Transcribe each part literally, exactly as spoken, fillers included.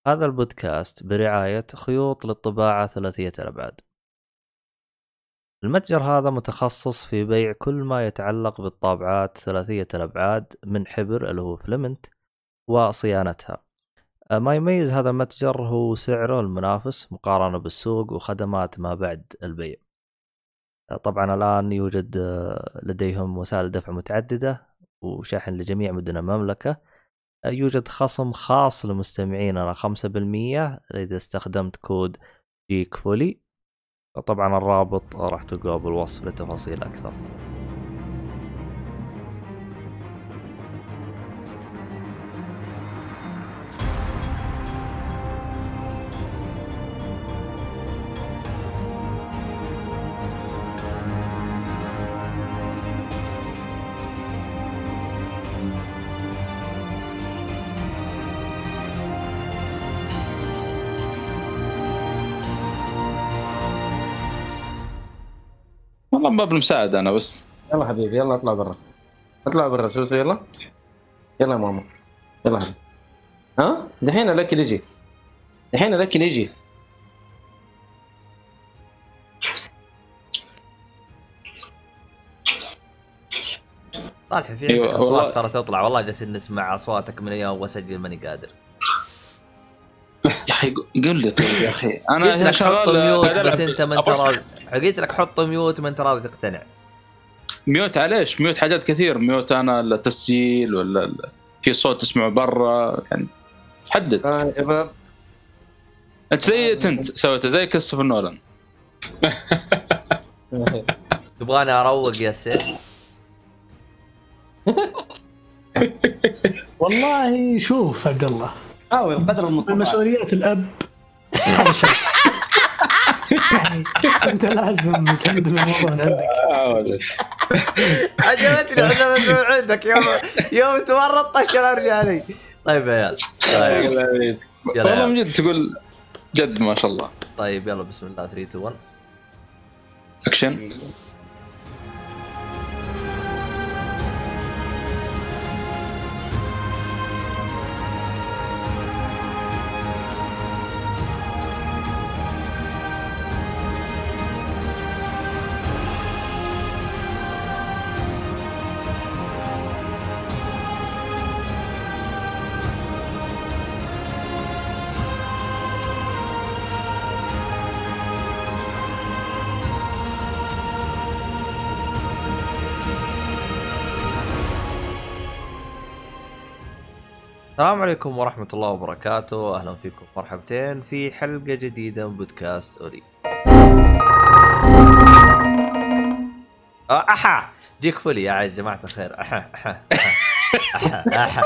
هذا البودكاست برعاية خيوط للطباعة ثلاثية الأبعاد. المتجر هذا متخصص في بيع كل ما يتعلق بالطابعات ثلاثية الأبعاد من حبر اللي هو فلمنت وصيانتها. ما يميز هذا المتجر هو سعره المنافس مقارنة بالسوق وخدمات ما بعد البيع. طبعا الآن يوجد لديهم وسائل دفع متعددة وشحن لجميع مدن المملكة. يوجد خصم خاص لمستمعيننا خمسة بالمية إذا استخدمت كود جيك فولي. طبعا الرابط راح تلقاه بالوصف لتفاصيل أكثر. والله ما بالمساعدة أنا بس. يلا حبيبي يلا اطلع برا اطلع برا سوسو يلا يلا ماما يلا حبيبي. ها دحين الاكل يجي دحين الاكل يجي صالح في عندك أيوة أصوات والله. ترى تطلع والله جالسين نسمع أصواتك من أيام وأسجل ماني قادر. يا أخي قل لي طيب يا أخي أنا قلت لك حط ميوت قاعد بس ألعب. أنت ما أنت أبص- راضي. قلت لك حط ميوت ما أنت راضي تقتنع. ميوت عليش ميوت حاجات كثير ميوت أنا التسجيل ولا ال- في صوت تسمعه برا يعني حدد. اه يا شباب أنت زي تنت سويته زي كريستوفر نولان. تبغاني أروق يا سيف؟ والله شوف عبد الله حاول قدر المستطاع مسؤوليات الاب هذا شيء. يعني انت لازم تعمد الموضوع من عندك. عجبتني احنا مسؤول عندك يوم يوم تورط طش ارجع لي. طيب يا عيال طيب. يلا يا والله عيال. من جد تقول جد ما شاء الله. طيب يلا بسم الله ثلاثة اثنين واحد. أكشن. السلام عليكم ورحمة الله وبركاته. أهلا فيكم مرحبتين في حلقة جديدة من بودكاست أوري. أحا جيك فولي يا جماعة الخير. أحا أحا أحا أحا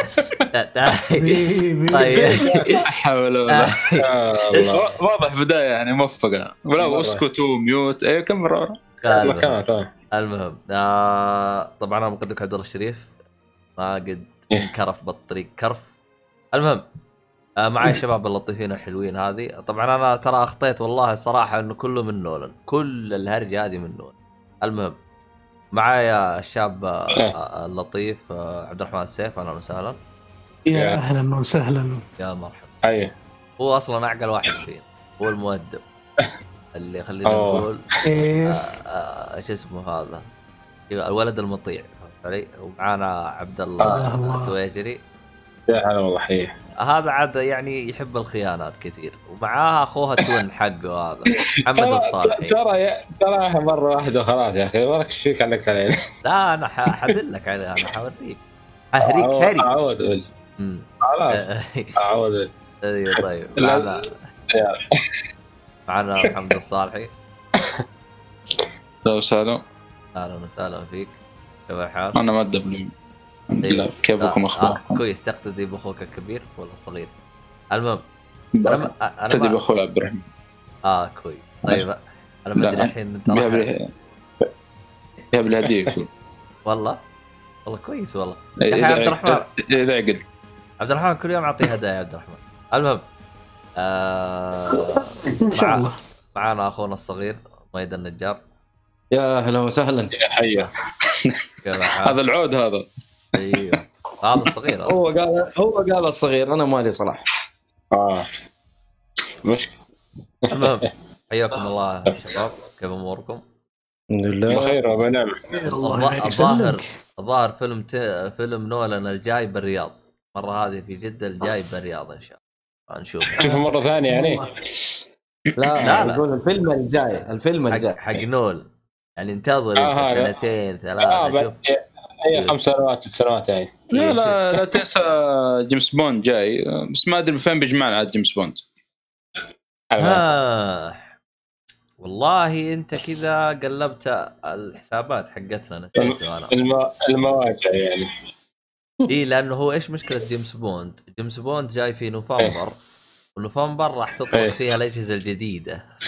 طيب حول ولا قوة. واضح بداية يعني موفقة ولا اسكتوا ميوت ايه كم مرة كمان تمام. المهم آه طبعا أنا مقدمك عبد الله الشريف ما قد انكرف بالطريق كرف. المهم آه معي شباب اللطيفين الحلوين هذه. طبعا انا ترى اخطيت والله الصراحه انه كله من نولان كل الهرجه هذه من نولان. المهم معايا الشاب آه اللطيف آه عبد الرحمن السيف. اهلا وسهلا. يا اهلا وسهلا يا مرحبا. اي هو اصلا اعقل واحد فينا هو المؤدب اللي خلينا نقول ايش آه ايش اسمه هذا الولد المطيع علي. ومعانا عبد الله التويجري. يا هلا والله حيه. هذا عاد يعني يحب الخيانات كثير ومعاها اخوها تون حقه هذا محمد الصالحي. ترى ترى مره واحده خلاص يا اخي مالك شيك عليك علينا. لا انا حدلك عليه انا حوريك اهريك هري اعود اقول خلاص اعود. ايوه طيب معنا معنا محمد الصالحي. لو وسهلا. اهلا وسهلا فيك. كيف الحال؟ انا مؤدب لي الحمد لله. كيفكم اخباركم؟ آه كويس. تقتدي باخوك الكبير ولا الصغير؟ المهم انا اقتدي باخوي عبد الرحمن. اه كويس. طيب انا ما ادري الحين انت راح جاب لي هديه يكون والله والله كويس والله يا عبد الرحمن. اذا قد عبد الرحمن كل يوم اعطيه هدايا يا عبد الرحمن. المهم آه ان شاء الله معانا اخونا الصغير ميد النجار. يا اهلا وسهلا. يا حيه. هذا العود هذا. ايوه هذا الصغير. هو قال هو قال الصغير انا مالي صلاح. اه مشكلة. المهم حياكم الله يا شباب، كيف اموركم؟ الحمد لله بخير وبنعم. الله الظاهر يسلمك. الظاهر فيلم ت... فيلم نولان الجاي بالرياض، مرة هذه في جدة، الجاي بالرياض ان شاء الله نشوف. شوفوا مرة ثانية يعني. والله. لا لا، لا. يقول الفيلم الجاي الفيلم حق الجاي حق نول يعني، انتظر آه انت هذا. سنتين اه ثلاثة بعد شوف. اي خمس سنوات ست سنوات يعني. إيه لا شوف. لا لا تنسى جيمس بوند جاي، بس ما ادري فين بيجمعنا عاد جيمس بوند. ها والله انت كذا قلبت الحسابات حقتنا، نسيته انا. الم... المواجع يعني. اي لانه هو ايش مشكله جيمس بوند؟ جيمس بوند جاي في نوفمبر، ونوفمبر راح تطلق إيه. فيها الاجهزه الجديده. ف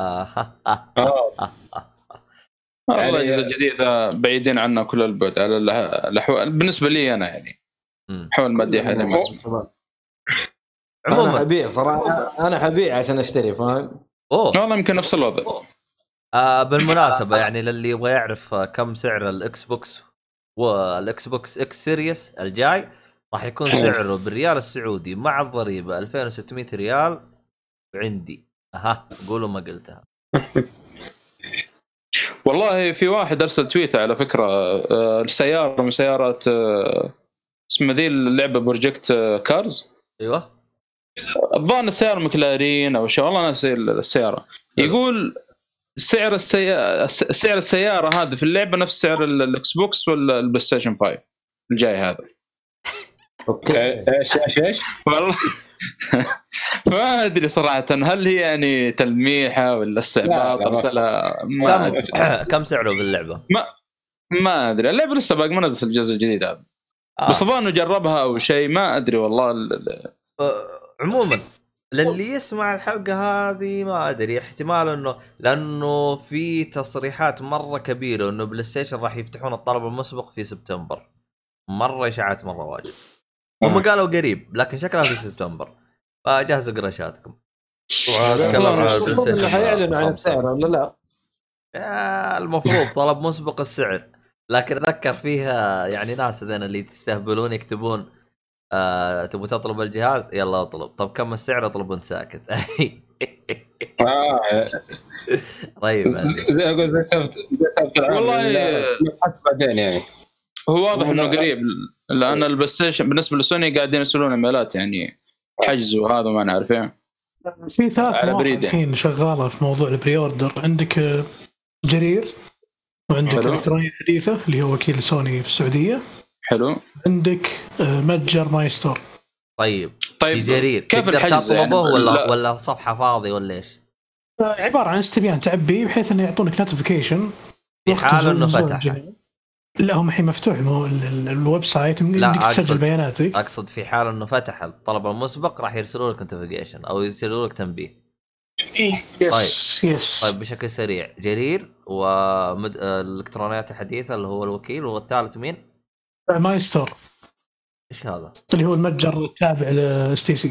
والله يعني- الأجهزة الجديدة بعيدين عنا كل البعد على الأح- الأحوال بالنسبة لي أنا يعني. مم. حول المادية حاليا ما تسمح. انا عموما حبيع صراحه، انا حبيع عشان اشتري فاهم. اوه والله يمكن نفس الوضع. آه بالمناسبه يعني للي يبغى يعرف آه، كم سعر الاكس بوكس والاكس بوكس اكس سيريس الجاي، راح يكون سعره بالريال السعودي مع الضريبه ألفين وستمية ريال عندي. اها قولوا ما قلتها. والله في واحد أرسل تويت على فكرة، آه، السيارة من سيارات آه، اسمها ذي اللعبة بروجكت آه، كارز. ايوه الظاهر السيارة مكلارين أو شيء، والله ناسي السيارة. يقول سعر السيارة سعر السيارة هذا في اللعبة نفس سعر الإكس بوكس ولا البلاي ستيشن خمسة الجاي هذا. اوكي ايش ايش ايش والله ما ادري صراحه هل هي يعني تلميحه ولا استعباط ارسلها، ما كم أدري. كم سعره باللعبه؟ ما ادري اللعبه لسه باقي ما نزل الجزء الجديد هذا. آه. بس اظن جربها او شيء ما ادري والله ال... أه عموما للي يسمع الحلقه هذه ما ادري، احتمال انه لانه في تصريحات مره كبيره انه بلاي ستيشن راح يفتحون الطلب المسبق في سبتمبر، مره اشاعات مره واجد. هم قالوا قريب لكن شكلها في سبتمبر، فجهزوا قراشاتكم. اتكلم عن البلاي ستيشن حيعلن عن السعر ولا لا؟ آه المفروض طلب مسبق السعر، لكن اتذكر فيها يعني ناس هذين اللي تستهبلون يكتبون آه تبغى تطلب الجهاز يلا اطلب، طب كم السعر؟ اطلب وانت ساكت. طيب زي اقول زي سبت والله بعدين يعني. هو واضح انه قريب، لان البلاي ستيشن بالنسبه لسوني قاعدين يرسلون ايميلات يعني حجز وهذا ما نعرف يعني. في ثلاث على مواقع بريد يعني. الحين شغاله في موضوع البري اوردر. عندك آه، جرير، وعندك حلو. الكترونيه حديثه اللي هو وكيل سوني في السعوديه، حلو. عندك آه، متجر ماي ستور. طيب طيب في جرير كيف تقدر الحجز تطلبه يعني؟ ولا لا. ولا صفحه فاضي ولا ايش؟ آه، عباره عن استبيان تعبيه بحيث انه يعطونك نوتيفيكيشن في حال انه فتح. لا هم الحين مفتوح، هو ال- ال- الويب سايت يمديك تسجل بياناتك. اقصد في حال انه فتح الطلب المسبق راح يرسلوا لك نوتيفيكيشن او يرسلوا لك تنبيه. إيه. يس يس. طيب بشكل سريع جرير والالكترونيات الحديثه اللي هو الوكيل، والثالث مين؟ ماي ستور ايش هذا؟ اللي هو المتجر التابع لستيسي.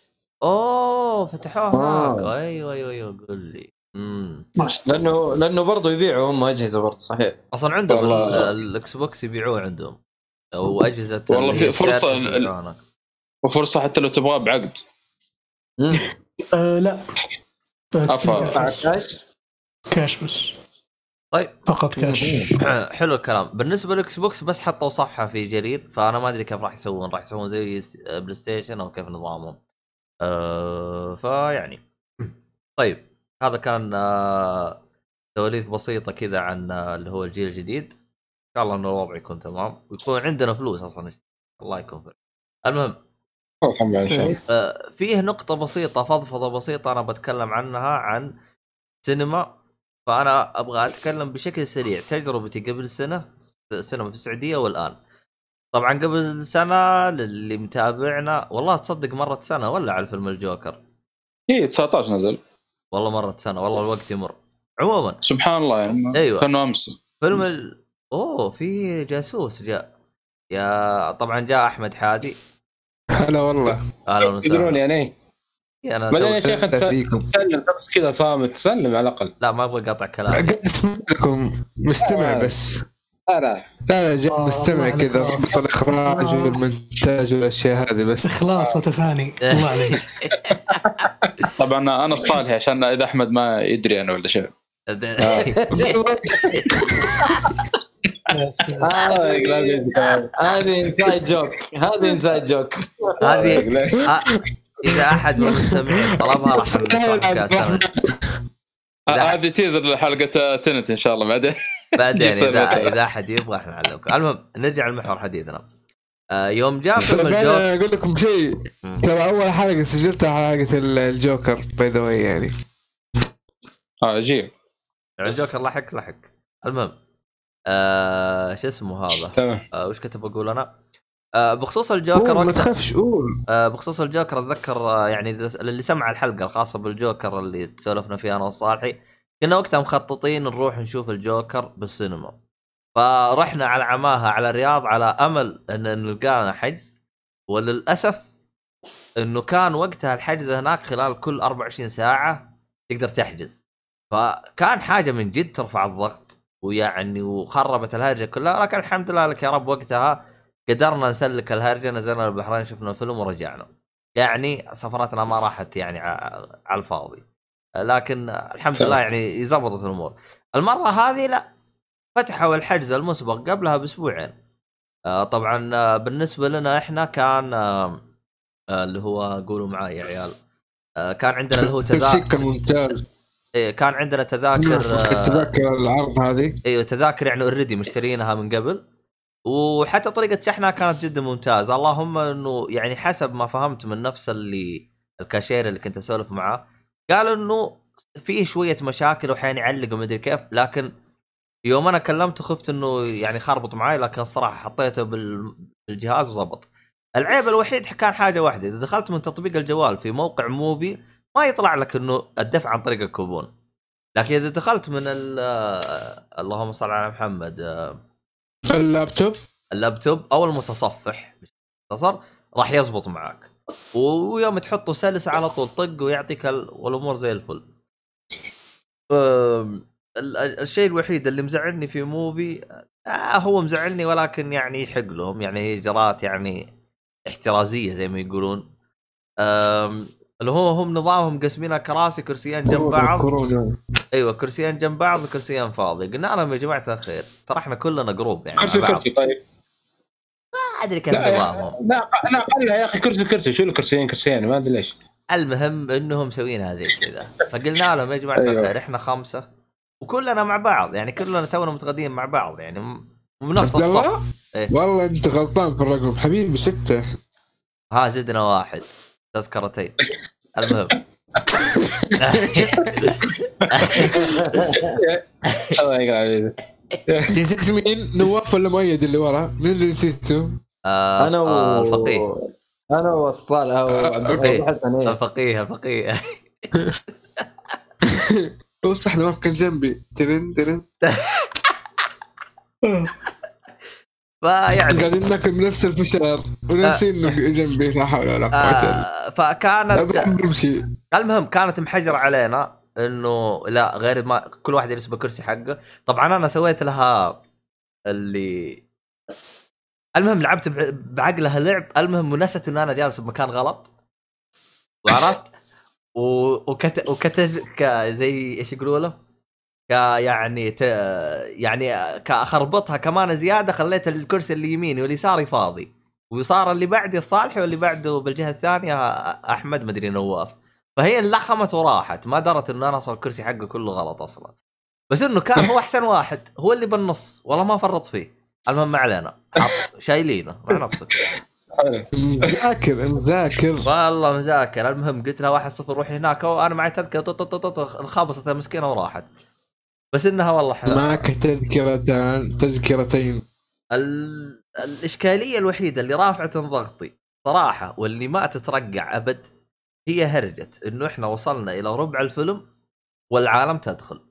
اوه فتحوه آه. هناك. ايوه ايوه ايوه قول لي. امم لانه لانه برضه يبيعوا هم اجهزه برضه صحيح. اصلا عندهم والله. ال- الاكس بوكس يبيعوه عندهم، او اجهزه والله اللي في هي فرصة السيرفس ال- يبيعوها هناك. وفرصه حتى لو تبغاه بعقد. مم. آه لا أفا. كاش كاش بس، طيب فقط كاش. حلو الكلام. بالنسبه للاكس بوكس بس حطوا صفحه في جرير، فانا ما ادري كيف راح يسوون، راح يسوون زي بلاي ستيشن او كيف نظامهم. أه فيعني طيب هذا كان آه، سواليف بسيطه كذا عن آه، اللي هو الجيل الجديد. ان شاء الله انه الوضع يكون تمام ويكون عندنا فلوس اصلا. الله يكون في المهم. آه، فيه نقطه بسيطه فضفضه بسيطه انا بتكلم عنها عن سينما، فانا ابغى اتكلم بشكل سريع تجربتي قبل سنه السينما في السعوديه والان. طبعا قبل سنه للي متابعنا والله تصدق مرت سنه ولا على فيلم الجوكر. ايه تسعة عشر نزل والله مرت سنه، والله الوقت يمر. عموما سبحان الله يعني. ايوه كانه امس فيلم ال... اوه في جاسوس جاء. يا طبعا جاء احمد حادي. هلا والله. اهلا وسهلا. تدرون يعني انا بعدين تو... يا شيخ تسلم كذا صامت، تسلم على الاقل. لا ما ابغى اقطع كلام. قاعد اسمع لكم مستمع آه. بس لا لا لا جاء مستمع كذا ضبط الإخراج والمونتاج والأشياء هذه بس. إخلاص وتفاني الله عليك. طبعا أنا الصالح عشان إذا أحمد ما يدري أنا ولا شيء. هذه انسايد جوك هذه انسايد جوك هذه إذا أحد من المستمعين طلبها راح نشرحها. هذه تيزر لحلقة تنت إن شاء الله بعدين. بعدين إذا إذا أحد يبغى إحنا نعلمكم. المهم نرجع لمحور حديثنا. يوم جاء فيلم الجوكر أقول لكم شيء، ترى أول حلقة سجلتها حلقة الجوكر باي ذا واي يعني. آه عجيب. الجوكر لحق لحق. المهم آه شو اسمه هذا؟ تمام. آه وش كنت بقول أنا؟ آه بخصوص الجوكر ما تخافش قول. آه بخصوص الجوكر أتذكر آه يعني اللي سمع الحلقة الخاصة بالجوكر اللي تسولفنا فيها أنا وصالحي، كنا وقتها مخططين نروح نشوف الجوكر بالسينما، فرحنا على عماها على الرياض على أمل أن نلقانا حجز، وللأسف أنه كان وقتها الحجز هناك خلال كل أربعة وعشرين ساعة تقدر تحجز، فكان حاجة من جد ترفع الضغط ويعني وخربت الهرجة كلها. لكن الحمد لله لك يا رب وقتها قدرنا نسلك الهرجة، نزلنا البحرين شفنا الفيلم ورجعنا، يعني سفراتنا ما راحت يعني على الفاضي، لكن الحمد لله يعني زبطت الأمور. المرة هذه لا، فتحوا الحجز المسبق قبلها بأسبوعين. طبعا بالنسبة لنا إحنا كان اللي هو قولوا معاي يا عيال، كان عندنا اللي هو تذاكر ممتاز. إيه كان عندنا تذاكر تذاكر العرض هذه. ايوه تذاكر يعني اوريدي مشترينها من قبل، وحتى طريقة شحنها كانت جدا ممتازة. اللهم انه يعني حسب ما فهمت من نفس اللي الكاشير اللي كنت اسولف معاه، قالوا انه فيه شوية مشاكل وحين يعلق وما ادري كيف، لكن يوم انا كلمته خفت انه يعني خربط معي، لكن الصراحة حطيته بالجهاز وزبط. العيب الوحيد كان حاجة واحدة، اذا دخلت من تطبيق الجوال في موقع موفي ما يطلع لك انه الدفع عن طريق الكوبون، لكن اذا دخلت من اللهم صل على محمد اللابتوب اللابتوب او المتصفح مختصر راح يزبط معك، ويوم تحطه سلس على طول طق ويعطيك ال... والامور زي الفل. الشيء الوحيد اللي مزعلني في موفي آه هو مزعلني، ولكن يعني يحق لهم، يعني هي اجراءات يعني احترازيه زي ما يقولون. اللي هو هم نظامهم قسمينها كراسي كرسيين جنب بعض. ايوه كرسيين جنب بعض وكرسيين فاضي. قلنا لهم يا جماعه الخير ترى احنا كلنا جروب يعني كرسي كرسي. طيب ما ادري كيف نظامهم. لا لا قلها يا اخي كرسي كرسي، شو الكرسيين كرسيين ما ادري ليش. المهم انهم مسوينها زي كذا، فقلنا لهم يا جماعه الخير احنا خمسه وكلنا مع بعض، يعني كلنا تونا متغدين مع بعض يعني من نفس الصف. إيه؟ والله انت غلطان في الرقم حبيبي، ستة. ها زدنا واحد تذكرتين. المهم الله يقرأ. نسيت مين؟ نواف ولا مؤيد اللي ورا؟ مين اللي نسيته؟ آه انا والفقيه. انا والصالح الفقيه الفقيه هو صح نواف كان جنبي ترن ترن فيعني قاعدين ناكل بنفس الفشار ونسين انه جنبي لا حول ولا قوه. فكانت المهم كانت محجرة علينا انه لا غير ما كل واحد يلبس بكرسي حقه. طبعا انا سويت لها اللي المهم لعبت بعقلها لعب، المهم ونست ان انا جالس بمكان غلط وعرفت وكت وكتب زي ايش يقولوا له ك يعني ت... يعني كأخربطها كمان زياده، خليت الكرسي اللي يميني واليساري فاضي، وصار اللي بعدي الصالحي واللي بعده بالجهه الثانيه احمد مدري نواف، فهي انلخمت وراحت ما درت انه انا اصلا الكرسي حقه كله غلط اصلا، بس انه كان هو احسن واحد هو اللي بالنص والله ما فرط فيه. المهم ما علينا شايلينه مع نفسك. مذاكر مذاكر والله مذاكر. المهم قلت له واحد صفر روحي هناك وانا معي تذكره طط انخابصت المسكينه وراحت، بس انها والله حلوه. معك تذكرتين تذكرتين ال... الاشكاليه الوحيده اللي رافعه ضغطي صراحه واللي ما تترقع ابد هي هرجه انه احنا وصلنا الى ربع الفيلم والعالم تدخل،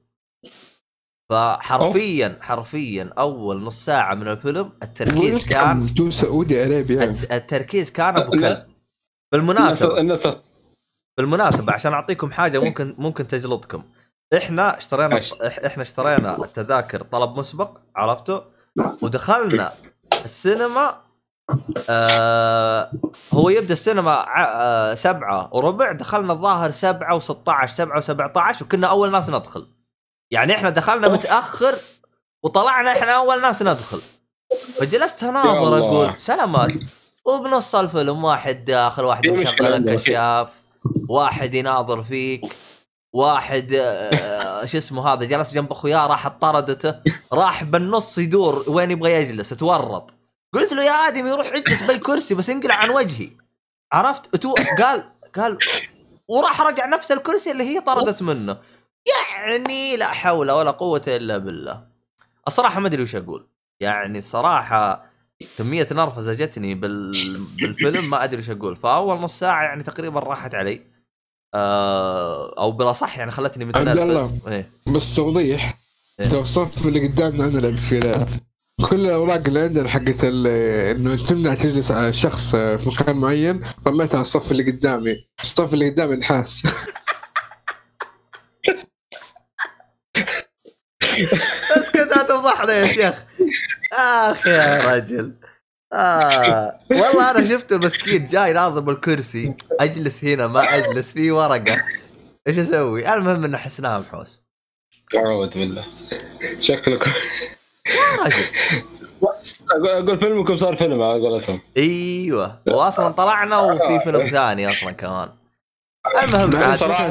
فحرفيا حرفيا اول نص ساعه من الفيلم التركيز كان تو سعودي عربي، التركيز كان ابو كلب. بالمناسبه بالمناسبه عشان اعطيكم حاجه ممكن ممكن تجلطكم، احنا اشترينا احنا اشترينا التذاكر طلب مسبق عرفته، ودخلنا السينما آه هو يبدأ السينما آه سبعة وربع، دخلنا الظاهر سبعة وستة عشر سبعة وسبعة عشر، وكنا أول ناس ندخل. يعني إحنا دخلنا متأخر وطلعنا إحنا أول ناس ندخل. فجلست هناظر أقول سلامات، وبنص الفيلم واحد داخل، واحد مشغل الكشاف، واحد يناظر فيك، واحد آه شو اسمه هذا جلس جنب أخويا راح طردته، راح بالنص يدور وين يبغى يجلس تورط. قلت له يا آدم يروح يجلس بالكرسي بس انقلع عن وجهي، عرفت؟ قال قال وراح رجع نفس الكرسي اللي هي طردت منه. يعني لا حول ولا قوة إلا بالله. الصراحة ما أدري وش أقول، يعني الصراحة كمية نرفزة جتني بال... بالفيلم ما أدري وش أقول. فأول نص ساعة يعني تقريبا راحت علي أه... أو بلا صح يعني خلتني متنرفز. إيه؟ بس توضيح إيه؟ الصف اللي قدامنا أنا لعبت فيه لعب كل الأوراق اللي عندنا حقت إنه تمنع تجلس على شخص في مكان معين رميتها على الصف اللي قدامي. الصف اللي قدامي نحاس. بس كذا تفضحنا يا شيخ. آخ يا رجل. آه. والله أنا شفته المسكين جاي ناظر بالكرسي، أجلس هنا ما أجلس فيه ورقة، إيش أسوي؟ المهم إنه حسناها بحوس. أعوذ بالله. شكلك يا رجل أقول فيلمكم صار فيلم على قولتهم. ايوه واصلا طلعنا وفي فيلم ثاني اصلا كمان. المهم صراحه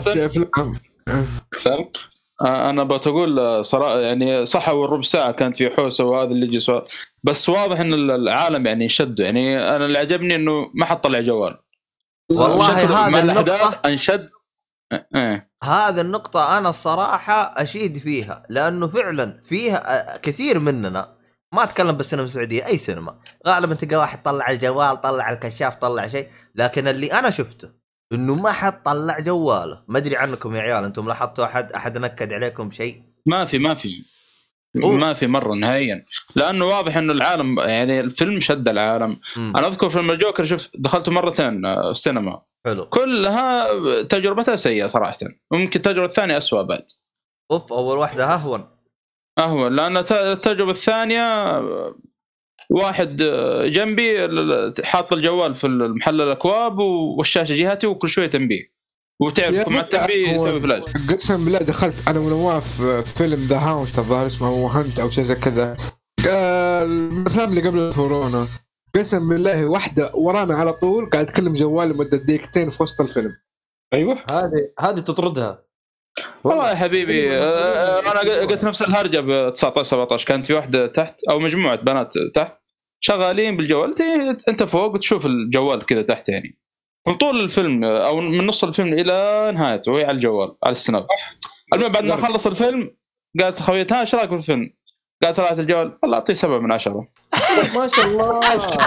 سام انا بتقول صراحه يعني صح، والربع ساعه كانت في حوسه وهذا اللي جسوا، بس واضح ان العالم يعني شد. يعني انا اللي عجبني انه ما حط طلع جوال والله. هذا النقطه انشد اه. هذا النقطه انا الصراحه اشيد فيها، لانه فعلا فيها كثير مننا ما اتكلم بالسينما السعوديه، اي سينما غالبا تلقى واحد طلع الجوال، طلع الكشاف، طلع شيء. لكن اللي انا شفته انه ما حد طلع جواله. ما ادري عنكم يا عيال، انتم لاحظتوا احد احد نكد عليكم شيء؟ ما في ما في ما في مره نهائيا، لانه واضح انه العالم يعني الفيلم شد العالم. م. انا اذكر فيلم الجوكر شوف دخلته مرتين السينما، حلو، كلها تجربتها سيئه صراحه، وممكن التجربه الثانيه اسوأ بعد. اوف اول واحده اهون اهون، لان التجربه الثانيه واحد جنبي حاط الجوال في المحل الاكواب والشاشه جهتي وكل شويه تنبيه، وتعرف مع التنبيه يسوي فلاش. قسم بالله دخلت انا ونواف فيلم ذا هاونت الظاهر اسمه هانت او شيء زي كذا، الافلام اللي قبل الكورونا. قسم بالله واحده ورانا على طول قاعد تكلم جوال لمده دقيقتين في وسط الفيلم. ايوه هذه هذه تطردها والله يا حبيبي. انا قلت نفس الهرجه ب تسعة عشر سبعة عشر، كانت في واحده تحت او مجموعه بنات تحت شغالين بالجوال، انت فوق تشوف الجوال كذا تحت، يعني من طول الفيلم او من نص الفيلم الى نهايته وهي على الجوال على السناب. المهم بعد ما خلص الفيلم قالت خويتها ايش رايك في الفيلم؟ قالت طلعت الجوال والله اعطيه سبعة من عشرة. ما شاء الله.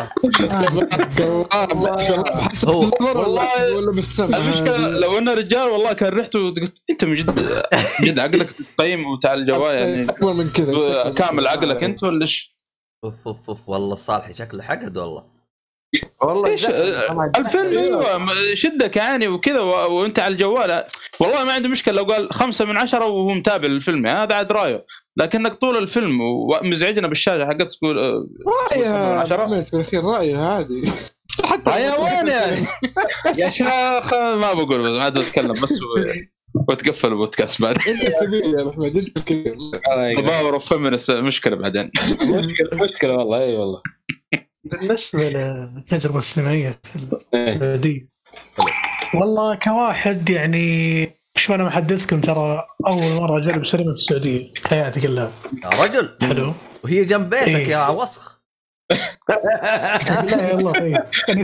والله المشكله لو انه رجال والله كان ريحته انت من جد جد عقلك تقيم وتعال الجوال يعني اكبر من كذا كامل عقلك انت ولا ايش؟ اوف اوف اوف والله صالح شكله حقد والله. والله الفيلم ايوه شدك يعني وكذا وانت على الجوال. والله ما عنده مشكله لو قال خمسة من عشرة وهو متابع الفيلم، هذا عاد رايه. لكنك طول الفيلم ومزعجنا بالشاشه حقت تقول رايه في الاخير رايه هذه حتى حيوان يعني. يا شيخ ما بقول ما عاد اتكلم بس وتقفل البودكاست بعد. انت سبيل يا محمد انت الكلام باور اوف فيمنس مشكله بعدين. مشكله مشكله والله اي والله. بالنسبه للتجربه السينمائيه دي والله كواحد يعني شو انا محدثكم ترى اول مره اجرب سينما في السعوديه حياتي كلها يا رجل. حلو وهي جنب بيتك إيه؟ يا وسخ. لا والله طيب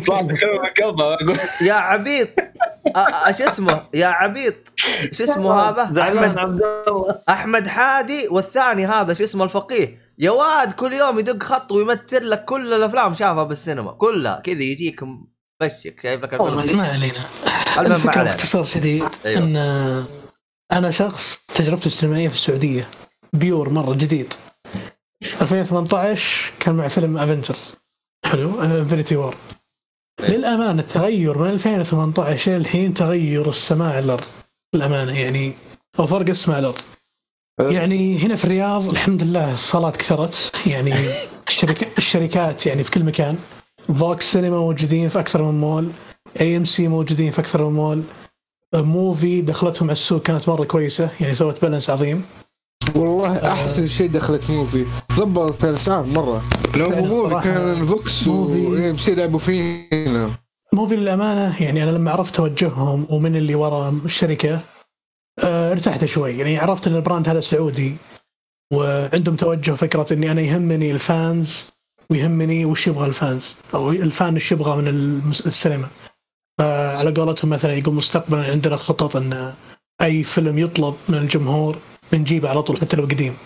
يا عبيط ايش اسمه يا عبيط ايش اسمه هذا احمد عبد الله احمد حادي، والثاني هذا شو اسمه الفقيه يا واد كل يوم يدق خط ويمثل لك كل الافلام شافها بالسينما كلها كذا يجيك مبشك شايف لك الفيلم. ما علينا. المهم باختصار شديد أيوه. ان انا شخص تجربتي السينمائيه في السعوديه بيور مره جديد. ألفين وثمانية عشر كان مع فيلم افنجرز حلو انفينيتي وور. للامانه التغير من ألفين وثمانية عشر الحين تغير السماء على الارض الامانه، يعني او فرق السماء على الارض. يعني هنا في الرياض الحمد لله الصالات كثرت، يعني الشركة الشركات يعني في كل مكان. فوكس سينما موجودين في أكثر من مول، اي ام سي موجودين في أكثر من مول، موفي دخلتهم على السوق كانت مرة كويسة، يعني سوت بالانس عظيم. والله أحسن آه شيء دخلت موفي، ضبط الأسعار مرة. لو موفي كان فوكس واي ام سي لعبوا فينا. موفي للأمانة يعني أنا لما عرفت توجههم ومن اللي وراء الشركة آه ارتحت شوي، يعني عرفت أن البراند هذا سعودي وعندهم توجه فكرة أني أنا يهمني الفانز ويهمني وش يبغى الفانز أو الفان وش يبغى من السينما. فعلى قولتهم مثلا يقول مستقبلا عندنا خطط أن أي فيلم يطلب من الجمهور بنجيبه على طول حتى لو قديم.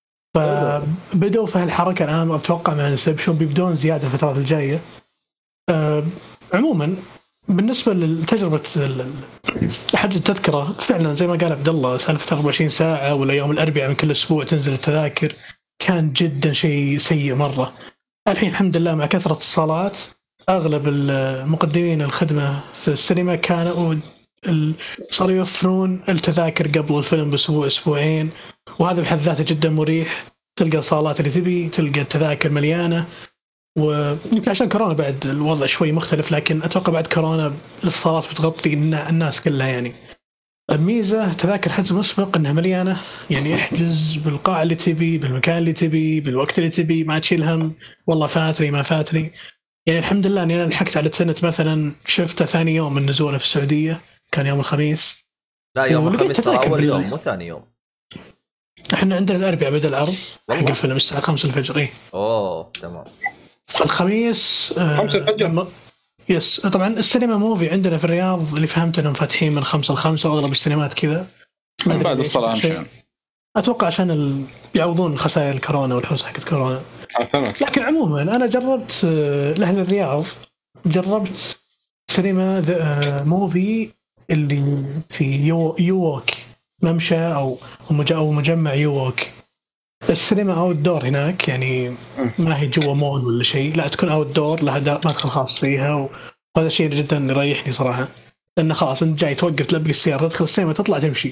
فبدأوا في هالحركة الآن، وأتوقع مع انسبشن بيبدون زيادة الفترات الجاية. أه عموما بالنسبة للتجربة حجز التذكرة فعلا زي ما قال عبد الله سالفة أربعة وعشرين ساعة ولا يوم الأربعاء من كل أسبوع تنزل التذاكر كان جدا شيء سيء مرة. الحين الحمد لله مع كثرة الصالات أغلب المقدمين الخدمة في السينما كانوا صاروا يوفرون التذاكر قبل الفيلم بأسبوع أسبوعين، وهذا بحد ذاته جدا مريح. تلقى الصالات اللي تبي، تلقى التذاكر مليانة. ويمكن عشان كورونا بعد الوضع شوي مختلف، لكن أتوقع بعد كورونا الصالات بتغطي الناس كلها. يعني الميزة تذاكر حجز مسبق إنها مليانة، يعني احجز بالقاعة اللي تبي بالمكان اللي تبي بالوقت اللي تبي، ما تشيل هم والله فاتري ما فاتري. يعني الحمد لله أني أنا لحقت على سنة مثلا شفته ثاني يوم من نزوله في السعودية كان يوم الخميس. لا يوم الخميس ترى أول يوم مو ثاني يوم. احنا عندنا الأربعاء بدأ العرض حق الفيلم الساعة خمسة الفجر. إيه أوه تمام. الخميس خمسة الفجر آه يس طبعا السينما موفي عندنا في الرياض اللي فهمت انهم فاتحين من خمسة لخمسة واغلب السينمات كذا بعد الصلاة عشان اتوقع عشان ال... يعوضون الخسائر الكورونا والحوسه حقت كورونا. لكن عموما انا جربت لاهل الرياض، جربت سينما موفي اللي في يو يووك ممشى او او مجمع يووك. السينما اوت دور هناك، يعني ما هي جوا مول ولا شيء، لا تكون اوت دور لها مدخل خاص فيها. وهذا شيء جدا يريحني صراحه، لانه خلاص انت جاي توقف تلبق السياره تدخل السينما تطلع تمشي.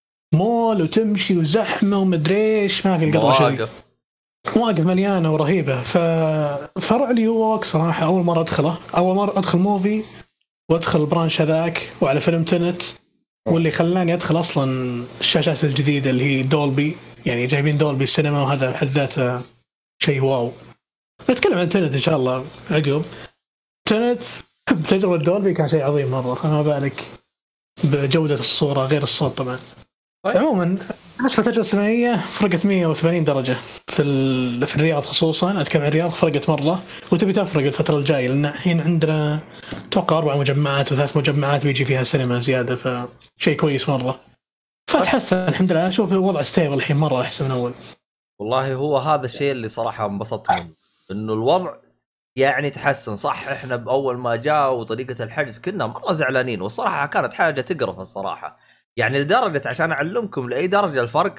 مول وتمشي وزحمه ومدري ايش ما في القدره شيء، مواقف مليانه ورهيبه. ف فرع لي ووك صراحه اول مره ادخله، اول مره ادخل موفي وادخل البرانش هذاك وعلى فيلم تنت. واللي خلاني ادخل اصلا الشاشات الجديده اللي هي دولبي، يعني جايبين دولبي السينما، وهذا بحد ذاته شيء واو. نتكلم عن تنت ان شاء الله عقب. تنت تجربه دولبي كان شيء عظيم مره، فما بالك بجوده الصوره غير الصوت طبعا. عموما بالنسبه للتجربه السينمائيه فرقت مية وثمانين درجه في في الرياض خصوصا. اتكلم عن الرياض فرقت مره، وتبي تفرق الفتره الجايه لان الحين عندنا اتوقع اربع مجمعات وثلاث مجمعات بيجي فيها سينما زياده، فشيء كويس مره. فتحسن الحمد لله، اشوف الوضع ستيبل الحين مره احسن من اول. والله هو هذا الشيء اللي صراحه انبسطت منه، انه الوضع يعني تحسن. صح احنا باول ما جاء وطريقه الحجز كنا مره زعلانين، والصراحه كانت حاجه تقرف الصراحه، يعني لدرجه عشان اعلمكم لاي درجه الفرق.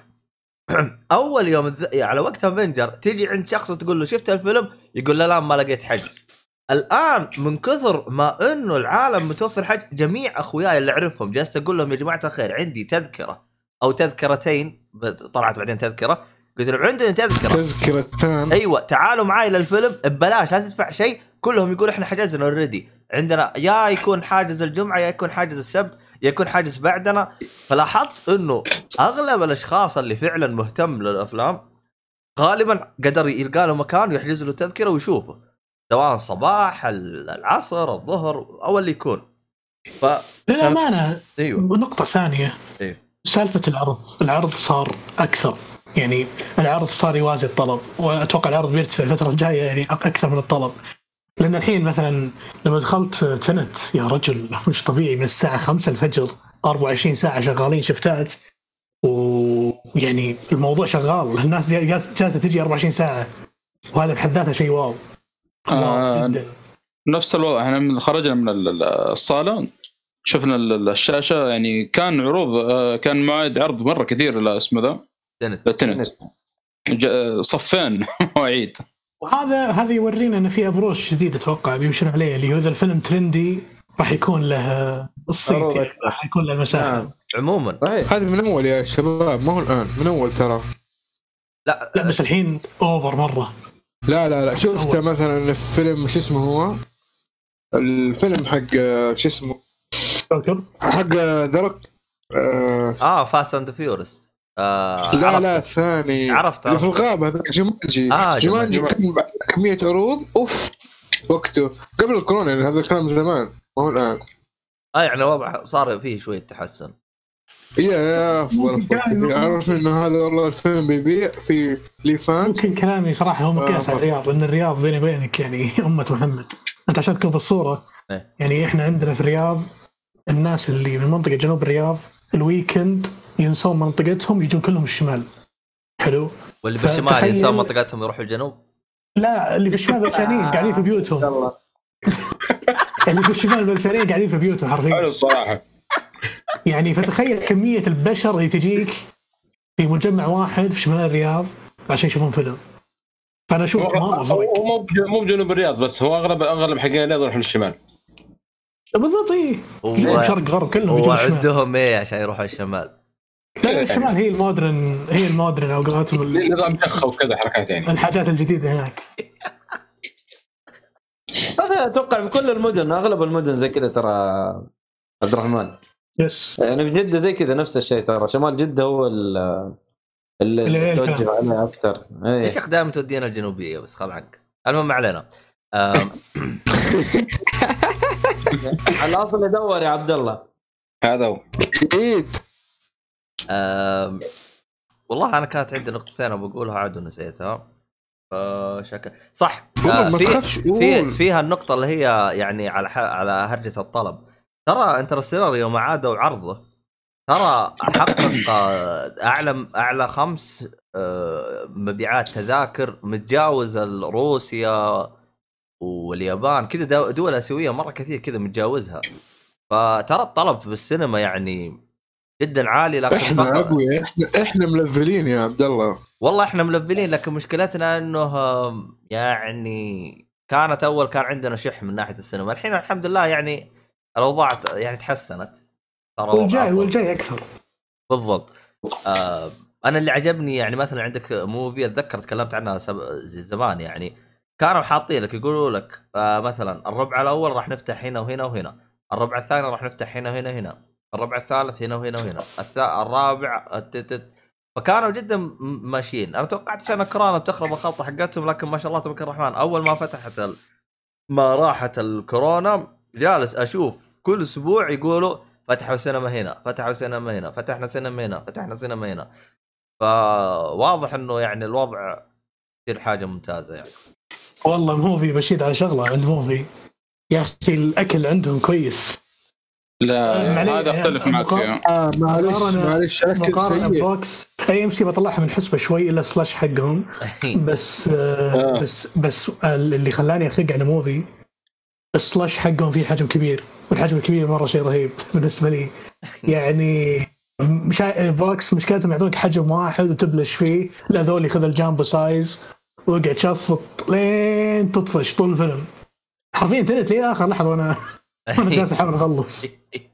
اول يوم الذ... على وقت افنجر تيجي عند شخص وتقول له شفت الفيلم، يقول له لا ما لقيت حج. الان من كثر ما انه العالم متوفر حج، جميع اخوياي اللي اعرفهم جالس اقول لهم يا جماعه الخير عندي تذكره او تذكرتين، طلعت بعدين تذكره، قلت لهم عندنا تذكره تذكرتان ايوه تعالوا معي للفيلم ببلاش لا تدفع شيء. كلهم يقول احنا حجزنا اوريدي، عندنا يا يكون حاجز الجمعه يا يكون حاجز السبت يكون حاجز بعدنا. فلاحظت انه اغلب الاشخاص اللي فعلا مهتم للافلام غالبا قدر يلقى له مكان ويحجز له تذكره ويشوفه، سواء الصباح العصر الظهر او اللي يكون. ف للامانه ايوه نقطه ثانيه ايوه سالفه العرض. العرض صار اكثر، يعني العرض صار يوازي الطلب، واتوقع العرض بيرتفع الفتره الجايه يعني اكثر من الطلب. لأن الحين مثلا لما دخلت تنت يا رجل مش طبيعي، من الساعة خمسة الفجر أربعة وعشرين ساعة شغالين شفتات، ويعني الموضوع شغال، الناس جالسة تجي أربعة وعشرين ساعة، وهذا بحد ذاته شيء واو. آه جدا. نفس الوضع احنا من خرجنا من الصالة شفنا الشاشة، يعني كان عروض، كان موعد عرض مرة كثير لا اسمه ذا تنت تنت صفين مواعيد. وهذا هذا يورينا ان في ابروش جديد اتوقع بيمشون عليه، اللي هو اذا الفيلم ترندي راح يكون له الصيت، يعني راح يكون له مساحه. عموما هذا من اول يا شباب، ما هو الان، من اول ترى. لا لا بس الحين اوفر مره. لا لا لا شفت مثلا فيلم شو اسمه هو الفيلم حق شو اسمه حق ذرك اه, آه فاست اند فيورست. آه لا لا الثاني عرفت, عرفت. في الغابة هذا جمانجي. آه جمانجي كان كمية عروض اوف وقته قبل الكورونا، يعني هذا الكلام زمان ما هو الان. اه يعني وضع صار فيه شوية تحسن. يا يا افضل اعرف انه هذا والله الفيلم بيبيع في لي فان. ممكن كلامي صراحه هو مقياس على الرياض، لان الرياض بيني وبينك يعني امه محمد. انت عشان تكون بالصوره إيه؟ يعني احنا عندنا في الرياض الناس اللي من منطقه جنوب الرياض الويكند ينسون منطقتهم يجون كلهم الشمال. حلو. واللي بالشمال ينسون منطقتهم يروحوا الجنوب. لا اللي في الشمال بالفعليين قاعدين في بيوتهم. اللي في الشمال بالفعليين قاعدين في بيوتهم حرفيا. حلو الصراحه. يعني فتخيل كمية البشر اللي تجيك في مجمع واحد في شمال الرياض عشان يشوفون فيلم. فأنا أشوف مرة فرق. هو مو مو بجنوب الرياض بس، هو أغلب أغلب حقين الرياض يروحون للشمال. بالضبط إيه. زي شرق غرب كلهم يجون الشمال. وعندهم إيه عشان يروحوا الشمال. لا الشمال هي المودرن، هي المودرن أو قراتهم نظام شخ وكذا حركات يعني. الحاجات الجديدة هناك. هذا أتوقع في كل المدن، أغلب المدن زي كذا ترى عبد الرحمن. يس. يعني في جدة زي كذا نفس الشيء ترى. شمال جدة هو اللي توجه عليه أكثر. إيش أخدام تودينا الجنوبية بس خل عنك. المهم ما علينا. على الأصل يدور يا عبد الله. هذا هو. عيد. والله أنا كانت عندي نقطتين بقولها عاد ونسيتها. شكل صح. آه في في فيها النقطة اللي هي يعني على على هرجة الطلب. ترى انترستيلر يوم عادوا عرضه ترى حقق اعلى اعلى خمس مبيعات تذاكر، متجاوز روسيا واليابان كذا، دول اسيويه مره كثير كذا متجاوزها. فترى الطلب بالسينما يعني جدا عالي. لكن احنا اقوياء، احنا احنا ملفلين يا عبد الله. والله احنا ملفلين، لكن مشكلتنا انه يعني كانت اول كان عندنا شح من ناحيه السينما. الحين الحمد لله يعني الاوضاع يعني تحسنت، والجاي والجاي اكثر. بالضبط. آه انا اللي عجبني يعني مثلا عندك موفي اتذكر تكلمت عنها زمان، يعني كانوا حاطين لك يقولوا لك آه مثلا الربع الاول راح نفتح هنا وهنا وهنا، الربع الثاني راح نفتح هنا وهنا هنا، الربع الثالث هنا وهنا وهنا، الرابع التتت. فكانوا جدا ماشيين. انا توقعت عشان كورونا بتخرب الخلطه حقتهم، لكن ما شاء الله تبارك الرحمن اول ما فتحت ال... ما راحت الكورونا جالس اشوف كل اسبوع يقولوا فتحوا سينما هنا، فتحوا سينما هنا، فتحنا سينما هنا، فتحنا سينما هنا. فواضح انه يعني الوضع يصير حاجه ممتازه يعني. والله موفي بشيد على شغله عند موفي يا اخي، الاكل عندهم كويس. لا هذا اختلف معك فيه. اه معلش معلش مقارنه بوكس اي ام سي بطلعها من حسبه شوي الا سلاش حقهم. بس آه بس بس اللي خلاني افق على موفي السلاش حقهم فيه حجم كبير، والحجم الكبير مره شيء رهيب بالنسبه لي. يعني مش بوكس مشكلتهم يعطونك حجم واحد وتبلش فيه، لا ذولي خذ الجامبو سايز وقعد شفط لين تطفش طول الفيلم حرفيا. تنت لي اخر لحظه وانا انا جالس احاول اخلص.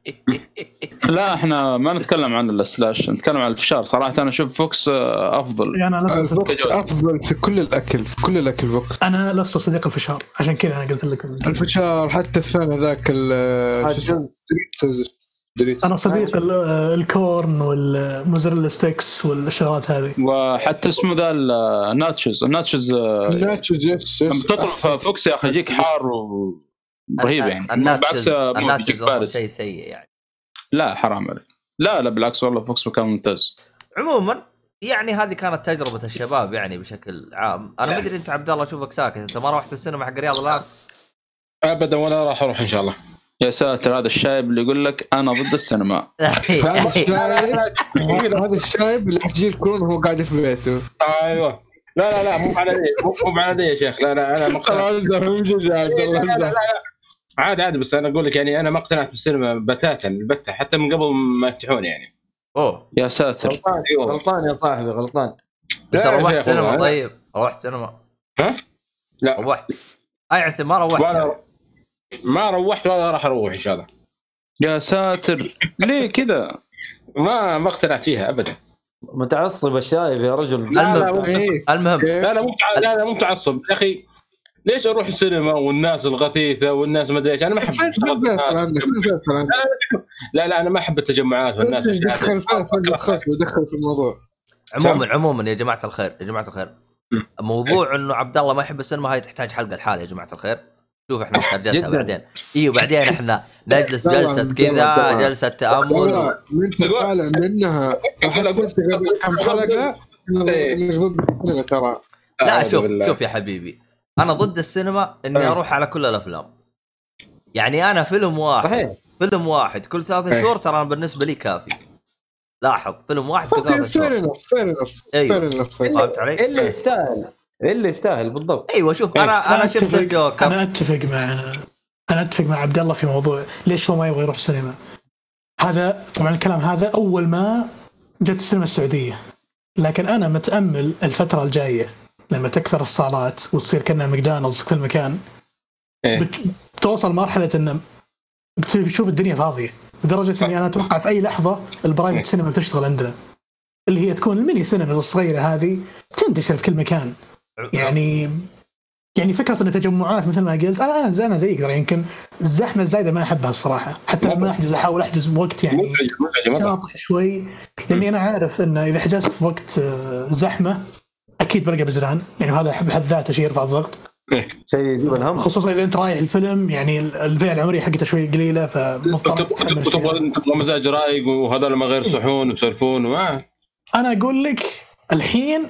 لا احنا ما نتكلم عن السلاش، نتكلم عن الفشار. صراحه انا اشوف فوكس افضل. يعني انا فوكس افضل في كل الاكل، في كل الاكل فوكس. انا لست صديق الفشار عشان كذا انا قلت لك الفشار. حتى الثاني ذاك انا صديق الكورن والموزاريلا ستيكس والشغلات هذه، وحتى اسمه ذا الناتشوز. الناتشوز الناتشوز يس يس تطلع فوكس يا اخي يجيك حار ورهيب يعني. الناتشوز الناتشوز شيء سيء يعني. لا حرام عليك. لا لا بالعكس والله فوكس مكان ممتاز. عموما يعني هذه كانت تجربة الشباب يعني بشكل عام. انا ما ادري انت عبد الله اشوفك ساكت، انت ما رحت السينما حق الرياض الان؟ ابدا ولا راح اروح ان شاء الله. يا ساتر، هذا الشايب اللي يقول لك انا ضد السينما. هذا الشايب هذا الشايب اللي حتجي الكورونا وهو قاعد في بيته. ايوه لا لا لا مو على دي مو على دي يا شيخ. لا لا انا مقتنع. عادي عادي بس انا اقول لك يعني انا ما اقتنعت بالسينما بتاتا البتة حتى من قبل ما يفتحون يعني. اوه يا ساتر، غلطان غلطان يا صاحبي غلطان. انت روحت سينما؟ طيب روحت سينما؟ ها لا روحت. اي انت ما روحت؟ ولا ما روحت ولا راح اروح ان شاء الله. يا ساتر ليه كذا؟ ما ما اقتنعت فيها ابدا. متعصب الشايب يا رجل. لا لا المهم إيه. المهم لا لا مو متع- لا لا مو متعصب يا اخي. ليش اروح السينما والناس الغثيثه والناس ما ادري ايش؟ انا ما احب لا لا انا ما احب التجمعات والناس دخل فيصل ودخل في الموضوع. عموما عموما يا جماعه الخير يا جماعه الخير موضوع انه عبد الله ما يحب السينما هاي تحتاج حلقه لحالها يا جماعه الخير. شوف احنا محتاجاتها بعدين. ايوه بعدين احنا نجلس جلسه كذا جلسه تامل انت طالع منها قبل كم حلقه ضد السينما ترى. لا شوف شوف يا حبيبي انا ضد السينما اني اروح على كل الافلام. يعني انا فيلم واحد صحيح. فيلم واحد كل ثلاثة شهور ترى بالنسبه لي كافي. لاحظ فيلم واحد كل ثلاثة شهور فيرنف فيرنف فهمت علي؟ اللي يستاهل اللي يستاهل بالضبط. ايوه شوف انا انا شفت الجوكر. انا اتفق مع انا اتفق مع عبد الله في موضوع ليش هو ما يبغى يروح سينما. هذا طبعا الكلام هذا اول ما جت السينما السعوديه، لكن انا متامل الفتره الجايه لما تكثر الصالات وتصير كأنها ماكدونالدز في كل مكان بتوصل مرحله ان بتشوف الدنيا فاضيه لدرجه اني انا اتوقع في اي لحظه البرايفت سينما بتشتغل عندنا اللي هي تكون الميني سينما الصغيره هذه تنتشر في كل مكان. يعني يعني فكره ان تجمعات مثل ما قلت انا انا انا زيك ترى يمكن الزحمه الزايده ما احبها الصراحه. حتى لما احجز احاول احجز بوقت يعني شاطح شوي لاني انا عارف ان اذا حجزت في وقت زحمه اكيد بلقى بزران. يعني هذا بحد ذاته شيء يرفع الضغط شيء يجيب الهم خصوصا اذا انت رايح الفيلم يعني الفئه العمريه حقته شوي قليله فمضطر تبغى تبغى مزاج رايق وهذول ما غير صحون ويسولفون وما. انا اقول لك الحين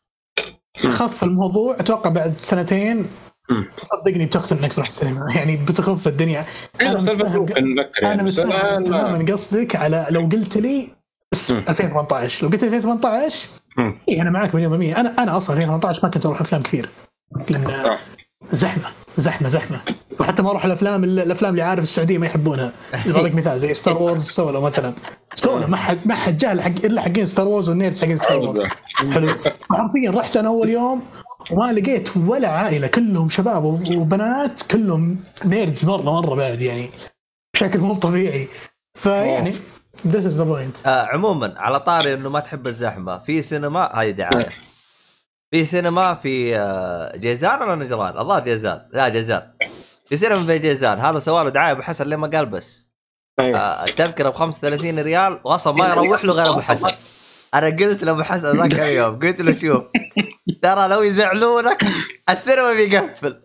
خف الموضوع اتوقع بعد سنتين صدقني بتختم انك تروح السينما يعني بتخف الدنيا. انا متفهم انا متفهم تماما قصدك على لو قلت لي ألفين وثمانية عشر لو قلت لي ألفين وثمانية عشر إيه أنا معك مليون بالمية. أنا أنا أصلاً ألفين وثمانية عشر ما كنت أروح أفلام كثير لأن زحمة زحمة زحمة وحتى ما أروح الأفلام الأفلام اللي عارف السعودية ما يحبونها. أضرب مثال زي ستار وورز سولو مثلاً سولو ما حد ما حد جاهل حق إلا حقين ستار وورز والنيرس حقين ستار وورز حلو. حرفياً رحت أنا أول يوم وما لقيت ولا عائلة كلهم شباب وبنات كلهم نيردز مرة مرة بعد يعني بشكل مو طبيعي. فيعني This is the point. آه عموما على طاري انه ما تحب الزحمه في سينما هاي دعايه في سينما في آه جيزان ولا نجران الله جيزان لا جيزان في سينما في جيزان هذا سواله دعايه ابو حسن لما قال بس آه تذكره ب خمسة وثلاثين ريال واصلا ما يروح له غير ابو حسن. انا قلت لابو حسن ذاك اليوم قلت له شوف ترى لو يزعلونك السينما بيقفل.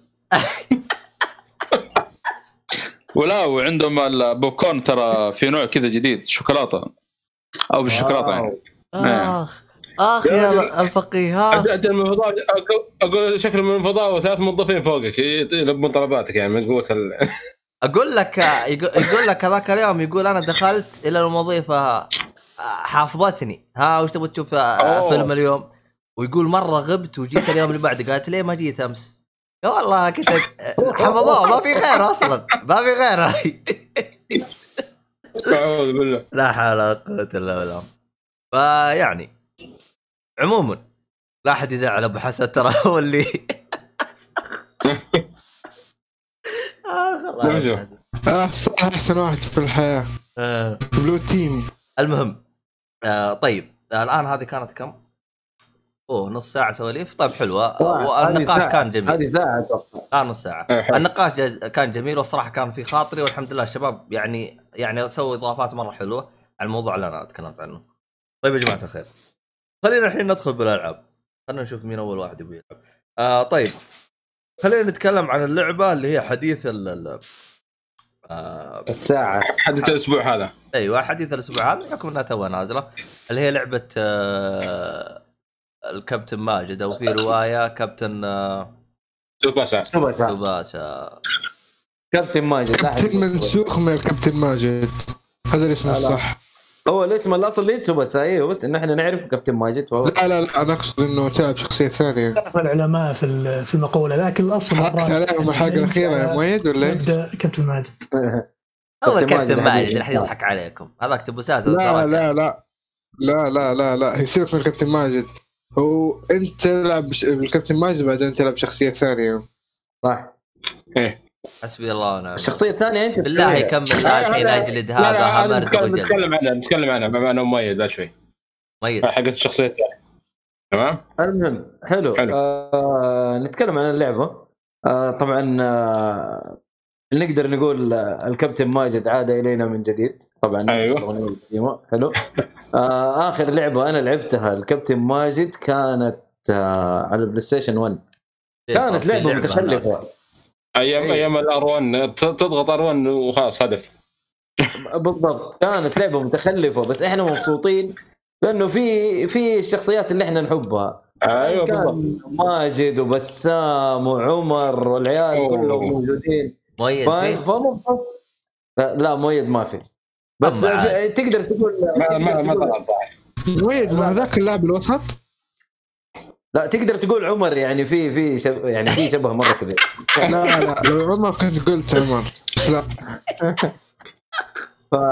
ولا وعندهم البوكون ترى في نوع كذا جديد شوكولاته او بالشوكولاته يعني. اخ اخ يا الفقيه اجل من الفضاء اقول شكل من الفضاء وثلاث موظفين فوقك يلبون طلباتك يعني من قوه ال... اقول لك يقول لك هذاك اليوم يقول انا دخلت الى الموظفه حافظتني ها وش تبغى تشوف فيلم اليوم ويقول مره غبت وجيت اليوم اللي بعده قالت ليه ما جيت امس يا والله كنت حفظوه ما في غير اصلا ما في غير. اعوذ بالله لا حول ولا قوه الا بالله. فيعني عموما لا احد يزعل ابو حسن ترى هو اللي اه صح احسن واحد في الحياه بلو تيم. المهم آه طيب الان هذه كانت كم اوه نص ساعه سواليف. طيب حلوه والنقاش كان جميل. هذه ساعه اتوقع اه نص ساعه. النقاش جز... كان جميل والصراحه كان في خاطري والحمد لله الشباب يعني يعني سووا اضافات مره حلوه على الموضوع اللي انا تكلمت عنه. طيب يا جماعه الخير خلينا الحين ندخل بالالعاب. خلينا نشوف مين اول واحد يبي يلعب. آه طيب خلينا نتكلم عن اللعبه اللي هي حديث ال آه الساعه حديث الاسبوع هذا. ايوه حديث الاسبوع هذا بحكم انها توها نازله اللي هي لعبه آه الكابتن ماجد او في روايه كابتن سوباسا سوباسا سوباسا كابتن ماجد كابتن منسوخ من الكابتن ماجد هذا الاسم الصح. هو الاسم الاصلي سوباسا ايوه بس ان احنا نعرف كابتن ماجد فهو لا لا لا انا اقصد انه تلعب شخصيه ثانيه. تعرف العلماء في في المقوله لكن الاصل عليهم الحلقه الاخيره يا مؤيد ولا ايش؟ كابتن ماجد هو كابتن ماجد اللي حيضحك عليكم هذاك تبوسات. لا لا لا لا لا لا لا يصيرك من الكابتن ماجد هو انت تلعب بالكابتن ماجد بعدين تلعب شخصيه ثانيه صح. ايه حسبي الله ونعم. الشخصيه الثانيه انت بالله يكمل لا الحين اجلد هذا همرت وجلد. نتكلم عنها نتكلم عنها بما انه مميز لا شوي ميت حقت الشخصيه الثانيه. تمام المهم حلو, حلو. آه نتكلم عن اللعبه. آه طبعا آه نقدر نقول الكابتن ماجد عاد الينا من جديد طبعا. ايوه حلو. آه اخر لعبه انا لعبتها الكابتن ماجد كانت آه على البلاي ستيشن واحد. كانت لعبه متخلفه ايام أيه. ايام الار واحد تضغط ار واحد وخلاص هدف. بالضبط كانت لعبه متخلفه بس احنا مبسوطين لانه في في الشخصيات اللي احنا نحبها. ايوه بالضبط ماجد وبسام وعمر والعيال أوه. كلهم موجودين. مؤيد فيه؟ فمبسوط. لا مؤيد ما في بس تقدر تقول ما ما ما طلع مؤيد ما هذاك اللاعب الوسط. لا تقدر تقول عمر يعني في في شب... يعني في شبه مره كبير. لا لا لو عمر كنت قلت عمر بس لا. ف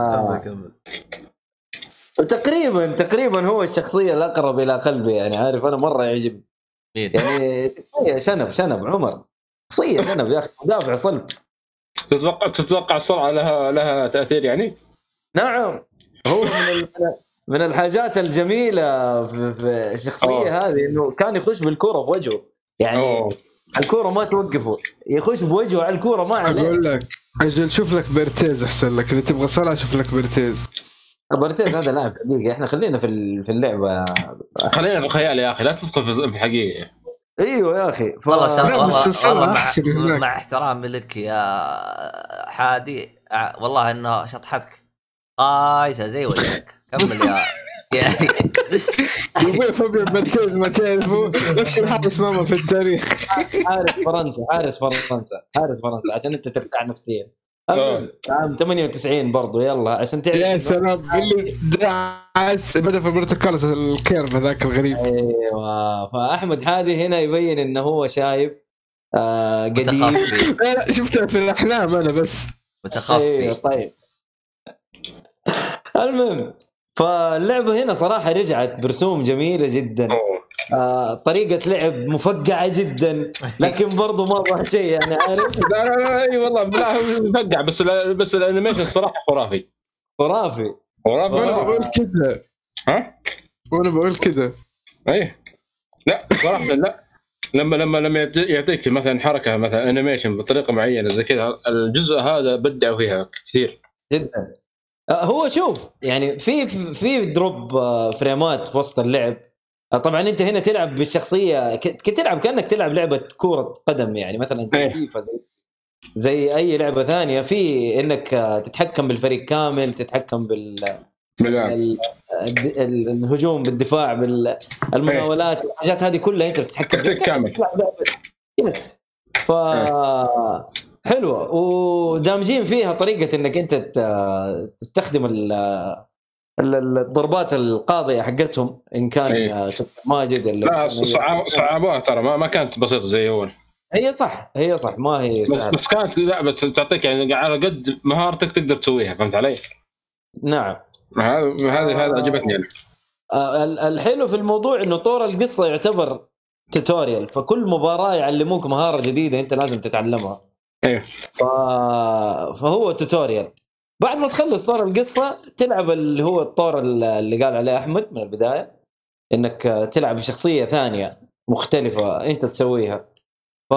تقريبا تقريبا هو الشخصيه الاقرب الى قلبي يعني عارف انا مره يعجب يعني شنب شنب عمر شخصيه شنب يا اخي مدافع صلب. تتوقع تتوقع السرعه لها لها تاثير يعني. نعم هو من من الحاجات الجميله في, في الشخصيه أوه. هذه انه كان يخش بالكره بوجهه يعني أوه. الكره ما توقفه يخش بوجهه على الكره ما عليه. اقول لك اجل شوف لك بيرتيز احسن لك اذا تبغى سرعه شوف لك بيرتيز. بيرتيز هذا لاعب حقيقي احنا خلينا في في اللعبه خلينا في الخيال يا اخي لا تدخل في الحقيقه. ايوه يا اخي ف... والله والله, والله مع, مع احترامي لك يا حادي والله انه شطحتك قايسه زي وجهك. كمل يا يعني يبغى فبراير بيرتيز ما تعرفوا نفس الحارس ماما في التاريخ. حارس فرنسا حارس فرنسا حارس فرنسا عشان انت ترتاح نفسيا. عام ثمانية وتسعين برضو يلا عشان تعرف يا سلام اللي دعس بدا في البرتقالس الكيرف هذاك الغريب. ايوه فاحمد حادي هنا يبين انه هو شايب آه قديم. لا لا شفتها في الاحلام انا بس متخفي. ايوه طيب المهم فاللعبه هنا صراحه رجعت برسوم جميله جدا. آه، طريقة لعب مفقعة جدا لكن برضو ما ظهر شيء يعني عارف. لا لا لا اي والله لا مفقع بس بس الانيميشن الصراحة خرافي خرافي خرافي. وانا بقول كذا ها وانا بقول كذا اي لا صراحة لا لما لما لما يعطيك مثلا حركة مثلا انيميشن بطريقة معينة زي كذا الجزء هذا بدعوا فيها كثير جدا. آه، هو شوف يعني في في دروب فريمات في وسط اللعب. طبعا انت هنا تلعب بالشخصيه كتلعب كانك تلعب لعبه كره قدم يعني مثلا زي فيفا زي زي اي لعبه ثانيه في انك تتحكم بالفريق كامل تتحكم بال ال... الهجوم بالدفاع بالمناولات الحاجات هذه كلها انت بتتحكم فيها كامل. يس ف حلوه ودامجين فيها طريقه انك انت تستخدم ال الضربات القاضية حقتهم إن كان أيه. ماجد اللي لا صعب صعبة ترى ما ما كانت بسيطة زي أول. هي صح هي صح ما هي بس, بس كانت لعبة تعطيك يعني على قد مهارتك تقدر تسويها فهمت علي؟ نعم هذا هذا هذا عجبتني يعني. آه الحلو في الموضوع إنه طور القصة يعتبر توتوريال فكل مباراة يعلموك مهارة جديدة أنت لازم تتعلمها. أيه. ف... فهو توتوريال بعد ما تخلص طور القصة تلعب اللي هو الطور اللي قال عليه أحمد من البداية إنك تلعب بشخصية ثانية مختلفة أنت تسويها. ف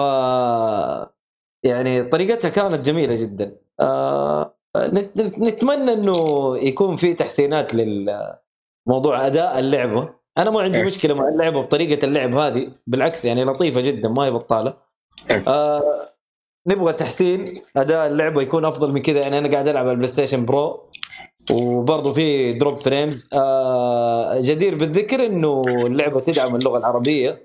يعني طريقتها كانت جميلة جدا. آه... نتمنى إنه يكون في تحسينات للموضوع أداء اللعبة. أنا ما عندي مشكلة مع اللعبة بطريقة اللعب هذه بالعكس يعني لطيفة جدا ما هي بطالة. آه... نبغى تحسين اداء اللعبه يكون افضل من كذا يعني انا قاعد العب على البلاي ستيشن برو وبرضه في دروب فريمز. آه جدير بالذكر انه اللعبه تدعم اللغه العربيه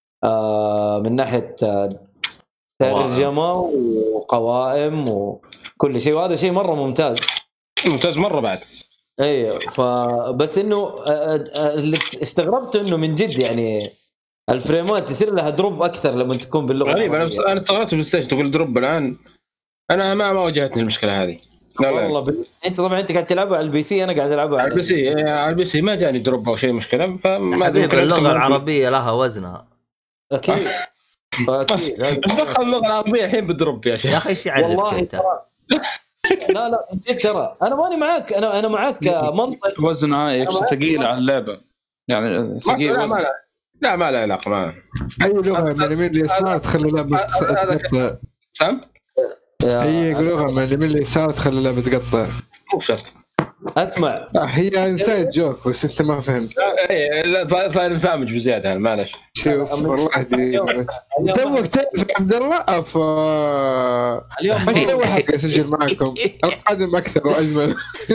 آه من ناحيه آه ترجمه وقوائم وكل شيء وهذا شيء مره ممتاز ممتاز مره بعد. ايوه فبس انه آه آه اللي استغربت انه من جد يعني الفريمات تصير لها دروب اكثر لما تكون باللغه غريب. انا انا استغربت من الستيج تقول دروب الان انا ما ما واجهتني المشكله هذه. لا والله ب... انت طبعا انت قاعد تلعبها على البي سي انا قاعد العبها على البي سي على البي سي ما جاني دروب او شيء مشكله. فما اللغه العربيه لها وزنها اكيد اكيد دخل اللغه العربيه الحين بدرب يا شيخ. يا اخي ايش يعرفك والله انت؟ لا لا انت ترى انا ماني معاك، انا انا معاك منطق وزنها يكشف ثقيله على اللعبه يعني ثقيل. لا ما لا لا ما له علاقه ما اي لغه من اليمين لليسار تخلي اللعبه تقطع. سام هي لغه من اليمين لليسار تخلي اللعبه تقطع. مو شرط. اسمع هي انسايد جوك بس انت ما فهمت. اي لا صاير سامج بزياده يعني معلش. شوف والله دي توك تعرف عبد الله اف اليوم مش اول حلقه اسجل معكم القادم اكثر واجمل.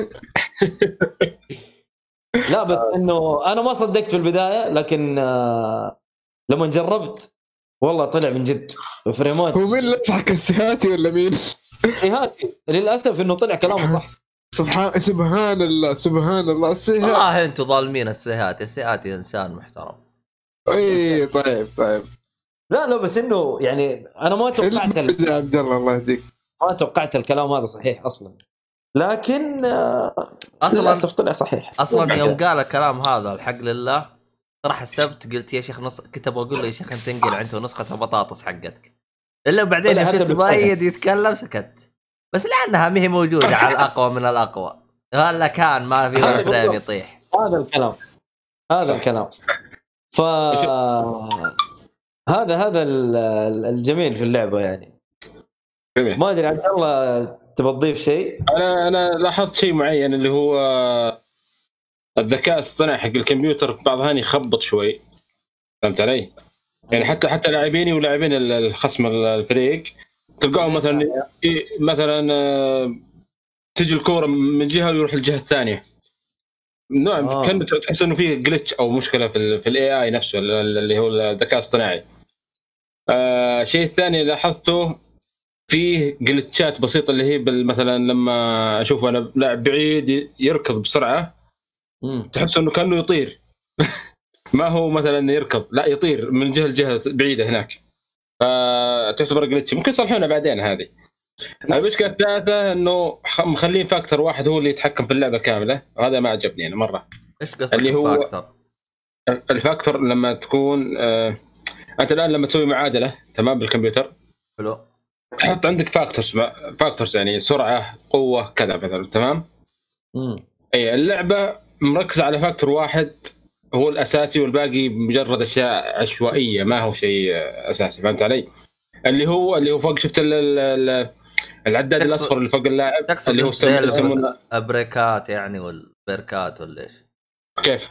لا بس انه انا ما صدقت في البدايه، لكن آه لما جربت والله طلع من جد فريمات. هو مين اللي صحك السهاتي ولا مين؟ سهاتي للاسف انه طلع كلامه صح. سبحان سبحان الله سبحان الله السهات. والله انتم ظالمين السهاتي. السهاتي انسان محترم. اي طيب طيب لا لا بس انه يعني انا ما توقعت ال... عبد الله الله يهديك ما توقعت الكلام هذا صحيح اصلا، لكن آه اصلا للاسف طلع صحيح. اصلا يوم قال الكلام هذا الحق لله صراحه السبت قلت يا شيخ نص كنت بقول له يا شيخ انت تنقل عنده نسخه البطاطس حقتك، الا بعدين شفت مؤيد يتكلم سكت. بس لانها ما هي موجوده على الاقوى من الاقوى هلا كان ما في ولا فريم يطيح. هذا الكلام هذا الكلام ف هذا هذا الجميل في اللعبه يعني. ما ادري عبد الله تبغى تضيف شيء؟ انا انا لاحظت شيء معين اللي هو الذكاء الاصطناعي حق الكمبيوتر في بعض هاني يخبط شوي، فهمت علي؟ يعني حتى حتى لاعبيني ولاعبين الخصم الفريق تلقاهم مثلا مثلا تجي الكوره من جهه ويروح الجهه الثانيه. نوع آه. كان تحس انه فيه جلتش او مشكله في في الاي اي نفسه اللي هو الذكاء الاصطناعي. آه شيء ثاني لاحظته فيه جلتشات بسيطه اللي هي مثلا لما اشوف انا لاعب بعيد يركض بسرعه مم. تحس انه كانه يطير ما هو مثلا يركض لا يطير من جهه لجهه بعيده هناك، فتعتبر جلتش. ممكن يصلحونها بعدين. هذه المشكله الثالثه انه مخلين فاكتور واحد هو اللي يتحكم في اللعبه كامله، وهذا ما عجبني انا مره. ايش قصدك اللي هو فاكتور؟ الفاكتور لما تكون آه... انت الان لما تسوي معادله تمام بالكمبيوتر حلو تحط عندك فاكتورز فاكتورز يعني سرعه قوه كذا مثلا تمام. امم اي اللعبه مركزه على فاكتور واحد هو الاساسي والباقي مجرد اشياء عشوائيه ما هو شيء اساسي، فهمت علي؟ اللي هو اللي هو فوق شفت ال العداد الاصفر اللي فوق اللاعب اللي هو يسمونه ابريكات يعني والبركات ولا ايش؟ كيف؟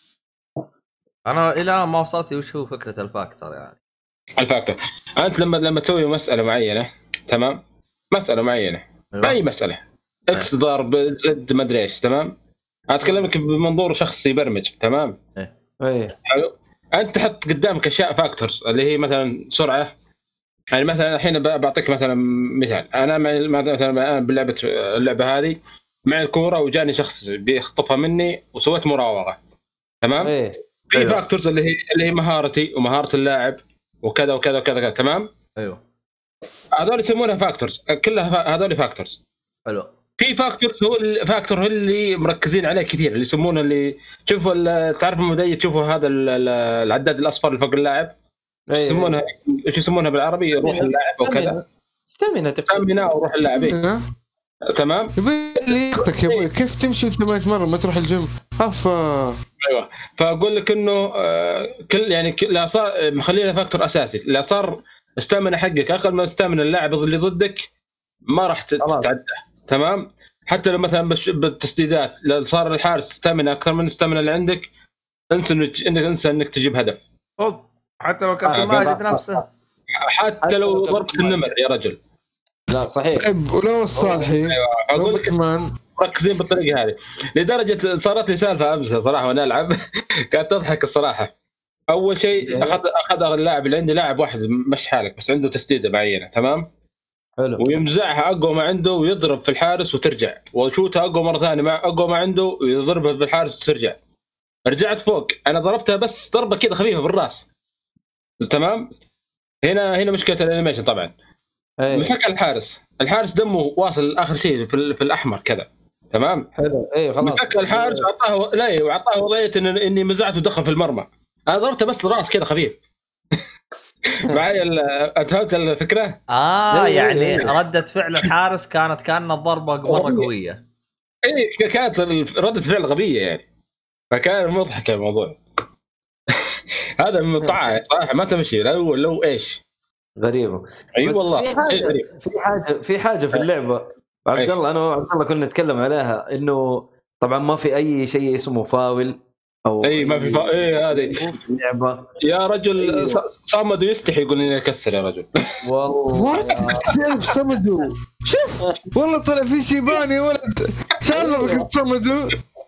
انا الى ما وصلت وش هو فكره الفاكتور يعني. الفاكتور انت لما لما تسوي مساله معينه تمام، مساله معينه أيوة. اي مساله اكس أيوة. ضرب زد ما ادري ايش تمام، اتكلم لك بمنظور شخص يبرمج تمام. ايه ايه حلو. انت تحط قدامك اشياء فاكتورز اللي هي مثلا سرعه، يعني مثلا الحين بعطيك مثلا مثال انا مثلا انا باللعبه اللعبه هذه مع الكوره وجاني شخص بيخطفها مني وسويت مراوغه تمام. ايه في أيوة. فاكتورز اللي هي اللي هي مهارتي ومهاره اللاعب وكذا وكذا وكذا تمام. ايوه هذول يسمونها فاكتورز كلها هذول فاكتورز. حلو. في فاكتورز هو الفاكتور اللي مركزين عليه كثير اللي يسمونه اللي شوفوا تعرف المدير تشوفوا هذا العداد الاصفر اللي فوق اللاعب ايش يسمونها ايش يسمونها بالعربي روح اللاعب وكذا استمنى تقامنا وروح اللاعب تمام. اللي يختك يا ابوي كيف تمشي انت ما تمر ما تروح الجيم افا ايوه. فاقول لك انه كل يعني لا صار مخلينا فاكتور اساسي، لا صار استامنا حقك اقل من استامنا اللاعب اللي ضدك ما راح تتعدى تمام. حتى لو مثلا بالتسديدات لو صار الحارس استامنا اكثر من استامنا اللي عندك انسى انك انسى انك تجيب هدف. اوب حتى لو كابتن ماجد نفسه حتى لو ضربت النمر يا رجل. لا صحيح. طيب ولو الصالحي ايوه اقول لك كمان مركزين بالطريقه هذه لدرجه صارت لي سالفه امس صراحه وانا العب كانت تضحك الصراحه. اول شيء اخذ اخذ اللاعب اللي عندي لاعب واحد مش حالك بس عنده تسديده معينه تمام حلو ويمزعها اقوى ما عنده ويضرب في الحارس وترجع وشوتها اقوى مره ثانيه مع اقوى ما عنده ويضربها في الحارس وترجع. رجعت فوق انا ضربتها بس ضربه كذا خفيفه بالراس تمام. هنا هنا مشكله الانيميشن طبعا. أيه. مسك الحارس الحارس دمه واصل اخر شيء في, في الاحمر كذا تمام حلو ايه خلاص مسك الحارس اعطاه لا واعطاه وضعيه إن اني مزعته ودخل في المرمى. انا ضربته بس الراس كذا خفيف معي اتهمت الفكره. اه يعني ردة فعل الحارس كانت كانت ضربه مره قويه. اي كانت ردة فعل غبيه يعني، فكان مضحك الموضوع. هذا مطعه صراحه ما تمشي لو لو ايش غريبه. اي والله في حاجه في حاجه في حاجه في اللعبه عبد الله، انا وعبد الله كنا نتكلم عليها انه طبعا ما في اي شيء اسمه فاول او اي ما في فا... اي هذه اللعبه يا رجل. أيوة. صمد يستحي يقول لي اكسر يا رجل. والله كيف صمدوا؟ شوف والله طلع في شيباني ولد شالفك صمدوا.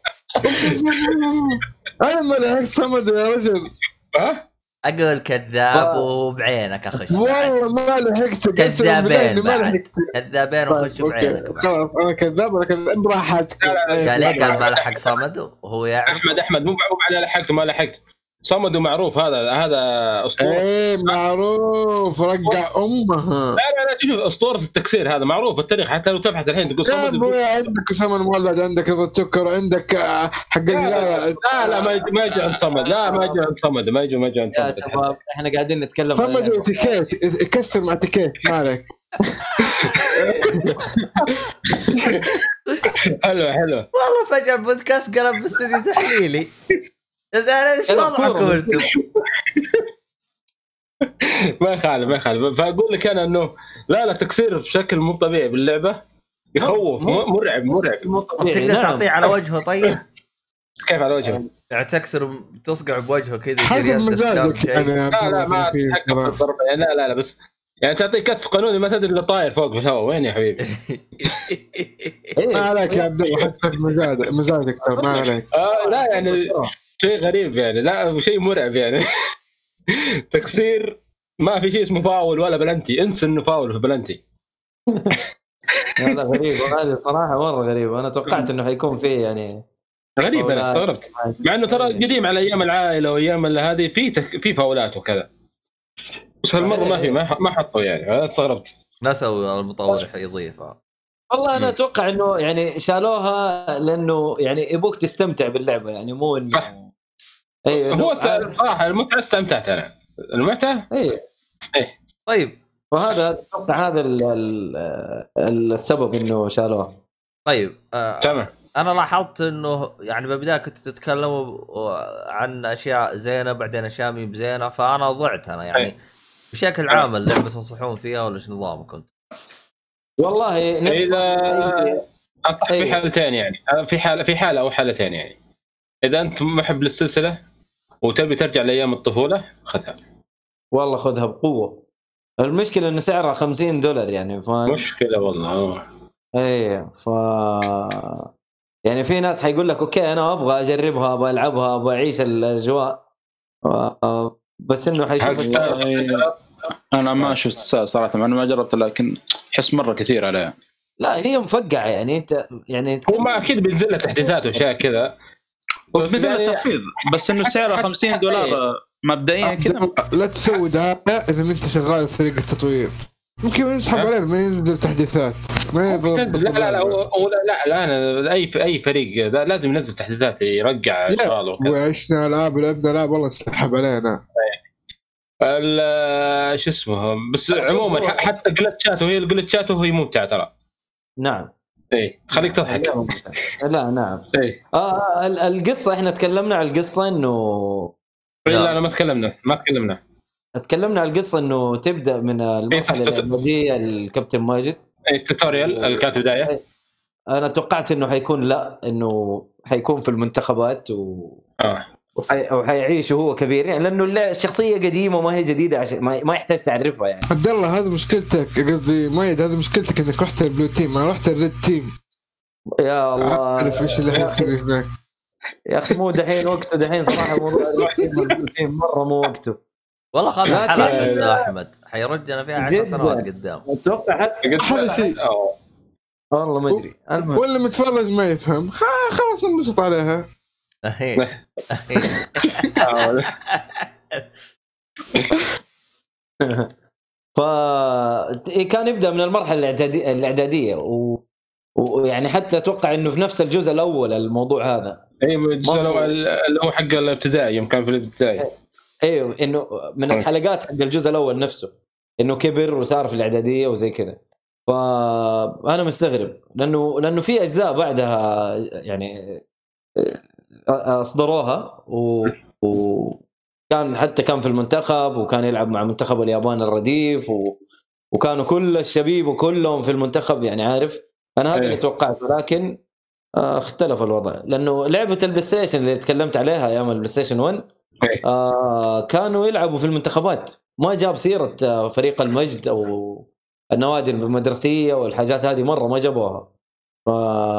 انا ما لحقت صمدوا يا رجل. ها اقول كذاب وبعينك اخش والله ما لحقت. كذابين كذابين وخش بعينك. خلاص انا كذاب ولا كذاب براحتك. قال ليه قال ما لحق صمد وهو يعرف. احمد احمد مو معروف على لحقته ما لحقت صمد معروف. هذا هذا اسطوره. ايه معروف رجع امها. لا لا لا تشوف اسطوره التكسير هذا معروف بالتاريخ، حتى لو تبحث الحين تقول صمد. يا ابوي عندك سمن مولد، عندك رضا السكر، عندك حق لا لا ما يجي ما يجي عند صمد. لا ما يجي عند صمد ما يجي ما يجي عند صمد. يا شباب احنا قاعدين نتكلم صمد وتيكيت يكسر مع تيكيت مالك. حلو حلو والله فجأة البودكاست قلب باستديو تحليلي. اذا ايش وضعكم انتم؟ ما يخالف ما يخالف. فاقول لك انا انه لا لا تكسير بشكل مو طبيعي باللعبه، يخوف مرعب مرعب. تقدر تعطيه على وجهه طيب؟ كيف على وجهه؟ يعني تكسر تصقع بوجهه كذا حسب مزاجك. لا لا ما تحكم بالضربه يعني. لا لا لا بس يعني تعطيه كتف قانوني ما تدري اللي طاير فوق في الهواء. وين يا حبيبي؟ ما عليك يا عبد الله، حسب مزاجك مزاجك ترى ما عليك. آه لا يعني شيء غريب يعني، لا شيء مرعب يعني. تكسير ما في شيء اسمه فاول ولا بلنتي، انسى انه فاول في بلنتي. هذا غريب هذه صراحه مره غريبه. انا توقعت انه حيكون فيه يعني غريب. انا استغربت مع انه ترى قديم على ايام العائله وايام اللي هذه في تك... في فاولات وكذا، بس هالمره ما في ما ما حطوا يعني. انا استغربت نسوا المطور يضيفها. والله انا اتوقع انه يعني شالوها لانه يعني يبوك تستمتع باللعبه يعني مو انه صح. أيه هو صراحه المتعه استمتعت انا المتعه. ايه ايه طيب وهذا اتوقع هذا ال ال السبب انه شالوها. طيب آه تمام. انا لاحظت انه يعني ببدايه كنت تتكلموا عن اشياء زينه بعدين اشياء مي بزينه، فانا ضعت انا يعني. أيه. بشكل عام اللعبه تنصحون فيها ولا ايش نظامك كنت؟ والله اذا انصح في حالتين يعني، في حاله في حاله او حالتين يعني. اذا انت محب للسلسله وتبي ترجع لايام الطفوله خذها. والله خذها بقوه. المشكله انه سعرها خمسين دولار يعني ف... مشكله والله. ايه ف يعني في ناس حيقول لك اوكي انا ابغى اجربها ابغى العبها ابغى اعيش الاجواء، بس انه حيشوف. انا ما شفت صراحه، انا ما جربت لكن حس مره كثير عليها. لا هي مفقعه يعني انت يعني هو ما اكيد بينزل له تحديثات واشياء كذا بس يعني تخفيض، بس انه سعره خمسين دولار مبدئيا كذا. لا تسوي ده اذا انت شغال في فريق التطوير، ممكن يسحب عليه ما ينزل تحديثات ما يضبط. لا لا لا هو لا لا انا اي اي فريق لازم ينزل تحديثات يرجع شغاله وكذا. وعشنا العاب ولعبنا العاب والله تسحب علينا ال شو اسمه. بس عموما حتى جلتشات وهي الجلتشات وهي ممتعه ترى. نعم ايه تخليك تضحك. لا نعم ايه اه القصه احنا تكلمنا عن القصه انه لا لا ما تكلمنا ما تكلمنا تكلمنا عن القصه انه تبدا من المرحله الابتدائيه الكابتن ماجد. اي التوتوريال اللي كانت بدايه. انا توقعت انه حيكون لا انه حيكون في المنتخبات و اه وحيعيش وهو كبير يعني، لانه الشخصيه قديمه ما هي جديده عشان ما, ما يحتاج تعرفها يعني. عبد الله هذه مشكلتك، قصدي مايد هذه مشكلتك انك رحت البلو تيم ما رحت الريد تيم. يا الله عارف ايش اللي حيصير هناك يا اخي. مو دحين وقته دحين صراحه موضوع البلو تيم مره مو وقته. والله خذ حلقه بس احمد حيرجنا فيها عشر سنوات قدام. اتوقع حتى هذا شيء والله ما ادري. ولا متفرج ما يفهم خلاص انبسط عليها. ف كان يبدا من المرحله الاعداديه الاعداديه و... ويعني حتى اتوقع انه في نفس الجزء الاول الموضوع هذا. اي الجزء الاول اللي هو حق الابتدائي يوم كان في الابتدائي. ايوه انه من الحلقات حق الجزء الاول نفسه انه كبر وصار في الاعداديه وزي كذا. فانا مستغرب لانه لانه في اجزاء بعدها يعني اصدروها و... وكان حتى كان في المنتخب وكان يلعب مع منتخب اليابان الرديف و... وكانوا كل الشبيب وكلهم في المنتخب يعني عارف. انا هذا اللي توقعته لكن اختلف الوضع لانه لعبه البلاي ستيشن اللي تكلمت عليها ايام البلاي ستيشن واحد آه كانوا يلعبوا في المنتخبات ما جاب سيره فريق المجد او النوادي المدرسيه والحاجات هذه مره ما جابوها. ف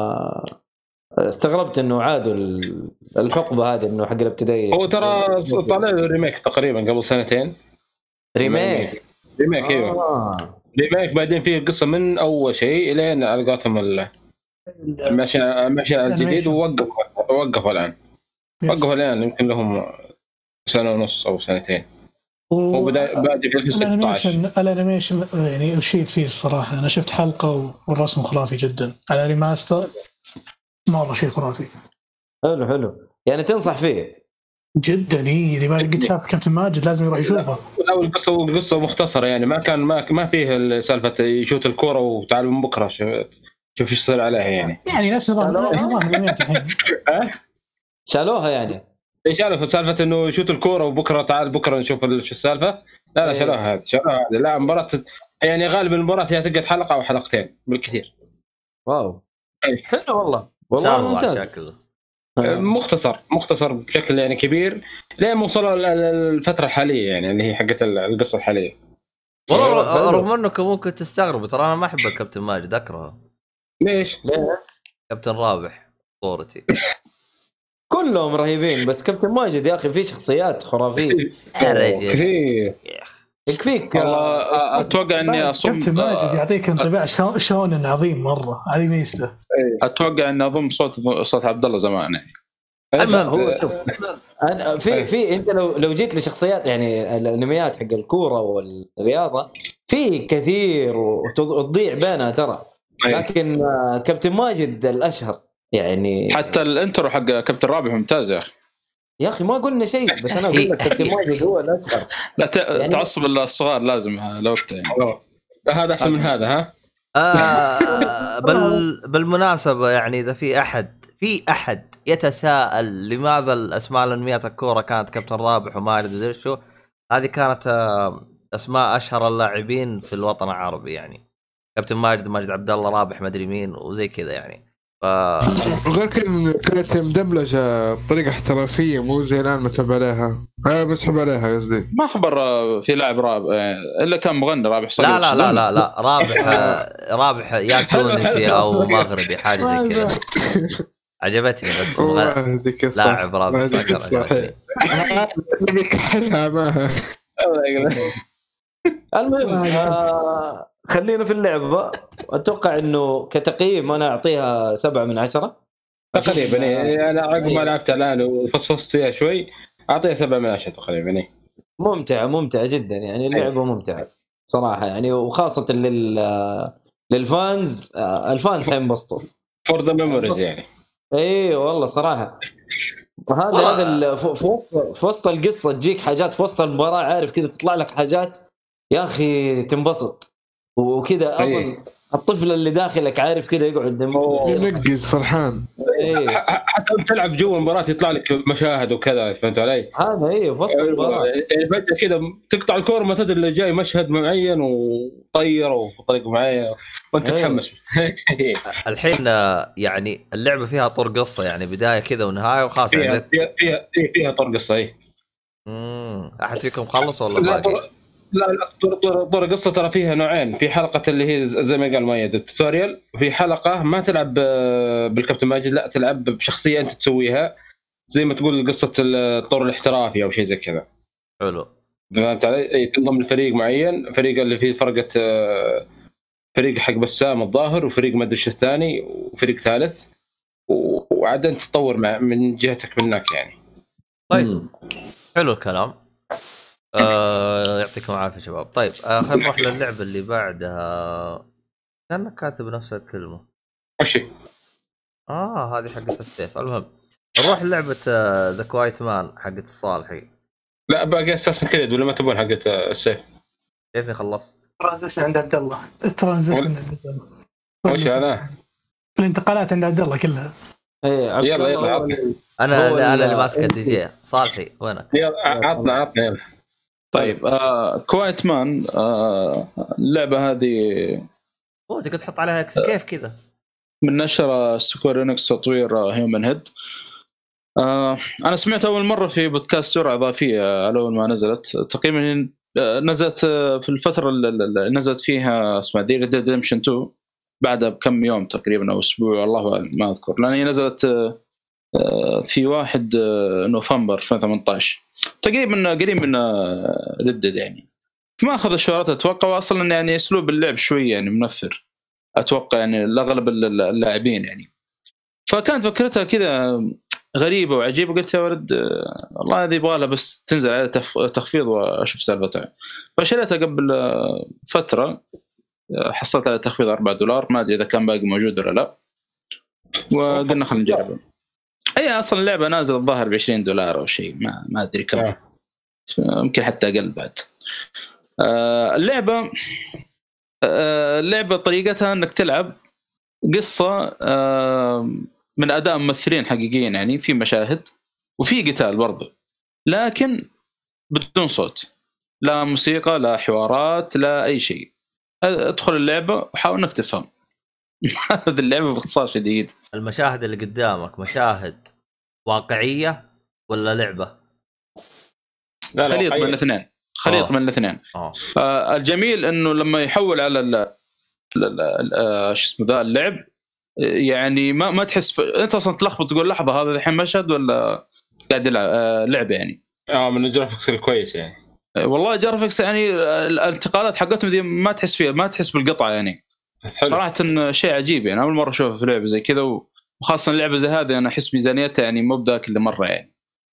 استغربت انه عادوا الحقبه هذه انه حق الابتدائي. هو ترى طلع ريميك تقريبا قبل سنتين. ريميك ريميك ايوه آه. ريميك بعدين فيه قصه من اول شيء الين على قولتهم ال ماشي ماشي على الجديد ووقف وقفوا الان وقفوا الان يمكن لهم سنه ونص او سنتين. هو بدا بادئ في الانيميشن الانيميشن يعني اشيد فيه الصراحه. انا شفت حلقه والرسم خرافي جدا على ريماستر مره شيء خرافي. حلو حلو يعني تنصح فيه جدا. ايه اللي ما قد شاف كابتن ماجد لازم يروح يشوفه. لا القصه القصه مختصره يعني ما كان ما ما فيه سالفه يشوت الكوره وتعال من بكره شوف ايش يصير عليها يعني يعني نفس نظام الانميات الحين شالوها يعني ايش عارف سالفه انه يشوت الكوره وبكره تعال بكره نشوف شو السالفه. لا لا شالوها هذه شالوها لا مباراه يعني غالبا المباراه هي تقعد حلقه او حلقتين بالكثير. واو حلو والله والله ممتاز. شكله مختصر مختصر بشكل يعني كبير لين وصلوا للفتره الحاليه يعني اللي هي حقت القصه الحاليه. والله رغم انك ممكن تستغرب ترى انا ما احب الكابتن ماجد اكرهه. ليش؟ ليه؟ كابتن رابح صورتي كلهم رهيبين بس كابتن ماجد يا اخي في شخصيات خرافيه يا رجل كثير يكفيك. والله اتوقع اني اصب كابتن ماجد يعطيك انطباع شونن عظيم مره هذه ميزته. اتوقع اني اضم صوت صوت عبد الله زمان يعني. المهم هو شوف انا في في انت لو لو جيت لشخصيات يعني الانميات حق الكوره والرياضه في كثير وتضيع بينها ترى لكن كابتن ماجد الاشهر يعني. حتى الانترو حق كابتن رابح ممتاز يا اخي. يا اخي ما قلنا شيء بس انا اقول لك كابتن ماجد هو الاشهر. لا ت... يعني تعصب الصغار لازم لوقته يعني. هذا احسن من هذا ها آه بل بالمناسبه يعني اذا في احد في احد يتساءل لماذا الاسماء الانميات الكوره كانت كابتن رابح وماجد وزي شو هذه كانت اسماء اشهر اللاعبين في الوطن العربي يعني كابتن ماجد ماجد عبد الله رابح ما ادري مين وزي كذا يعني. ف غير كذا كانت مدبلجه بطريقه احترافيه مو زي الان متعب عليها. انا بسحب عليها قصدي ما خبر في لاعب رابح الا كان مغني رابح صديق. لا لا لا لا لا رابح رابح يا تونسي او مغربي حاجه زي كذا عجبتني بس لاعب رابح عجبتني. المهم خلينا في اللعبة. أتوقع إنه كتقييم أنا أعطيها سبعة من عشرة تقريبا. أنا عقب ما لعبت الآن وفصفصت فيها شوي أعطيها سبعة من عشرة تقريبا. ممتعة ممتعة جدا يعني اللعبة ممتعة صراحة يعني وخاصة لل للفانز الفانز حينبسطوا for the memories يعني. إيه والله صراحة هذا هذا في وسط القصة تجيك حاجات في وسط المباراة عارف كذا تطلع لك حاجات يا أخي تنبسط وكذا أصلا الطفل اللي داخلك عارف كذا يقعد ينقز فرحان. إيه. حتى تلعب جوا المباراة يطلع لك مشاهد وكذا فهمت علي؟ هذا إيه في وسط المباراة يعني فجأة كذا تقطع الكورة ما تدري اللي جاي مشهد معين وطير وطريقة معين وأنت تتحمس. الحين يعني اللعبة فيها طور قصة يعني بداية كذا ونهاية وخلاص. فيها فيها فيها, فيها طور قصة. إيه. امم أحد فيكم خلص ولا باقي؟ لا لا طور طور قصة ترى فيها نوعين. في حلقة اللي هي زي ما قال مايد التوتوريال وفي حلقة ما تلعب بالكابتن ماجد لا تلعب بشخصية أنت تسويها زي ما تقول قصة الطور الاحترافي أو شيء زي كذا. حلو. فهمت علي؟ تنضم لفريق معين فريق اللي فيه فرقة فريق حق بسام الظاهر وفريق ما أدري الثاني وفريق ثالث وعاد أنت تطور مع من جهتك منك يعني. طيب حلو الكلام. آه يعطيكم العافية شباب. طيب آه خلينا نروح للعبة اللي بعدها. كأنك كاتب نفس الكلمة. وش آه هذه حقة السيف. المهم نروح للعبة ذا كوايت مان حقة الصالحي. لا باقي اساسا كريد ولا ما تبون حقت السيف؟ كيف خلصت؟ ترانزيشن عند عبد الله. الترانزيشن عند عبد الله. وش هذا؟ الانتقالات عند عبد الله كلها. ايه عبد يلا الله يلا هو عطني. اللي- انا هو انا ال- اللي ماسك الدي جي. صالحي وينك؟ يلا عطنا عطنا يلا. طيب آه كوايت مان آه اللعبه هذه هو تقدر تحط عليها اكس كيف كذا من نشر سكوير انكس تطوير هيومن هيد. آه انا سمعت اول مره في بودكاست سرعه اضافيه على اول ما نزلت تقريبا. نزلت في الفتره اللي نزلت فيها اسمها دي ريد ريدمشن تو بعدها بكم يوم تقريبا او اسبوع الله اعلم ما اذكر لان هي نزلت في واحد نوفمبر ألفين وثمانية عشر تقريبا قريب من ردد يعني. ما اخذ الشهرات اتوقع اصلا يعني اسلوب اللعب شويه يعني منفر اتوقع يعني لاغلب اللاعبين يعني. فكانت فكرتها كذا غريبه وعجيبه. قلت يا ولد والله هذه يبغى لها بس تنزل على تخفيض واشوف سالفتها. فشريتها قبل فتره حصلت على تخفيض أربعة دولار ما ادري اذا كان باقي موجود ولا لا وقلنا خلينا نجرب. اي اصلا اللعبه نازله الظاهر ب عشرين دولار او شيء ما ما ادري كم يمكن حتى اقل بعد. آه اللعبه آه اللعبه طريقتها انك تلعب قصه آه من اداء ممثلين حقيقيين يعني في مشاهد وفي قتال برضه لكن بدون صوت لا موسيقى لا حوارات لا اي شيء. ادخل اللعبه وحاول انك تفهم. هذه اللعبه باختصار شديد. المشاهد اللي قدامك مشاهد واقعيه ولا لعبه؟ خليط من الاثنين خليط أوه. من الاثنين. آه الجميل انه لما يحول على ال شو اسمه ذا اللعب يعني ما ما تحس ف... انت اصلا تلخبط تقول لحظه هذا الحين مشهد ولا قاعد يلعب آه لعبه يعني. اه من الجرافيكس الكويس يعني. والله جرافيكس يعني الانتقالات حقتهم دي ما تحس فيها ما تحس بالقطعه يعني. صراحه شيء عجيب يعني اول مره اشوفه في لعبه زي كذا وخاصه لعبه زي هذه انا احس ميزانيتها يعني مو بذاك اللي مره يعني.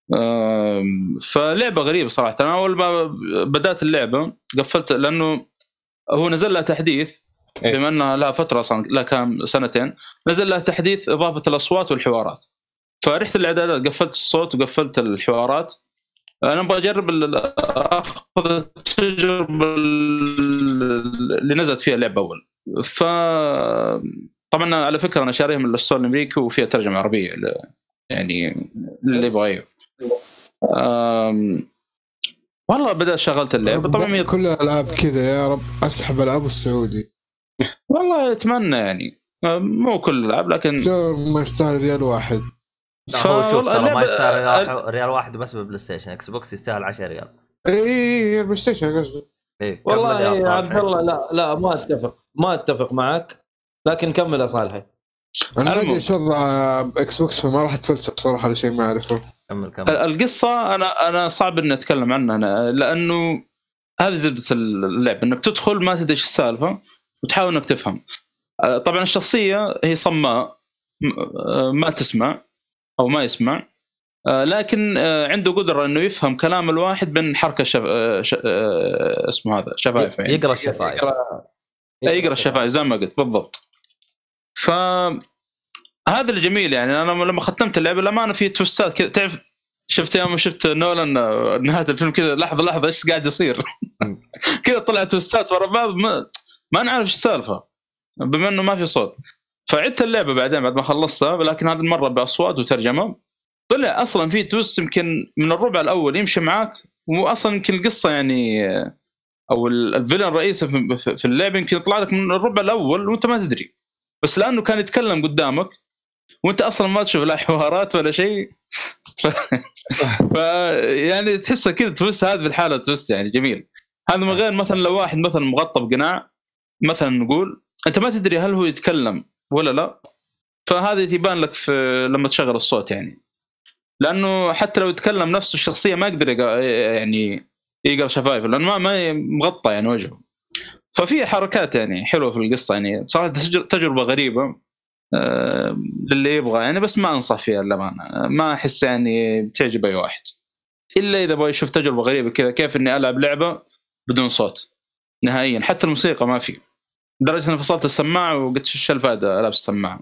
فلعبه غريبه صراحه. انا اول ما بدات اللعبه قفلت لانه هو نزل لها تحديث بما انها لها فتره اصلا لا كان سنتين نزل لها تحديث اضافه الاصوات والحوارات. فرحت الاعدادات قفلت الصوت وقفلت الحوارات. انا ابغى اجرب اخذ التجربه اللي نزلت فيها اللعبه اول. ف طبعا على فكره انا شاريها من الستور الامريكي وفيها ترجمه عربيه يعني اللي يبغى. أم... والله بدأ شغلت اللعبة طبعا كل الألعاب كذا يا رب أسحب ألعاب السعودي. والله أتمنى يعني مو كل الألعاب لكن ما يستاهل ريال واحد. ف... هو شوف ترى ما يستاهل ريال واحد بس ببلاي ستيشن. اكس بوكس يستاهل عشرة ريال. اي بلاي ستيشن قصدي. إيه والله يا عبد الله لا لا ما اتفق ما اتفق معك لكن كمل يا صالحي. انا ما ادري شو اكس بوكس ما راح اتفلسف صراحه على شيء ما اعرفه. كمل كمل. القصه انا انا صعب اني اتكلم عنها أنا لانه هذه زبده اللعب انك تدخل ما تدري ايش السالفه وتحاول انك تفهم. طبعا الشخصيه هي صماء ما تسمع او ما يسمع لكن عنده قدره انه يفهم كلام الواحد من حركه شف... ش... اسمه هذا شفايف يعني. يقرا الشفايف يقرا, يقرأ الشفايف زي ما قلت بالضبط. ف هذا الجميل يعني انا لما ختمت اللعبه لما انا في توستات كذا تعرف شفت يوم شفت نولان نهايه الفيلم كذا لحظه لحظه ايش قاعد يصير كذا طلعت توستات ورا بعض ما, ما نعرف ايش السالفه بما انه ما في صوت. فعدت اللعبه بعدين بعد ما خلصتها لكن هذه المره باصوات وترجمه. طلع اصلا في توست يمكن من الربع الاول يمشي معاك واصلا يمكن القصه يعني او الفيلن الرئيسي في اللعبه يمكن يطلع لك من الربع الاول وانت ما تدري بس لانه كان يتكلم قدامك وانت اصلا ما تشوف لا حوارات ولا شيء ف... ف يعني تحسه كذا توست. هذه الحاله توست يعني جميل. هذا من غير مثلا لو واحد مثلا مغطى بقناع مثلا نقول انت ما تدري هل هو يتكلم ولا لا. فهذه تبان لك في لما تشغل الصوت يعني لانه حتى لو يتكلم نفسه الشخصيه ما يقدر يعني يقرا شفايفه لانه ما ما مغطى يعني وجهه. ففي حركات يعني حلوه في القصه يعني صراحه تجربه غريبه أه للي يبغى يعني بس ما انصح فيها للامانه. ما احس يعني بتعجب اي واحد الا اذا يبغى يشوف تجربه غريبه كذا كيف اني العب لعبه بدون صوت نهائيا. حتى الموسيقى ما في درجه اني فصلت السماعه وقلت شو الفائده العب السماعه.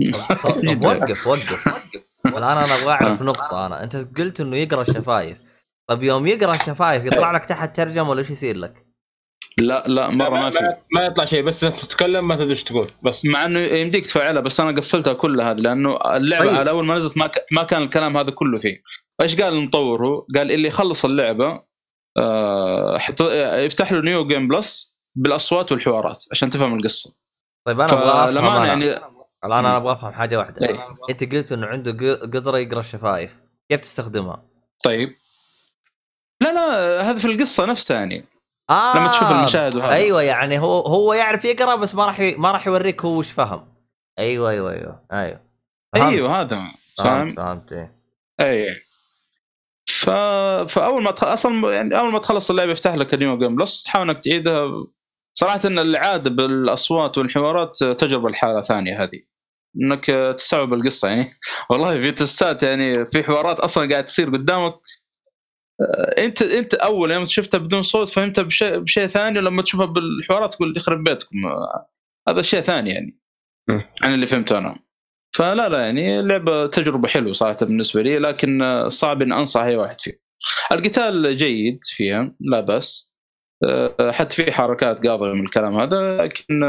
وقف وقف والان انا ابغى اعرف نقطه. انا انت قلت انه يقرا الشفايف طب يوم يقرا الشفايف يطلع لك تحت ترجمه ولا ايش يصير لك؟ لا لا مره ما, ما في ما, ما يطلع شيء، بس ناس تتكلم ما تدري تقول بس. مع انه يمديك تفعلها بس انا قفلتها كلها هذه لانه اللعبه طيب. على اول ما نزلت ما, ك... ما كان الكلام هذا كله فيه. ايش قال المطور؟ هو قال اللي يخلص اللعبه آه حط... يفتح له نيو جيم بلس بالاصوات والحوارات عشان تفهم القصه. طيب انا ابغى افهم أنا. يعني الان انا ابغى افهم حاجه واحده. أي. انت قلت انه عنده قدره يقرا الشفايف، كيف تستخدمها؟ طيب لا لا هذا في القصه نفسها يعني آه لما تشوف المشاهد وهذا. ايوه يعني هو هو يعرف يقرا بس ما راح ي... ما راح يوريك هو وش فهم. ايوه ايوه ايوه ايوه ايوه هذا فاهم. فهمت ايه. اي ف... فاول ما تخ... اصلا يعني اول ما تخلص اللعبه يفتح لك نيو جيم بلس تحاول انك تعيدها. صراحه ان العاده بالاصوات والحوارات تجربه الحاله ثانيه هذه انك تستوعب القصه يعني. والله في توستات يعني في حوارات اصلا قاعد تصير قدامك انت انت اول يوم شفتها بدون صوت فهمتها بشيء بشيء ثاني، ولما تشوفها بالحوارات تقول يخرب بيتكم هذا شيء ثاني يعني عن اللي فهمته انا. فلا لا يعني اللعبه تجربه حلوه صراحه بالنسبه لي، لكن صعب ان انصح اي واحد فيه. القتال جيد فيها لا بس حتى في حركات قاضيه من الكلام هذا، لكن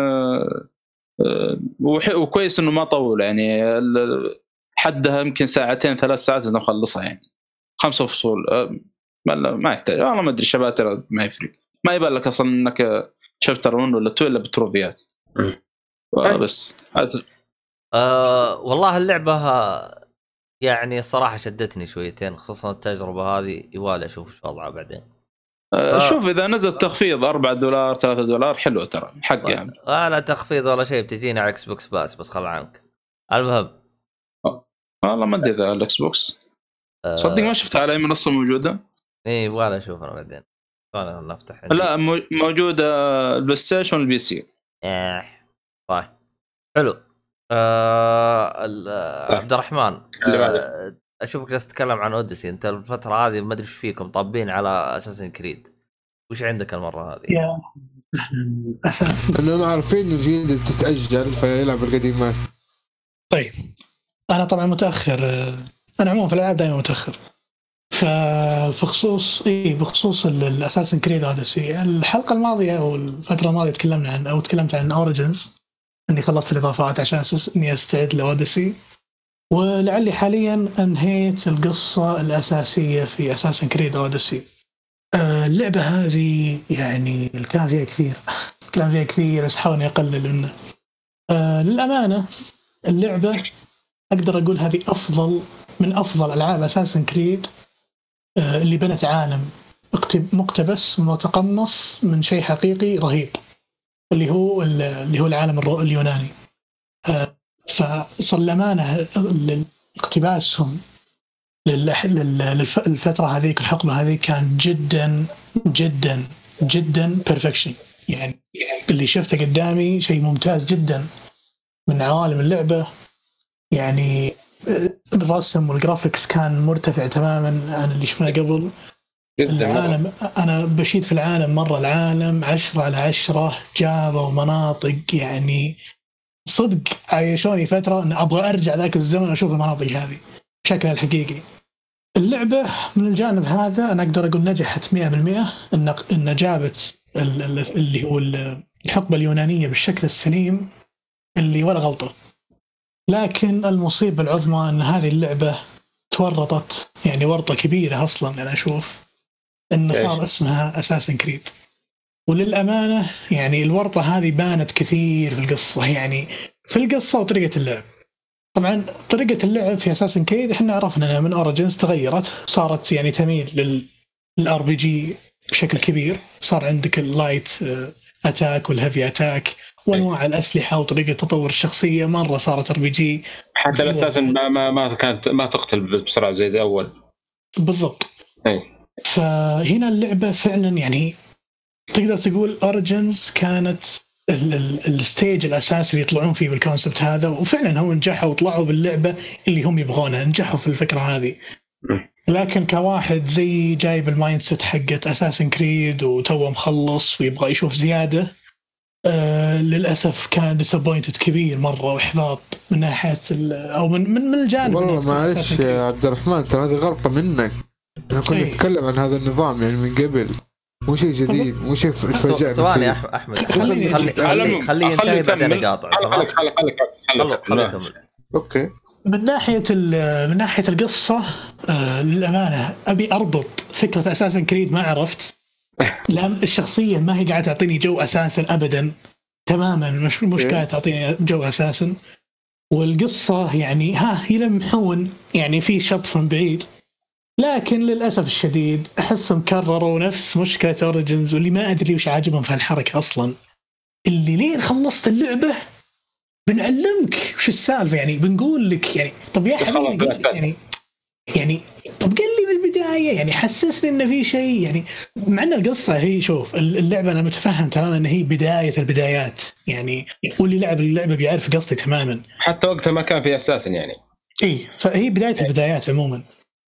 وكويس انه ما طول يعني حدها يمكن ساعتين ثلاث ساعات انه نخلصها يعني خمسة فصول ما ما يحتاج. والله ما ادري شباب ترى ما يفرق، ما يبان لك اصلا انك شفتر ون ولا تو الا بالتروفيات بس. أه والله اللعبه يعني الصراحه شدتني شويتين، خصوصا التجربه هذه يوالي اشوف ايش وضعها بعدين. أه شوف اذا نزل تخفيض أربعة دولار ثلاثة دولار حلو ترى حق يعني. آه لا تخفيض ولا شيء، بتجينا على اكس بوكس باس بس خل عنك. المهم والله ما ادري اذا الاكس بوكس أه صدق ما شفت على اي منصه موجوده. ايه ولا اشوف انا بعدين. انا نفتح لا موجوده البلاي ستيشن والبي سي. ايه طيب حلو. آه عبد الرحمن آه اشوفك جالس تتكلم عن اوديسي. انت الفتره هذه ما ادري ايش فيكم طابين على اساسن كريد، وش عندك المره هذه؟ يا اساس انهم عارفين الجديد بتتاجل فيلعب القديمات. طيب انا طبعا متاخر، انا عموما في الالعاب دائما متاخر. فبخصوص اي بخصوص الاساسن كريد اوديسي، الحلقه الماضيه او الفتره الماضيه تكلمنا عن او تكلمت عن اوريجنز اني خلصت الاضافات عشان اساس اني استعد لاوديسي، ولعلي حاليا انهيت القصه الاساسيه في اساسن كريد اوديسي. اللعبه هذه يعني الكلام فيها كثير الكلام فيها كثير بس حاول اقلل منه. للامانه اللعبه اقدر اقول هذه افضل من افضل العاب اساسن كريد اللي بنت عالم مقتبس متقمص من شيء حقيقي رهيب اللي هو اللي هو العالم اليوناني. فصلمانه اقتباسهم للفترة هذيك الحقبة هذه كان جدا جدا جدا بيرفكشن. يعني اللي شفته قدامي شيء ممتاز جدا من عوالم اللعبة. يعني الرسم والجرافيكس كان مرتفع تماما عن اللي شفناه قبل. العالم أنا بشيد في العالم مرة، العالم عشرة على عشرة، جابة ومناطق يعني صدق عايشوني فترة أن أبغى أرجع ذاك الزمن أشوف المناطق هذه بشكلها الحقيقي. اللعبة من الجانب هذا أنا أقدر أقول نجحت مئة بالمئة إن إن جابت اللي هو الحقبة اليونانية بالشكل السليم اللي ولا غلطة. لكن المصيبة العظمى أن هذه اللعبة تورطت يعني ورطة كبيرة أصلاً. أنا أشوف إن صار اسمها أساسن كريد، وللأمانة يعني الورطة هذه بانت كثير في القصة، يعني في القصة وطريقة اللعب. طبعاً طريقة اللعب في أساسن كريد إحنا عرفنا من أوريجينز تغيرت، صارت يعني تميل للآر بي جي بشكل كبير. صار عندك اللايت أتاك والهيفي أتاك وانواع الاسلحه وطريقه تطور الشخصيه مره صارت ار بي جي. حتى اساسا ما ما ما كانت ما تقتل بسرعه زي الاول بالضبط. اي فهنا اللعبه فعلا يعني تقدر تقول اوريجينز كانت الستيج الاساسي اللي يطلعون فيه بالكونسبت هذا، وفعلا هم نجحوا وطلعوا باللعبه اللي هم يبغونها، نجحوا في الفكره هذه. لكن كواحد زي جايب المايند سيت حقت اساسن كريد وتوه مخلص ويبغى يشوف زياده، آه للأسف كان ديسابوينتد كبير مرة وإحباط من ناحية أو من من من الجانب. والله معلش يا عبد الرحمن ترى هذه غلطة منك. احنا كنا إيه. نتكلم عن هذا النظام يعني من قبل، مو شيء جديد، مو شيء تفاجئنا ثواني يا فيه. أح- احمد خليني- خلي خلي خلي ينتهي بعدين اقاطع. تمام خليك خليك خليك خلو خلو كمل. اوكي من ناحيه ال- من ناحيه القصه آه للامانه ابي اربط فكره اساسا كريد ما عرفت. لا الشخصيه ما هي قاعده تعطيني جو اساسا ابدا تماما، مش مش إيه. قاعده تعطيني جو اساسا. والقصه يعني ها يلمحون يعني في شط من بعيد، لكن للاسف الشديد احسهم كرروا نفس مشكله اوريجنز، واللي ما ادري وش عاجبهم في الحركه اصلا. اللي لين خلصت اللعبه بنعلمك وش السالفه، يعني بنقول لك يعني طب يا خلاص حبيبي بالأساس. يعني يعني طب قل لي بالبدايه يعني حسسني انه في شيء يعني. مع ان القصه هي شوف اللعبه انا متفهم تماما ان هي بدايه البدايات يعني، واللي لعب اللعبه بيعرف قصتي تماما. حتى وقتها ما كان في اساسا يعني. اي فهي بدايه البدايات عموما.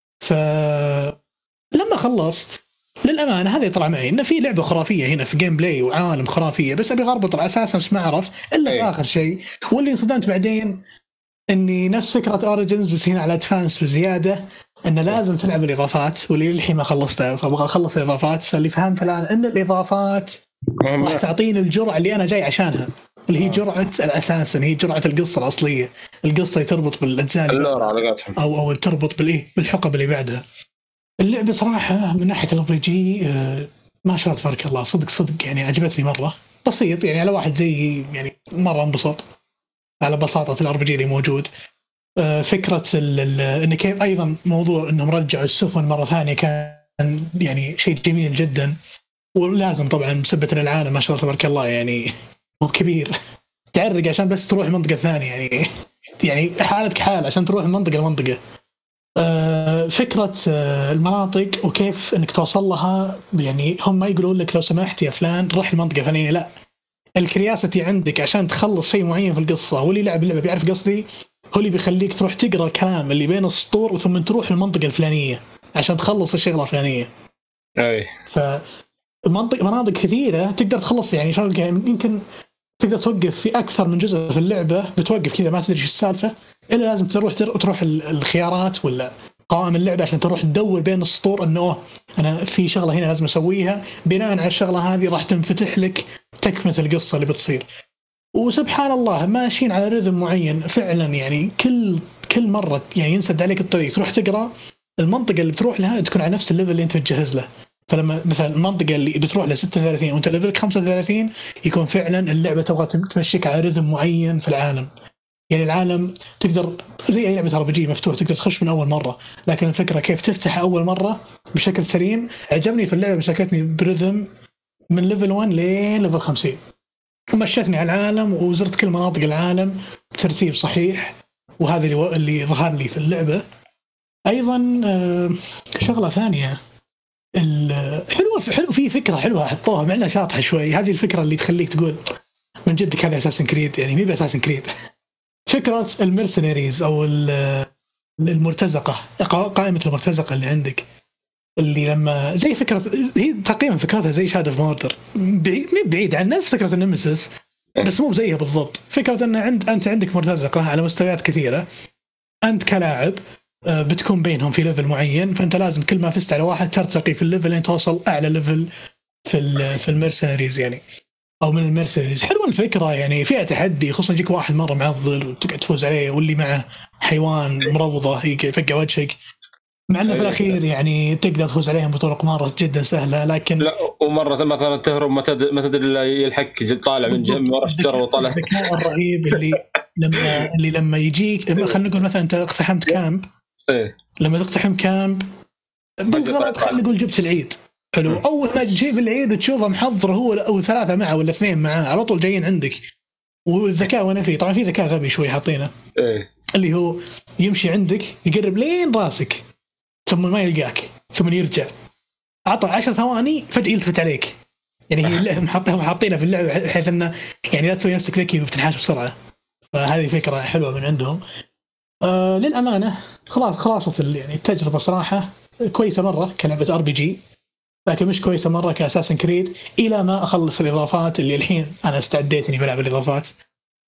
فلما خلصت للامانه هذه طلع معي انه في لعبه خرافيه هنا في جيم بلاي وعالم خرافيه، بس ابي اربط اساسا مش ما عرفت الا في أي. اخر شيء. واللي انصدمت بعدين اني نفس فكره اوريجنز بس هنا على ادفانس بزياده، انه لازم تلعب الاضافات، واللي الحين ما خلصتها فابغى اخلص الاضافات. فاللي فهمت الان ان الاضافات راح تعطيني الجرعه اللي انا جاي عشانها، اللي هي جرعه الاساس، هي جرعه القصه الاصليه، القصه تربط بالاجزاء اللور على قولتهم، او او تربط بالايه بالحقب اللي بعدها. اللعبه صراحه من ناحيه الار بي جي ما شاء الله تبارك الله، صدق صدق يعني عجبتني مره. بسيط يعني على واحد زي يعني مره انبسط على بساطه الار بي جي اللي موجود. فكره ان كيف ايضا موضوع انهم رجعوا السفن مره ثانيه كان يعني شيء جميل جدا. ولازم طبعا بسبه العالم ما شاء الله تبارك الله يعني مو كبير تعرق عشان بس تروح المنطقه الثانيه يعني يعني حالتك حال عشان تروح المنطقه المنطقه. فكره المناطق وكيف انك توصل لها، يعني هم ما يقولون لك لو سمحت يا فلان روح المنطقه الفلانيه، لا الكرياسيتي عندك عشان تخلص شيء معين في القصه، واللي يلعب اللعبه بيعرف قصدي، هو اللي بيخليك تروح تقرا الكلام اللي بين السطور وثم تروح المنطقه الفلانيه عشان تخلص الشغله الفلانيه. اي فمنطق مناطق كثيره تقدر تخلص يعني شغل يمكن تقدر توقف في اكثر من جزء في اللعبه، بتوقف كذا ما تدري ايش السالفه الا لازم تروح تروح الخيارات ولا قائمه اللعبه عشان تروح تدور بين السطور انه انا في شغله هنا لازم اسويها، بناء على الشغله هذه راح تنفتح لك تكمله القصه اللي بتصير. وسبحان الله ماشيين على رذم معين فعلا، يعني كل كل مره يعني ينسد عليك الطريق تروح تقرا المنطقه اللي بتروح لها تكون على نفس الليفل اللي انت متجهز له. فلما مثلا المنطقه اللي بتروح ل ستة وثلاثين وانت ليفلك خمسة وثلاثين يكون فعلا اللعبه تبغى تمشيك على رذم معين في العالم. يعني العالم تقدر زي اي لعبه ار بي جي مفتوح تقدر تخش من اول مره، لكن الفكره كيف تفتح اول مره بشكل سليم. عجبني في اللعبه مشاكلتني برذم من ليفل واحد لين ليفل خمسين، ومشتني على العالم وزرت كل مناطق العالم بترتيب صحيح، وهذا اللي اللي ظهر لي في اللعبه. ايضا شغله ثانيه حلوه حلو في فكره حلوه حطوها مع انها شاطحه شوي، هذه الفكره اللي تخليك تقول من جدك هذا اساسن كريد، يعني مي باساسن كريد. فكره المرسنريز او المرتزقه، قائمه المرتزقه اللي عندك، اللي لما زي فكره هي تقريبا فكرتها زي شادو اوف موردر، بعيد بعيد عن نفس فكره النمسيس بس مو زيها بالضبط. فكره ان عند انت عندك مرتزقه على مستويات كثيره، انت كلاعب بتكون بينهم في ليفل معين، فانت لازم كل ما فزت على واحد ترتقي في الليفل لين توصل اعلى ليفل في في المرسنريز يعني او من المرسنريز. حلوه الفكره يعني فيها تحدي، خصوصا يجيك واحد مره معضل وتقعد تفوز عليه، واللي معه حيوان مروضه يفقع وجهك، مع انه في الاخير يعني تقدر تفوز عليهم بطرق مره جدا سهله. لكن لا ومره مثلا تهرب ما تدري ما تدري يلحق طالع من جنب ورا الشجره وطالع. الذكاء الرهيب اللي لما اللي لما يجيك خلينا نقول مثلا انت اقتحمت كامب، ايه لما تقتحم كامب بالغلط خلينا نقول جبت العيد حلو، اول ما تجيب العيد تشوفه محضر هو او ثلاثه معه ولا اثنين معه على طول جايين عندك. والذكاء وانا فيه طبعا في ذكاء غبي شوي حاطينه ايه اللي هو يمشي عندك يقرب لين راسك ثم ما يلقاك ثم يرجع، عطى عشر ثواني فجأة يلتفت عليك. يعني هي محطها محاطينها في اللعبة بحيث انه يعني لا تسوي نفسك لكي وبتنحاش بسرعة. فهذه فكرة حلوة من عندهم. آه للأمانة خلاص خلاصة يعني التجربة صراحة كويسة مرة كلعبة ار بي جي، لكن مش كويسة مرة كأساسن كريد إلى ما أخلص الإضافات اللي الحين أنا استعديت إني بلعب الإضافات.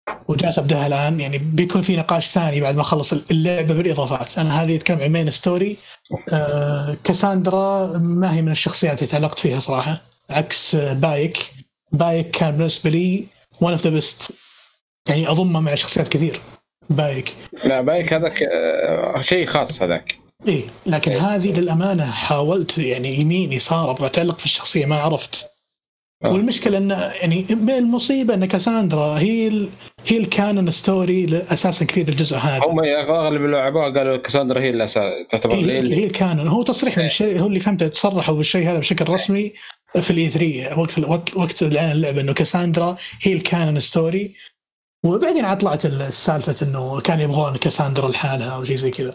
وجالس ابداها الان، يعني بيكون في نقاش ثاني بعد ما اخلص اللعبه بالاضافات. انا هذه اتكلم عن مين ستوري. آه كاساندرا ما هي من الشخصيات اللي تعلقت فيها صراحه، عكس بايك. بايك كان بالنسبه لي one of the best، يعني اضمه مع شخصيات كثير بايك. لا بايك هذاك شيء خاص هذاك. ايه لكن إيه. هذه للامانه حاولت يعني يمين يسار بتعلق في الشخصيه ما عرفت. آه. والمشكله ان يعني المصيبه ان كاساندرا هي ال... هي الكانون ستوري لاساسا كريد الجزء هذا. هم اغلب اللي لعبوها قالوا كاساندرا هي اللي تعتبر هي, هي الكانون. هو تصريح من الشيء، هو اللي فهمت تصرحوا بالشيء هذا بشكل رسمي في الاي ثلاثة وقت وقت وقت اعلان اللعبه انه كاساندرا هي الكانون ستوري. وبعدين عاد طلعت السالفه انه كان يبغون كاساندرا لحالها او شيء زي كذا.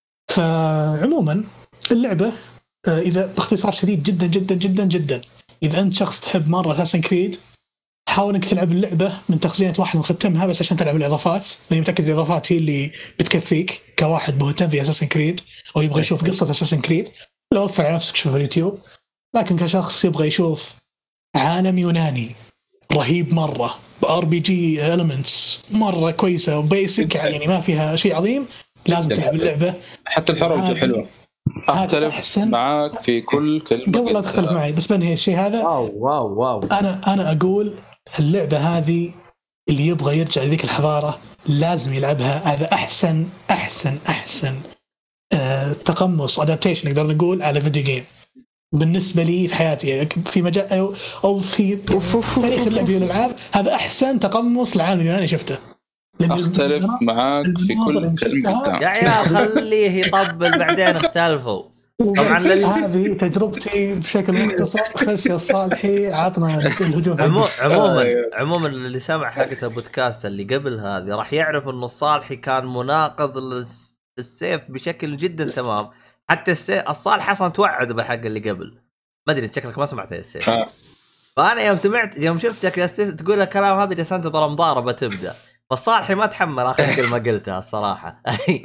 فعموما اللعبه اذا باختصار شديد جدا جدا جدا جدا، اذا انت شخص تحب مره اساسن كريد حاول انك تلعب اللعبه من تخزينه واحد مختمها بس عشان تلعب الاضافات، لاني متاكد الاضافات هي اللي بتكفيك كواحد مهتم في اساسن كريد او يبغى يشوف قصه اساسن كريد. لو وفر على نفسك شوف اليوتيوب. لكن كشخص يبغى يشوف عالم يوناني رهيب مره بار بي جي المنتس مره كويسه وبيسك، يعني ما فيها شيء عظيم، لازم تلعب اللعبه. حتى الحرب حلوه. اختلف معاك في كل كلمه. قبل لا تختلف معي بس بنهي الشيء هذا. واو واو واو انا انا اقول اللعبه هذه اللي يبغى يرجع لذيك الحضاره لازم يلعبها. هذا احسن احسن احسن آه تقمص ادابتيشن نقدر نقول على فيديو جيم بالنسبه لي في حياتي في مجال او, أو في تاريخ اللعب والالعاب. هذا احسن تقمص العالم اليوناني شفته. اختلف معاك في كل كلمه. يا يا خليه يطبل بعدين اختلفوا. طبعا هذه تجربتي بشكل مختصر. خشي الصالحي عطنا الهجوم. عمو عموما عموما اللي سمع حلقه البودكاست اللي قبل هذه راح يعرف انه الصالحي كان مناقض للسيف بشكل جدا تمام. حتى الصالح اصلا توعد بالحلقه اللي قبل، ما ادري شكلك ما سمعت السيف. فانا يوم سمعت يوم شفتك يا تقول الكلام هذا جالس انت ضرب مضاربه تبدا، فالصالحي ما تحمل اخر كلمه قلتها الصراحه.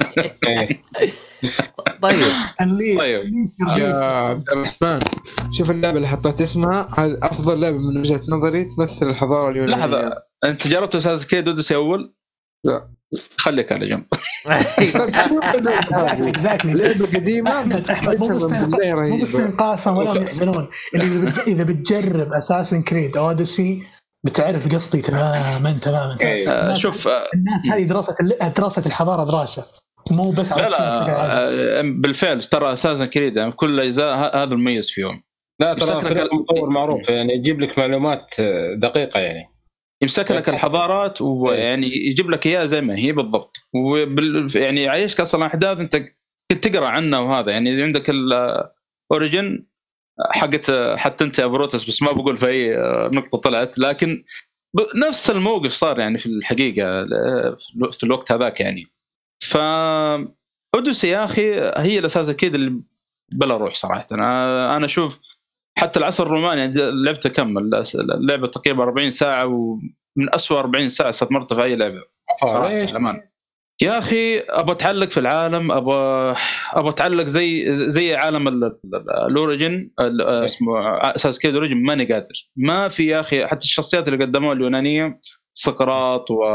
طيب طيب يا عبد الرحمن شوف اللعبه اللي حطيت اسمها هذه افضل لعبه من وجهه نظري تمثل الحضاره اليونانيه. لحظه انت جربت اساس كيد اوديسي اول؟ لا خليك على جنب. لعبه قديمه مو بس انقاصا ولا يحزنون. اللي اذا بتجرب اساسن كريد اوديسي بتعرف قصدي تماما تماما. الناس شوف الناس هذه دراسه دراسه الحضاره دراسه مو بس لا لا بالفعل ترى اساسا كريد يعني كل الاجزاء هذا المميز فيهم. لا ترى فريق مطور معروف يعني يجيب لك معلومات دقيقه، يعني يمسك لك الحضارات ويعني يجيب لك اياها زي ما هي بالضبط. وبال يعني يعيشك اصلا احداث انت كنت تقرا عنها وهذا. يعني عندك الاوريجن حقت حتى انت يا بروتس بس ما بقول في اي نقطه طلعت، لكن نفس الموقف صار يعني في الحقيقه في الوقت هذاك. يعني ف اوديسي يا اخي هي الاساس اكيد اللي بلا روح صراحه. انا انا اشوف حتى العصر الروماني لعبته كم اللعبه تقريبا أربعين ساعه، ومن أسوأ أربعين ساعه استثمرت في اي لعبه صراحه الامان. يا اخي ابغى اتعلق في العالم، ابغى ابغى اتعلق زي زي عالم الاوريجن اسمه اساس كده اوريجن. ماني قادر، ما في يا اخي. حتى الشخصيات اللي قدموها اليونانيه سقراط و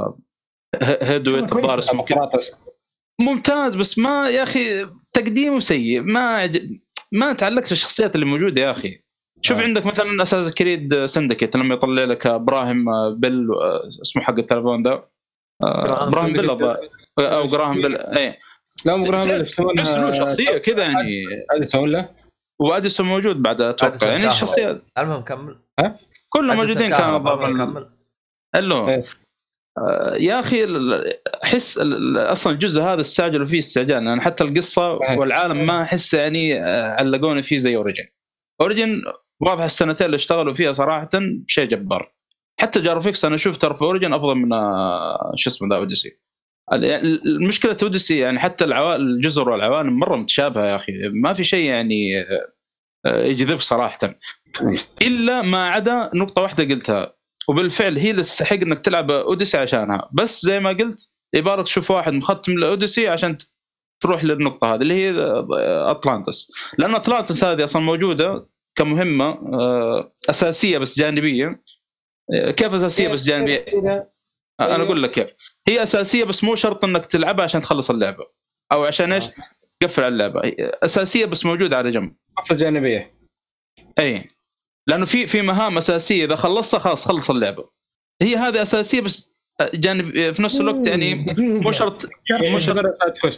هيدويت الظاهر اسمه ممتاز، بس ما يا اخي تقديمه سيء. ما ما تعلقت الشخصيات اللي موجوده يا اخي. شوف آه. عندك مثلا اساس كريد سندكيت لما يطلع لك ابراهيم بيل اسمه حق التلفون ده ابراهيم بيل او جراهام بيل. اي لا مو جراهام بيل، بس له شخصيه كذا يعني. اديسون له واديسون موجود بعد اتوقع يعني الشخصيات. المهم كمل. ها كلهم موجودين كانوا كمل. قال يا أخي أحس أصلا الجزء هذا استعجلوا فيه استعجال. أنا يعني حتى القصة والعالم ما أحس يعني علقوني فيه زي أوريجين. أوريجين واضح السنتين اللي اشتغلوا فيها صراحة شيء جبار. حتى جرافيكس أنا شوف ترى في أوريجين أفضل من شو اسمه ذا أوديسي. المشكلة أوديسي يعني حتى العوالم الجزر والعوالم مرة متشابهة يا أخي، ما في شيء يعني يجذب صراحة، إلا ما عدا نقطة واحدة قلتها وبالفعل هي اللي تستحق انك تلعب اوديسي عشانها. بس زي ما قلت يبغى تشوف واحد مختم لاوديسي عشان تروح للنقطه هذه اللي هي اطلانتس، لان اطلانتس هذه اصلا موجوده كمهمه اساسيه بس جانبيه. كيف اساسيه بس جانبيه؟ انا اقول لك كيف هي اساسيه، بس مو شرط انك تلعبها عشان تخلص اللعبه او عشان ايش تقفل على اللعبه. اساسيه بس موجوده على جنب، قصه جانبيه. اي لانه في في مهام اساسيه اذا خلصتها خلاص خلص اللعبه. هي هذه اساسيه بس جانب في نفس الوقت، يعني مو شرط مو شرط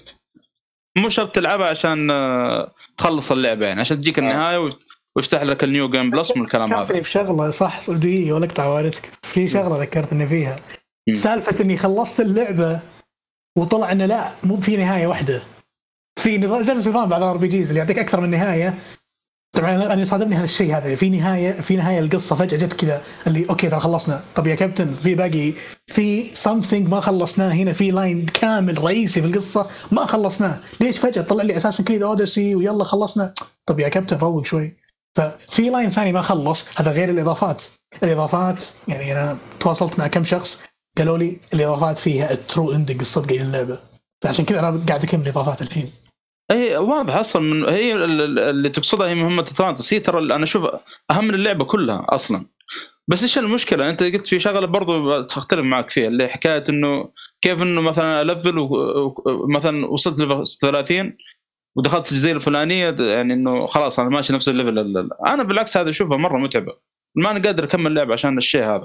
مو شرط تلعبها عشان تخلص اللعبه، يعني عشان تجيك النهايه ويفتح لك النيو جيم بلس من الكلام هذا. في شغله صح صدقيه ولا اقطع والدك، في شغله ذكرت اني فيها م. سالفه اني خلصت اللعبه وطلع انه لا مو في نهايه واحده، في نظام زي نظام بعض الار بي جيز اللي يعطيك اكثر من نهايه. طبعا انا صادمني هذا الشيء، هذا في نهايه في نهايه القصه فجاه جت كذا اللي اوكي ترى خلصنا. طب يا كابتن في باقي في something ما خلصناه هنا، في لاين كامل رئيسي في القصه ما خلصناه، ليش فجاه طلع لي اساسا كريد اوديسي ويلا خلصنا؟ طب يا كابتن روق شوي. ففي لاين ثاني ما خلص، هذا غير الاضافات. الاضافات يعني انا تواصلت مع كم شخص قالوا لي الاضافات فيها الترو اندنج الصدقي للعبه، فعشان كذا انا قاعد اكمل الاضافات الحين. اي واضح اصلا من هي اللي تقصدها هي مهمه اتلانتس، هي ترى انا اشوف اهم من اللعبه كلها اصلا. بس ايش المشكله؟ انت قلت في شغله برضو تختلف معك فيها، اللي حكايه انه كيف انه مثلا ليفل ومثلا وصلت ليفل ثلاثين ودخلت الجزيره الفلانيه، يعني انه خلاص انا ماشي نفس الليفل. انا بالعكس هذا اشوفها مره متعبه، ما انا قادر اكمل اللعبه عشان الشيء هذا.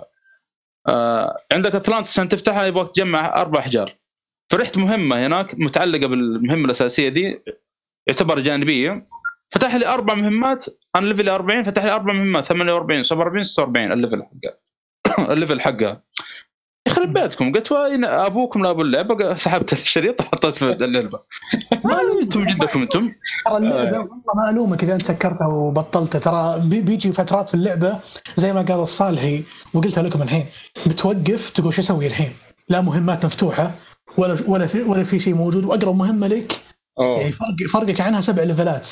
آه عندك اتلانتس عشان تفتحها يبغى تجمع اربع احجار، فرحت مهمه هناك متعلقه بالمهمه الاساسيه دي يعتبر جانبيه، فتح لي اربع مهمات. انا ليفل أربعين فتح لي اربع مهمات ثمانية وأربعين سبعة وأربعين ستة وأربعين الليفل حقه الليفل حقه يخرب بيتكم. قلت وين ابوكم لا ابو اللعبه؟ سحبت الشريط وحطيت في اللعبه. ما انتم جدكم انتم. ترى اللعبه والله ما الومك اذا انت سكرتها وبطلتها، ترى بيجي فترات في اللعبه زي ما قال الصالحي وقلتها لكم الحين، بتوقف تقول شو اسوي الحين؟ لا مهمات مفتوحه ولا ولا في ولا في شيء موجود، واقرب مهمه لك أوه. يعني فرق فرقك عنها سبع ليفلات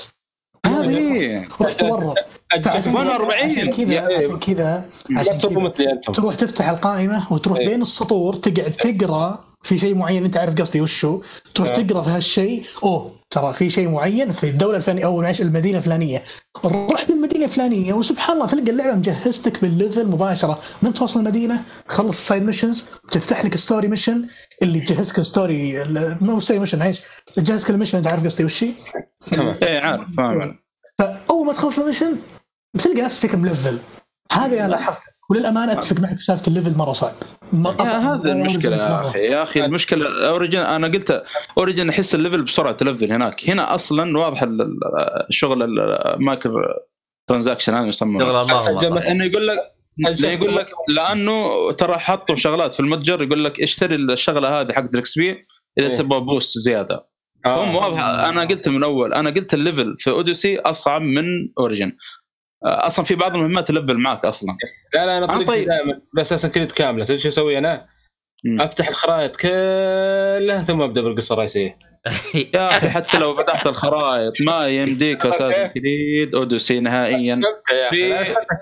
هذه رحت تورط ثمانية وأربعين كذا عشان كذا عشان كذا تروح تفتح القائمه وتروح أيه. بين السطور تقعد تقرا في شيء معين انت عارف قصدي وشو، تروح أه. تقرا في هالشيء اوه ترى في شيء معين في الدوله الفلانيه او معيش المدينه الفلانيه، رحت للمدينه الفلانيه وسبحان الله تلقى اللعبه مجهزتك بالليفل مباشره من توصل المدينه تخلص السايد ميشنز تفتح لك ستوري ميشن اللي تجهزك الستوري مو ستوري ميشن عايش تجهزك الميشن انت عارف قصدي وش تمام اي عارف فاهم. فاول ما تخلص الميشن بتلقى نفسك بليفل. هذا انا لاحظته وللامانه اتفق معك في سالفه الليفل مره صعب. هذا المشكله يا اخي يا اخي المشكله اوريجن. انا قلت اوريجن احس الليفل بسرعه الليفل هناك، هنا اصلا واضح الشغل المايكرو ترانزاكشن هذا يسمونه انه يقول لك لا يقول لك لانه ترى حطوا شغلات في المتجر يقول لك اشتري الشغله هذه حق دركس بي اذا تبغى بوست زياده. آه. هم واضح. انا قلت من اول انا قلت الليفل في اوديسي اصعب من اوريجن اصلا، في بعض المهمات الليفل معك اصلا. لا لا انا طريقتي طيب. دائما اساسا كنت كامله ايش اسوي انا م. افتح الخرائط كلها ثم ابدا بالقصه الرئيسيه. يا اخي حتى لو فتحت الخرائط ما يمديك اساسا كريد اوديسي نهائيا. في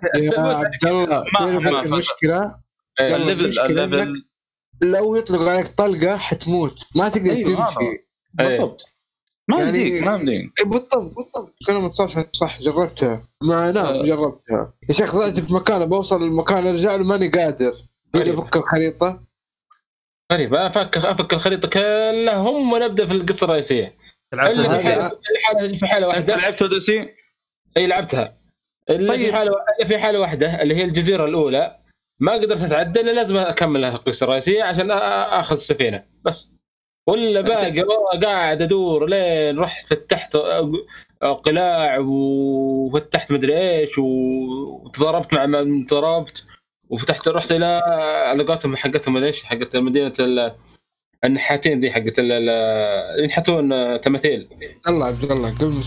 عبد الله ما المشكله الليفل الليفل لو يطلق عليك طلقه حتموت ما تقدر أيوة تمشي بالضبط. ما يمديك يعني ما يمديك بالضبط بالضبط كلامك صح صح. جربتها مع نعم أه. جربتها يا شيخ. ضعت في مكان بوصل المكان ارجع له ماني قادر بدي افك الخريطه. غريب افك افك الخريطه كلها هم ونبدا في القصه الرئيسيه. اللي في حاله في حاله واحده. انت لعبت اوديسي؟ اي لعبتها. اللي طيب. في حاله اللي في حاله واحده اللي هي الجزيره الاولى ما قدرت اتعدى الا لازم اكمل القصه الرئيسيه عشان اخذ السفينه بس. ولا باقي قاعد ادور لين رحت فتحت قلاع وفتحت مدري ايش وتضاربت مع من ضربت وفتحت رحت الى علاقاتهم حقتهم ايش حقت مدينه النحاتين دي حقت اللي ينحتون تماثيل. الله عبد الله قبل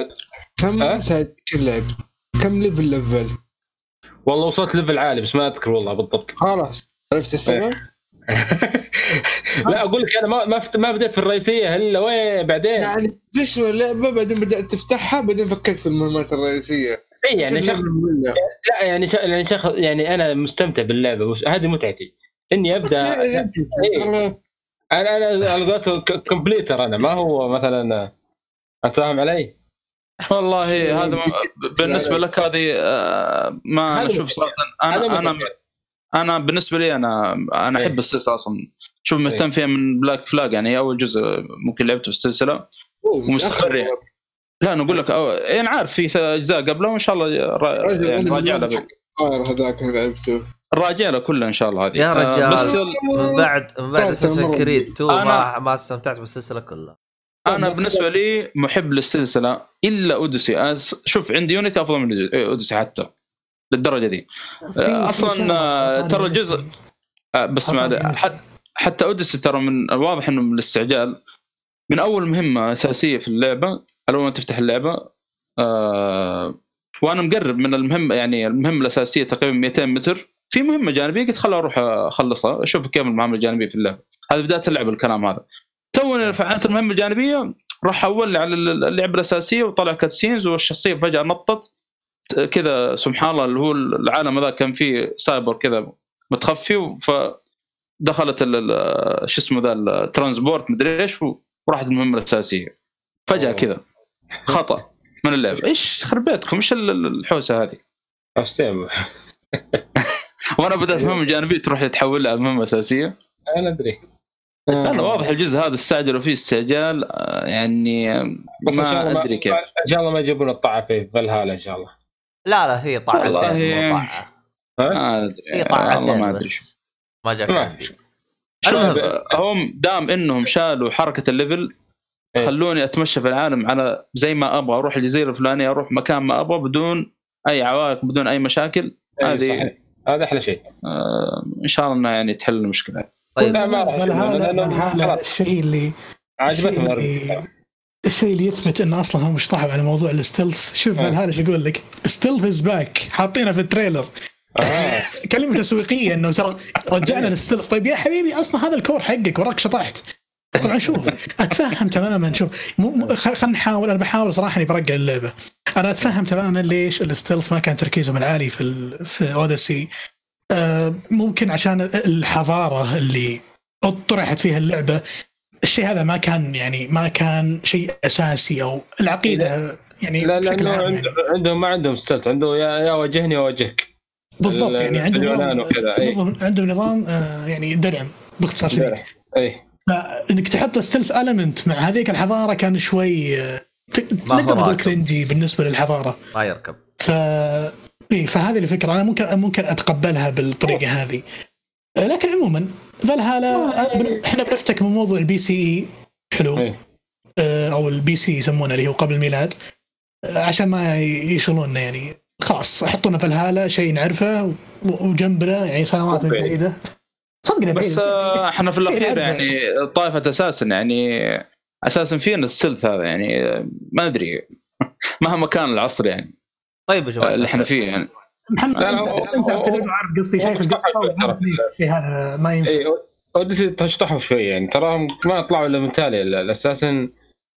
كم ساعه اللعب كم ليفل ليفل؟ والله وصلت ليفل عالي بس ما اذكر والله بالضبط. خلاص عرفت السبب. لا اقول لك انا ما ما, ما بدأت في الرئيسيه الا وين بعدين يعني تشوف اللعبه بعدين بدأت تفتحها بعدين فكرت في المهمات الرئيسيه. اي يعني شخ... لا يعني ش... يعني شخ... يعني انا مستمتع باللعبه هذه متعتي اني ابدا. إيه. انا انا القيت كومبليتر انا ما هو مثلا اتفاهم علي والله. هذا بالنسبه لك هذه ما انا اشوف صراحه انا انا انا بالنسبه لي انا انا احب السلسله اصلا. شوف مهتم فيها من بلاك فلاج يعني اول جزء ممكن لعبته في السلسله ومستمر يعني. لا انا اقول لك أو... يعني عارف في اجزاء قبله وان شاء الله را... يعني راجع له هذاك لعبته راجع له كله ان شاء الله. هذه يا رجال آه بس من بعد من بعد اساسن كريد تو ما ما استمتعت بالسلسله كلها. انا بالنسبه لي محب للسلسله الا اوديسي. أس... شوف عندي يونيتي افضل من اوديسي حتى للدرجه دي اصلا. ترى الجزء بس ما حتى اوديسي ترى من الواضح انه من الاستعجال. من اول مهمه اساسيه في اللعبه اول ما تفتح اللعبه آه وانا مقرب من المهمه يعني المهمه الاساسيه تقريبا مئتين متر في مهمه جانبيه قلت خلها اروح اخلصها اشوف كيف المهمه الجانبيه في اللعبه. هذا بدايه اللعبه الكلام هذا. توني فعلت المهمه الجانبيه راح اول على اللعبه الاساسيه وطلع كاتسينز والشخصيه فجاه نطت كذا سبحان الله اللي هو العالم هذا كان فيه سايبر كذا متخفي فدخلت شو اسمه ذا الترانسبورت مدري ايش وراحت المهمه الاساسيه فجاه كذا خطا من اللعبه. ايش خربيتكم ايش الحوسه هذه استيم وانا بدات المهمه الجانبيه تروح تحول لها مهمه اساسيه. انا ادري انا واضح الجزء هذا استعجلوا فيه استعجال يعني ما ادري كيف. ان شاء الله ما يجيبون الطاعه في فالهالا ان شاء الله. لا لا هي طاعتين مو طاعه. هي طاعتين ما ادري ما جاك. هم دام انهم شالوا حركه الليفل خلوني اتمشى في العالم على زي ما ابغى اروح الجزيره الفلانيه اروح مكان ما ابغى بدون اي عوائق بدون اي مشاكل. هذه هذا احلى شيء. آه ان شاء الله يعني تحل المشكله. طيب ما راح الشيء اللي عجبتني الشيء اللي يثبت انه اصلا هو مش طاحب على موضوع الستيلث. شوف هذا ايش يقول لك ستيلث از باك حاطينه في التريلر آه. كلمه تسويقيه انه ترى رجعنا للستيلث. طيب يا حبيبي اصلا هذا الكور حقك وراك شطحت. طبعا شوف اتفهم تماما. شوف خلينا نحاول انا بحاول صراحه اني برجع اللعبه. انا اتفهم تماما ليش الستيلث ما كان تركيزهم العالي في ال... في اوديسي. آه ممكن عشان الحضاره اللي اطرحت فيها اللعبه الشيء هذا ما كان يعني ما كان شيء اساسي او العقيده يعني لا لا لا عند... يعني. عندهم ما عندهم ستيلث عنده يا يا واجهني واواجهك بالضبط. يعني عندهم عندهم نظام آه يعني درعم باختصار شديد. اي فانك تحط ستيلث المنت مع هذيك الحضاره كان شوي نقدر نقول كرنجي بالنسبه للحضاره ما يركب. ف اي فهذه الفكره انا ممكن ممكن اتقبلها بالطريقه هذه. لكن عموما فالهالا احنا بنفتك من موضوع البي سي حلو او البي سي يسمونه اللي هو قبل الميلاد عشان ما يشغلوننا يعني خلاص حطونا فالهالا شيء نعرفه وجنبنا يعني سنوات بعيده صدقني. بس احنا في الاخير يعني طائفه اساسا يعني اساسا فينا السلف هذا يعني ما ادري مهما كان العصر يعني. طيب يا جماعه اللي احنا فيه يعني محمد انت انت عارف قصدي شايف القصه في هذا ما ينفع. اوديسي تشطحوا شوي يعني تراهم ما طلعوا الا من تالي الاساسا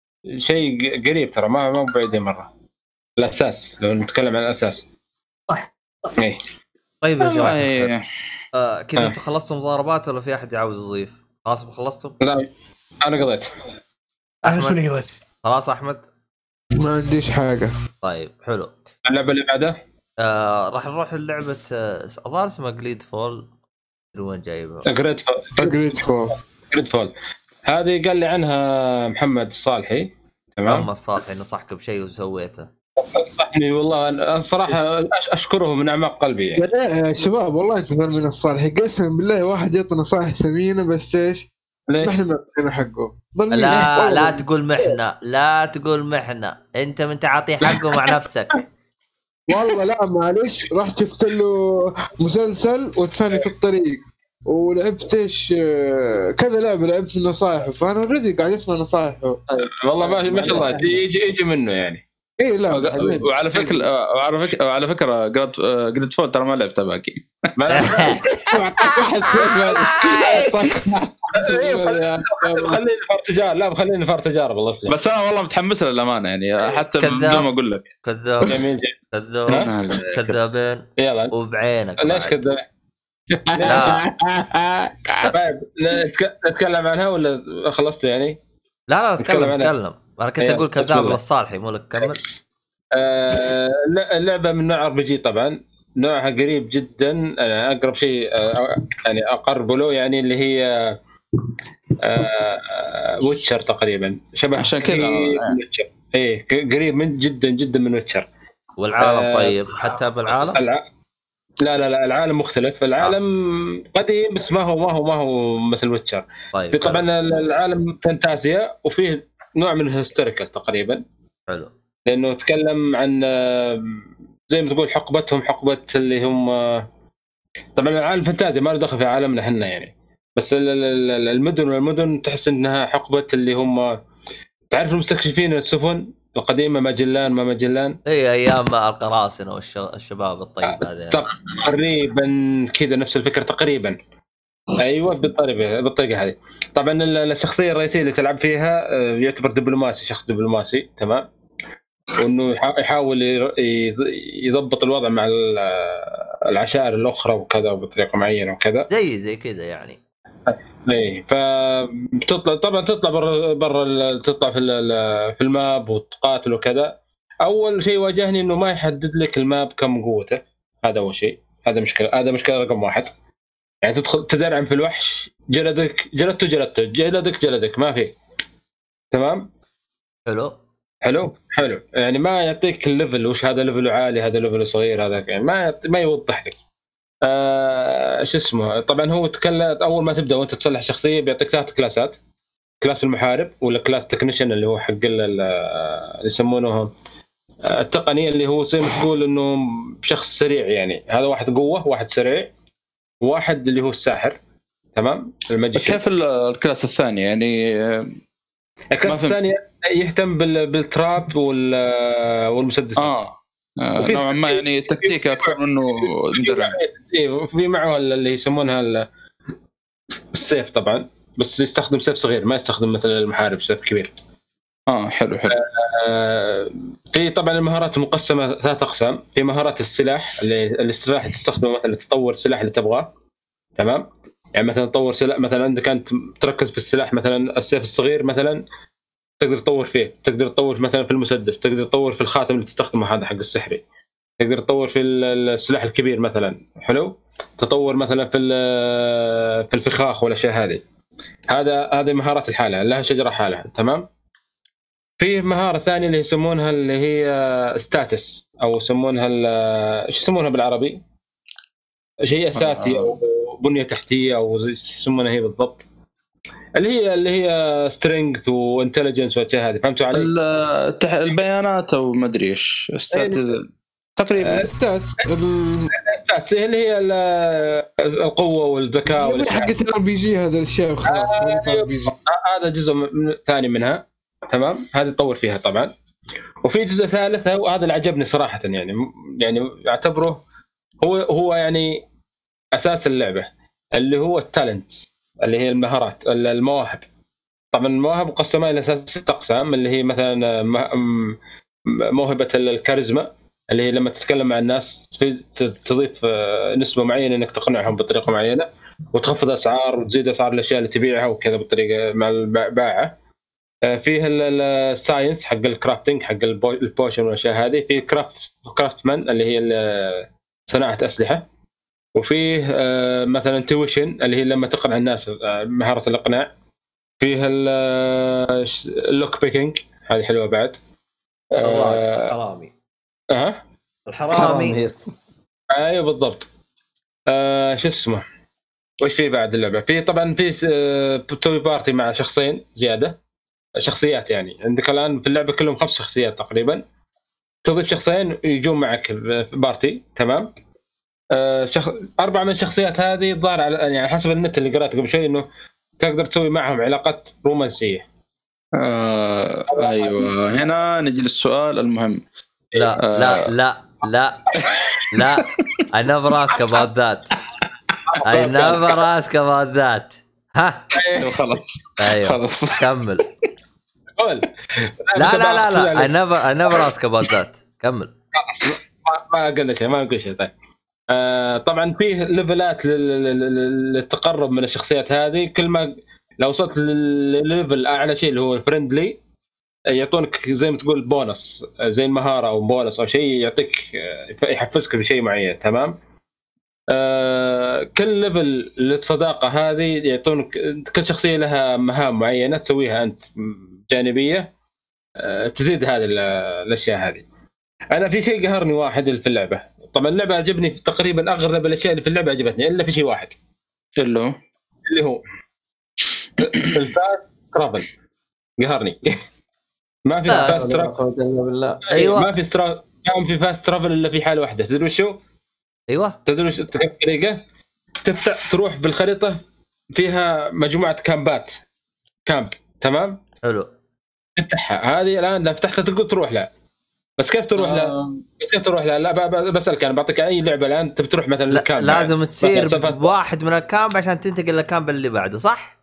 شيء قريب ترى ما مو بعيد مره الاساس لو نتكلم عن الاساس صح. اي طيب يا جماعه آه كذا انتم خلصتوا مضاربات ولا في احد عاوز يضيف؟ خلاص خلصتم؟ لا انا قضيت. احمد شو قضيت؟ خلاص احمد ما عنديش حاجه. طيب حلو. اللعبه اللي بعدها آه راح نروح للعبه الظاهر اسمها جليد فول. وين جايبها؟ جريد فول جريد فول جريد فول هذه قال لي عنها محمد الصالحي. تمام محمد الصالحي نصحك بشيء وسويته. صحني والله انا صراحه اشكره من اعماق قلبي يعني. يا شباب والله انت من الصالحي قسم بالله واحد يعطي نصائح ثمينه بس ايش احنا ما بنعطينا حقه. لا لا تقول محنه لا تقول محنه انت من تعطيه حقه مع نفسك. والله لا معلش رحت شفت له مسلسل والثاني في الطريق ولعبت ايش كذا لعبه لعبت النصائح فانا اوريدي قاعد اسمع نصائحه. والله ما ما شاء الله يجي يجي منه يعني. ايه لا وعلى فكره وعلى فكره وعلى فكره جريد فول ترى ما لعبتها باقي ما لعبت واحد صفر. خليني فار تجارب لا خليني فار تجارب والله اسلم. بس انا والله متحمس للامانه يعني حتى بدون ما اقول لك كذاب كذاب كذابين يلا وبعينك ليش كذاب. لا طيب نتكلم عنها ولا خلصت يعني؟ لا لا نتكلم نتكلم انا كنت اقول كذاب للصالحي مو لك كمل. آه اللعبه من نوع ار بي جي طبعا نوعها قريب جدا، انا اقرب شيء يعني اقرب له يعني اللي هي ويتشر تقريبا، شبه عشان كذا ويتشر. ايه قريب من جدا جدا من ويتشر. والعالم آه طيب حتى بالعالم الع... لا لا لا العالم مختلف، العالم آه. قديم بس ما هو ما هو ما هو مثل ويتشر. طيب في طبعا حلو. العالم فانتازيا وفيه نوع من الهيستوريكال تقريبا. حلو. لانه تكلم عن زي ما تقول حقبتهم، حقبه اللي هم طبعا العالم فانتازيا ما له دخل في عالمنا احنا يعني، بس المدن والمدن تحس انها حقبه اللي هم تعرف المستكشفين السفن القديمه ماجلان ما ماجلان اي ايام القراصنه والشباب الطيب هذا تقريبا كذا نفس الفكره تقريبا. ايوه بالطريقه بالطريقه هذه. طبعا الشخصيه الرئيسيه اللي تلعب فيها يعتبر دبلوماسي، شخص دبلوماسي تمام، وانه يحاول يضبط الوضع مع العشائر الاخرى وكذا بطريقه معينه وكذا زي زي كذا يعني. ايه فبتطلع طبعا تطلع برا برا تطلع في في الماب وتقاتل وكذا. اول شيء واجهني انه ما يحدد لك الماب كم قوته، هذا اول شيء، هذا مشكله، هذا مشكله رقم واحد. يعني تدخل تدرعم في الوحش جلدك جلدته جلدته جلدك جلدك ما في تمام. حلو حلو حلو يعني ما يعطيك الليفل وش هذا ليفله عالي هذا ليفله صغير، هذا يعني ما ما يوضح لك آه شو اسمه. طبعا هو تكلم اول ما تبدا وانت تصلح شخصيه بيعطيك ثلاث كلاسات، كلاس المحارب ولا كلاس تكنيشن اللي هو حق اللي يسمونه التقني اللي هو زي ما تقول انه شخص سريع يعني، هذا واحد قوه واحد سريع واحد اللي هو الساحر تمام الماجيشن. كيف الكلاس الثاني يعني؟ الكلاس الثاني يهتم بالتراب والمسدسات اه نوعا ما يعني تكتيك اكثر منه مدرع. ايه في معه اللي يسمونها السيف طبعا، بس يستخدم سيف صغير ما يستخدم مثل المحارب سيف كبير. اه حلو حلو. آه في طبعا المهارات مقسمه ثلاث اقسام. في مهارات السلاح اللي السلاح تستخدمه مثلا تطور السلاح اللي تبغاه تمام. يعني مثلا تطور سلاح مثلا عندك انت تركز في السلاح مثلا السيف الصغير مثلا تقدر تطور فيه، تقدر تطور مثلا في المسدس، تقدر تطور في الخاتم اللي تستخدمه هذا حق السحري، تقدر تطور في السلاح الكبير مثلا. حلو. تطور مثلا في في الفخاخ والاشياء هذه. هذا هذه مهارات الحالة لها شجرة حالها تمام. في مهارة ثانية اللي يسمونها اللي هي ستاتس او يسمونها ايش يسمونها بالعربي؟ شيء اساسي او بنية تحتية او يسمونها هي بالضبط اللي هي اللي هي سترينث وانتليجنس والاشياء هذه. فهمتوا علي؟ البيانات او ما ادري ايش ستاتس تقريبا. ستاتس ستاتس اللي هي القوه والذكاء والاشياء حقت الار بي جي هذا الشيء خلاص. هذا جزء ثاني منها تمام. هذه تطور فيها طبعا. وفي جزء ثالث وهذا اللي عجبني صراحه يعني يعني اعتبره هو هو يعني اساس اللعبه اللي هو التالنت اللي هي المهارات المواهب. طبعا المواهب مقسمه الى ست اقسام اللي هي مثلا موهبه الكاريزما اللي هي لما تتكلم مع الناس تضيف نسبه معينه انك تقنعهم بطريقه معينه وتخفض اسعار وتزيد اسعار الاشياء اللي تبيعها وكذا بالطريقه مع البائع. فيه الساينس حق الكرافتنج حق البوشن والاشياء هذه. في كرافت كرافتمان اللي هي صناعه اسلحه. وفيه مثلا تويشن اللي هي لما تقنع الناس مهاره الاقناع. فيه اللوك بيكينج هذه حلوه بعد. الحرامي اها الحرامي ايوه بالضبط. آه شو اسمه وش في بعد اللعبه؟ في طبعا في توي بارتي مع شخصين زياده شخصيات. يعني عندك الان في اللعبه كلهم خمس شخصيات تقريبا. تضيف شخصين يجون معك في بارتي تمام. آه شخ... اربع من الشخصيات هذه الظاهر على يعني حسب النت اللي قرأت قبل شوي انه تقدر تسوي معهم علاقات رومانسيه. آه ايوه هنا نجي للسؤال المهم. لا آه لا لا لا لا I never ask about that I never ask about that. ها ايوه خلاص ايوه خلاص كمل. قول. لا لا لا لا I never I never ask about that. كمل. ما قلنا شيء ما نقول شيء. طيب آه طبعا فيه ليفلات للتقرب من الشخصيات هذه. كل ما لو وصلت للليفل اعلى شيء اللي هو الفريندلي يعطونك زي ما تقول بونص زي المهاره او بونص او شيء يعطيك يحفزك بشيء معين. تمام. آه كل ليفل للصداقه هذه يعطونك كل شخصيه لها مهام معينه تسويها انت جانبيه آه تزيد هذه الاشياء هذه. انا في شيء قهرني واحد في اللعبه. طبعا اللعبه عجبني في تقريبا اغلب الاشياء اللي في اللعبه عجبتني الا في شيء واحد اللي هو اللي هو الفاست ترافل. قهرني. ما في فاست ترافل. ايوه ما في استرا ما في فاست ترافل الا في حاله واحده. تدري شو؟ ايوه تدري وش الطريقه؟ تفتح تروح بالخريطه فيها مجموعه كامبات كامب. تمام. حلو. تفتحها هذه الان لو فتحتها تقدر تروح لا بس كيف تروح لا آه. بس كيف تروح لا لا بسألك انا بعطيك اي لعبه الان تبي تروح مثلا للكامب لازم تصير بواحد من الكامب عشان تنتقل للكامب اللي بعده صح؟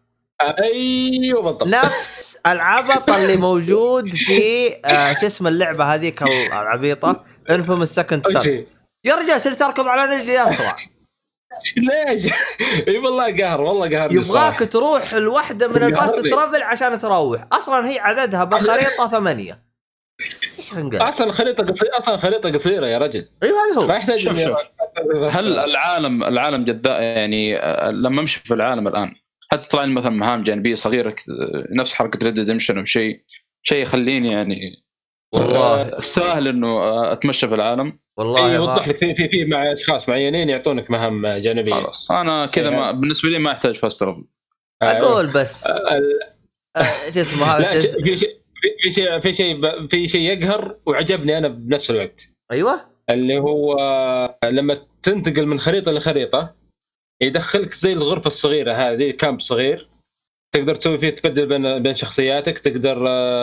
ايوه بالضبط. نفس العبط اللي موجود في آه شو اسم اللعبه هذيك العبيطه انفيموس سكند سن. يا رجال صرت اركب على رجلي اسرع. ليش؟ اي والله قهر والله قهر. يبغاك تروح الوحده من الفاست ترافل عشان تروح. اصلا هي عددها بالخريطه ثمانية. ايش هنقول؟ اصلا خريطه قصيره اصلا خريطه قصيره يا رجل. ايوه هذا هو. ما يحتاج. شوف شوف. هل العالم العالم جداء يعني لما امشي في العالم الان حتى طلع لي مثلا مهام جانبيه صغيره نفس حركه ريد ديمشن او شيء شيء يخليني يعني والله استاهل انه اتمشى في العالم. والله يوضح لك في في في مع اشخاص معينين يعطونك مهام جانبيه. خلاص انا كذا ما بالنسبه لي ما احتاج فاست ترافل. اقول بس ايش اسمه هذا في شيء في شيء في شيء في شيء يقهر وعجبني انا بنفس الوقت. ايوه اللي هو لما تنتقل من خريطه لخريطه يدخلك زي الغرفه الصغيره هذه كامب صغير تقدر تسوي فيه تبدل بين بين شخصياتك. تقدر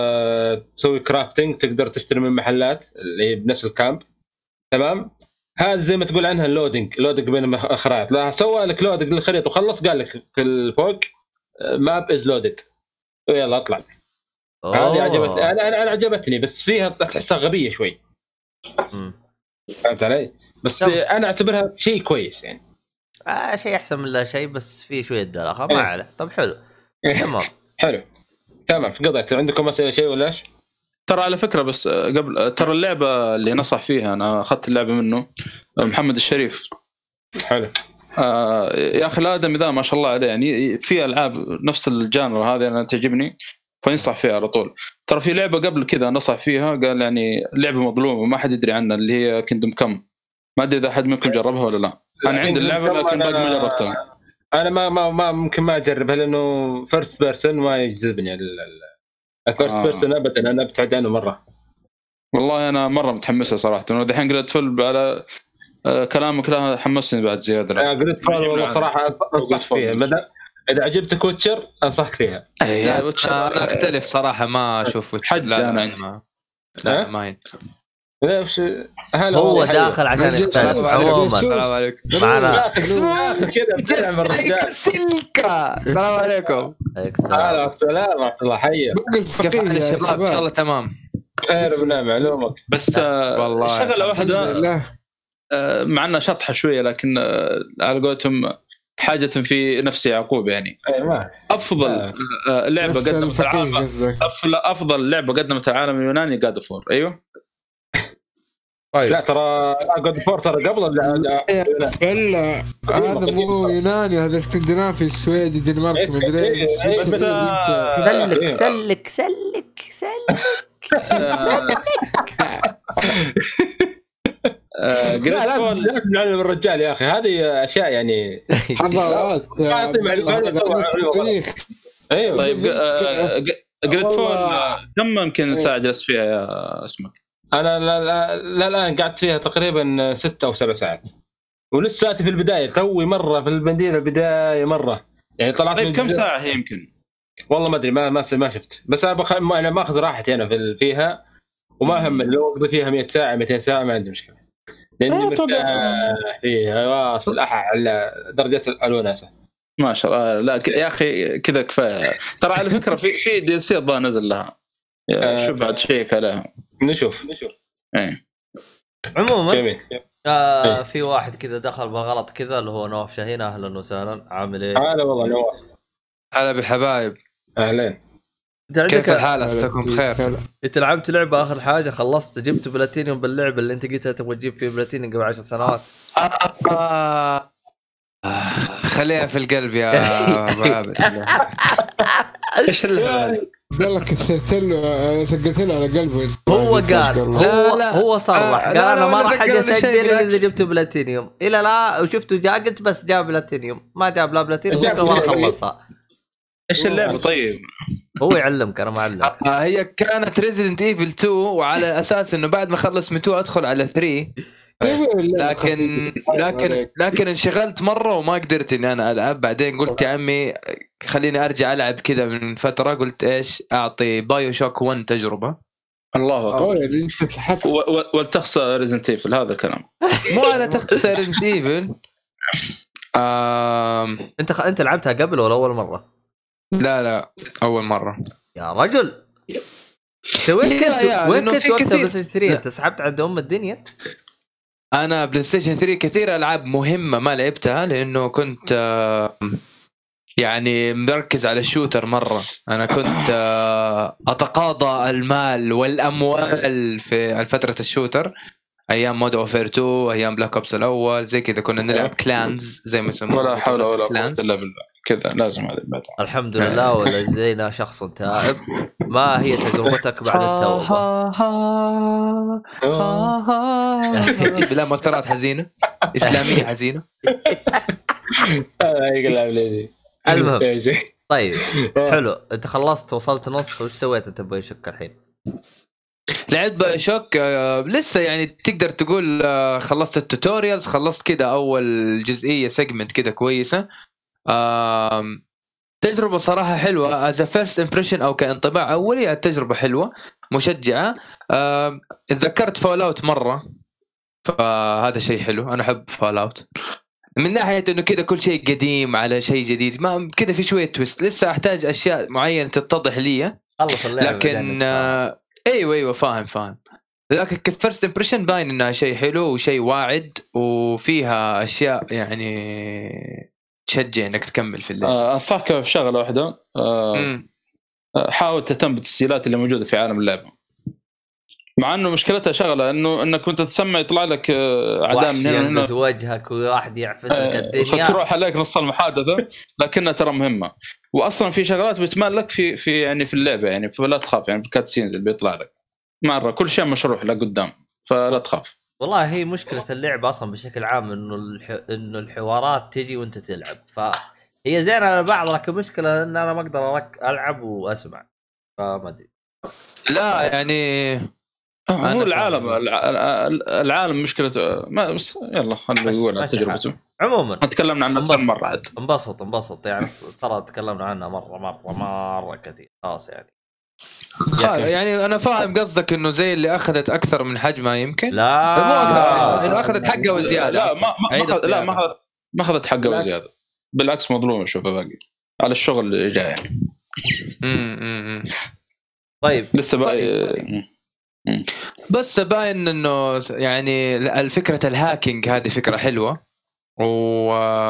تسوي كرافتنج تقدر تشتري من محلات اللي بنفس الكامب. تمام. هذا زي ما تقول عنها اللودينج لودينج بين الخرائط. لا سوى لك لودينج للخريطه وخلص قال لك في الفوق ماب از لودد ويلا اطلع. هذه عجبتني انا انا عجبتني بس فيها تحسها غبيه شوي. امم فهمت علي؟ بس طب. انا اعتبرها شيء كويس يعني آه شيء احسن من لا شيء بس في شويه دلخه ما عليه. طب حلو تمام حلو تمام. قضيت عندكم اسئله شيء ولا ايش؟ ترى على فكره بس قبل ترى اللعبه اللي نصح فيها انا اخذت اللعبه منه محمد الشريف. حلو. آه يا اخي الادمي ذا ما شاء الله عليه يعني في العاب نفس الجانر هذه انا تعجبني فينصح فيها على طول. ترى في لعبه قبل كذا نصح فيها قال يعني لعبه مظلومه ما حد يدري عنها اللي هي كيندم كم. ما ادري اذا احد منكم جربها ولا لا. انا عندي اللعبه لكن باقي ما جربتها. انا ما ما, ما ممكن ما اجربها لانه فيرست بيرسون ما يجذبني الفيرست آه. بيرسون ابدا. انا ابتعد عنه مره. والله انا مره متحمسه صراحه. انا الحين قريت فل على آه كلامك لا حمسني بعد زياده. انا قريت فل والله صراحه انصح فيها. اذا عجبتك ويتشر انصحك فيها. لا انا اختلف صراحه ما اشوف ويتشر. لا أنا. ما لا ما ينفع. ليش هلا هو داخل عشان يختلف عموما. السلام عليكم معنا كذا بتلعب الرجال سلكة. السلام عليكم. هلا السلام ورحمه الله حيه. كيف حال الشباب؟ ان شاء الله تمام خير ونعم علومك. بس والله شغله واحده آه معنا شطحه شويه لكن آه على قولتهم حاجه في نفس يعقوب يعني افضل آه لعبه قدمت العالم افضل افضل لعبه قدمت العالم اليوناني جاد اوف وور. ايوه طيب. لا ترى جاد اوف وور ترى قبل لا هذا مو يوناني هذا اسكندنافي السويدي دنمارك ما ادري ايش. بس سلك سلك سلك سلك قلت لا نعلم الرجال يا اخي هذه اشياء يعني حضارات. ايوه طيب قلت فون كم ممكن ساعه جلست فيها يا اسمك؟ انا لا لا لا الان قعدت فيها تقريبا ستة او سبع ساعات ولسه في البدايه توي مره في المدينه البدايه مره يعني طلعت. طيب كم ساعه هي يمكن؟ والله ما ادري ما ما ما شفت بس انا بخ... انا ما اخذ راحتي انا في فيها وما هم لو اقضي فيها مئة ساعه مئتين ساعه ما عندي مشكله لاني مرتاح فيها واصل على درجه الوناسه ما شاء الله. لا يا اخي كذا كفايه. ترى على فكره في في دي سي الظاهر نزل لها شو بعد شيك عليها نشوف نشوف ايه. عموما آه في واحد كذا دخل بالغلط كذا اللي هو نواف شاهين. اهلا وسهلا عامل ايه؟ هلا والله نواف. هلا بالحبايب. اهلين. انت عندك كيف الحال؟ استكم بخير. انت لعبت لعبه اخر حاجه خلصت جبت بلاتينيوم باللعبه اللي انت قلتها تبغى تجيب فيه بلاتينيوم قبل عشر سنوات؟ آه خليها في القلب يا ابو عابد. ايش اللعبه؟ قال لك كسرت له ثقلت له على قلبه. هو قال هو لا لا. هو صرح قال لا انا لا ما ولا راح ذكرني اسجل شيء الا بالعكس. اذا جبت بلاتينيوم. الى لا وشفته جاء قلت بس جاب بلاتينيوم، ما جاب لا بلاتينيوم جاب ولا بلاتينيوم. خلصها. ايش اللعبه طيب؟ هو يعلمك انا ما اعلمك. آه هي كانت ريزيدنت ايفل تو، وعلى اساس انه بعد ما خلص من تو ادخل على ثري، لكن لكن لكن انشغلت مره وما قدرت اني انا العب. بعدين قلت يا عمي خليني ارجع العب كذا من فتره، قلت ايش اعطي بايو شوك واحد تجربه. الله اكبر. انت تسحب والتخصى ريزنت ايفل هذا الكلام. مو على تخسر ريزيدنت ايفل. انت خ... انت لعبتها قبل ولا اول مره؟ لا لا اول مره يا رجل. انت وين يا- كنت يا، وين لأنه كنت في وقتها كثير- بلاي ستيشن ثري؟ لا. انت سحبت على ام الدنيا. انا بلاي ستيشن ثري كثير العاب مهمه ما لعبتها، لانه كنت آه، يعني مركز على الشوتر مره. انا كنت آه، اتقاضى المال والاموال في فتره الشوتر، ايام مود اوفير تو، ايام بلاك اوبس الاول، زي كذا كنا نلعب كلانز زي ما يسموه. ولا حول ولا قوه كلانز. الا بالله. كذا لازم هذا بعد. الحمد لله ولدينا شخص تائب. ما هي تجربتك بعد التوبه؟ بلا مؤثرات حزينه اسلاميه حزينه. المهم طيب حلو. انت خلصت وصلت نص، وش سويت انت باي شك الحين؟ لعبت باي شوك آه لسه يعني تقدر تقول آه خلصت التوتوريالز، خلصت كده اول جزئيه سيجمنت كده كويسه. آه تجربه صراحه حلوه as a first impression او كانطباع اولي. التجربه حلوه مشجعه. آه تذكرت فول اوت مره، فهذا شيء حلو. انا احب فول اوت من ناحيه انه كده كل شيء قديم على شيء جديد، ما كده في شويه تويست. لسه احتاج اشياء معينه تتضح لي، خلص اللعبه. لكن آه ايوه ايوه فاهم فاهم لكن كفرست امبريشن باين انها شيء حلو وشيء واعد، وفيها اشياء يعني تشجع انك تكمل في اللعبه. آه انصحك في شغله واحده. آه حاول تهتم بالتسجيلات اللي موجوده في عالم اللعبه، مع انه مشكلتها شغله انه انك كنت تسمع يطلع لك اعداء من هنا يلمس وجهك وواحد يعفسك الدنيا فتروح عليك نص المحادثه، لكنها ترى مهمه. واصلا في شغلات بتمال لك في في يعني في اللعبه، يعني فلا تخاف. يعني في الكات سينز اللي بيطلع لك مره كل شيء مشروح لك قدام، فلا تخاف. والله هي مشكله اللعبه اصلا بشكل عام انه الح... انه الحوارات تجي وانت تلعب، فهي زينه على بعض، لكن مشكله ان انا ما اقدر أرك... العب واسمع، فما ادري. لا يعني هو العالم العالم مشكلته ما بس يلا خلينا نقول عن تجربته. عموما تكلمنا عنها اكثر مره عاد. انبسط انبسط يعني ترى تكلمنا عنها مره مره مره كثير خلاص يعني. يعني انا فاهم قصدك انه زي اللي اخذت اكثر من حجمها يمكن. لا مو اكثر، انه اخذت حقها وزياده. لا ما ما أخذ... لا ما اخذت ما اخذت حقها وزياده، بالعكس مظلومه. شوف باقي على الشغل اللي جاي يعني. امم طيب لسه باقي. بس باين انه يعني الفكره الهاكينج هذه فكره حلوه، و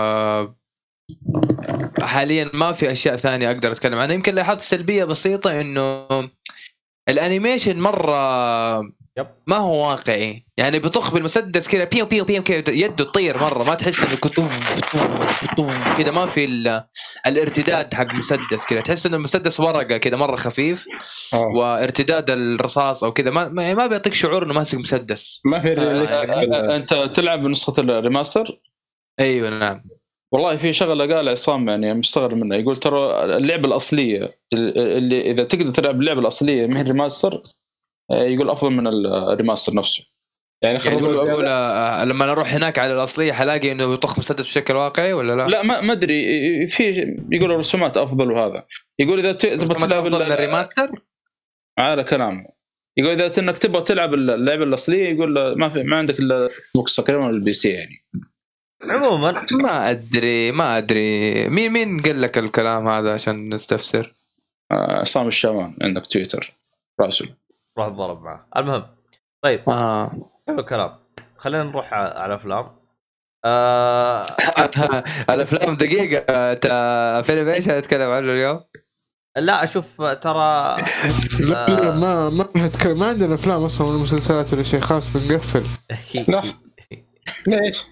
حاليا ما في اشياء ثانيه اقدر اتكلم عنها. يمكن لاحظت سلبيه بسيطه انه الانيميشن مره ما هو واقعي، يعني بطخ بالمسدس كذا بيو بيو بيو كذا يده تطير مره، ما تحس انه كتوف كتوف كذا، ما في الارتداد حق مسدس كذا، تحس انه المسدس ورقه كذا مره خفيف. أوه. وارتداد الرصاص او كذا ما ما بيعطيك شعور انه ماسك مسدس. ما في آه انت تلعب بنسخه الريماستر؟ ايوه نعم. والله في شغله قال عصام يعني مستغرب منه، يقول ترى اللعبه الاصليه اللي اذا تقدر تلعب اللعبه الاصليه من الريماستر يقول افضل من الريماستر نفسه. يعني, يعني يقول, يقول لما نروح هناك على الاصليه حلاقي انه يطخ مسدس بشكل واقعي ولا لا؟ لا ما ما ادري، في يقولوا الرسومات افضل، وهذا يقول اذا تبغى تلعب الريماستر على كلامه، يقول اذا انك تبغى تلعب اللعبه الاصليه يقول ما في ما عندك الا بوكس تقريبا ولا البي سي يعني. عموما ما ادري ما ادري مين مين قال لك الكلام هذا عشان نستفسر. عصام آه الشامان عندك تويتر راسل راح ضرب معه. المهم طيب اه حلو الكلام، خلينا نروح على افلام. آه... الافلام دقيقه تا فيلم ايش هنتكلم عنه اليوم؟ لا اشوف ترى لا لا ما ما نتكلم، ما عندنا افلام اصلا ولا مسلسلات ولا شيء، خاص بنقفل. لا ليش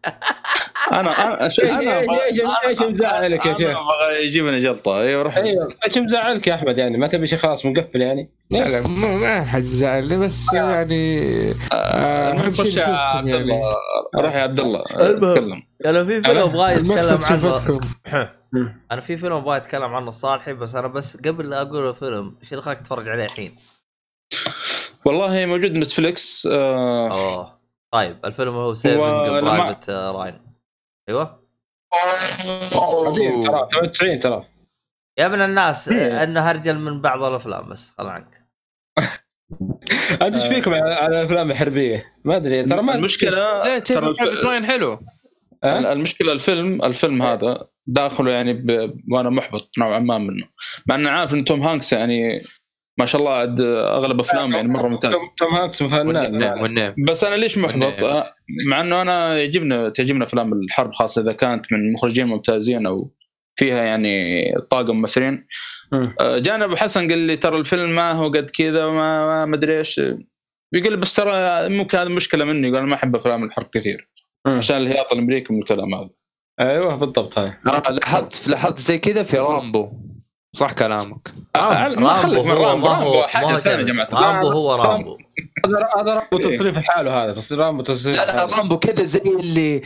انا انا ايش ايش ايش مزعلك يا شيخ؟ انا ابغى يجيبني جلطه. ايوه روح. ايوه ايش مزعلك يا احمد؟ يعني ما تبي شيء خلاص مقفل يعني؟ لا لا ما ما حد مزعلني، بس يعني اهم شيء يا عبد الله. روح يا عبد الله اتكلم. انا في فيلم ابغى يتكلم عنه. انا في فيلم ابغى اتكلم عنه الصالحي، بس انا بس قبل لا اقول الفيلم ايش اللي خلاك تتفرج عليه الحين؟ والله موجود نتفليكس. آه اوه طيب الفيلم هو سيفنج برايفت راين. ايوه قديم ترى ثمانية وتسعين ترى يا ابن الناس. انه هرجل من بعض الافلام بس خل عنك. انت ايش فيكم على الافلام الحربيه؟ ما ادري ترى. ما المشكله ترى براين حلو. أه؟ المشكله الفيلم الفيلم هذا داخله يعني ب... وانا محبط نوعا ما منه، مع ان عارف ان توم هانكس يعني ما شاء الله عاد اغلب افلامه يعني مره ممتاز. توم هانكس فنان. بس انا ليش محبط؟ مع انه انا يعجبني تعجبنا افلام الحرب، خاصه اذا كانت من مخرجين ممتازين او فيها يعني طاقم ممثلين. جانا ابو حسن قال لي ترى الفيلم ما هو قد كذا وما ما ادري ايش، بيقول بس ترى ممكن هذه مشكله مني، قال ما احب افلام الحرب كثير م. عشان الهياط الامريكي من الكلام هذا. ايوه بالضبط. هاي آه لاحظت لاحظت زي كذا في رامبو. صح كلامك. رامبو, رامبو, رامبو, رامبو هو حاجه ثانيه يا جماعه. رامبو هو رامبو هذا هذا رامبو تصريف الحاله. هذا تصريف رامبو تصريف. لا لا رامبو كذا زي اللي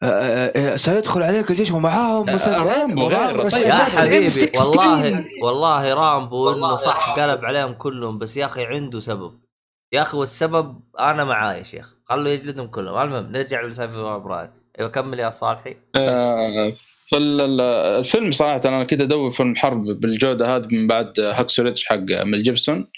سيدخل عليك الجيش ومعاهم مثلا. رامبو غير يا حبيبي والله والله رامبو انه صح قلب عليهم كلهم، بس يا اخي عنده سبب يا اخي، والسبب انا معاه يا شيخ، خلوا يجلدهم كلهم. المهم نرجع لسالفه برايد. ايوه كمل يا صالحي. آه فالفيلم صراحه انا كده ادور فيلم حرب بالجوده هذه من بعد هاكسو ريدج حق ميل جيبسون.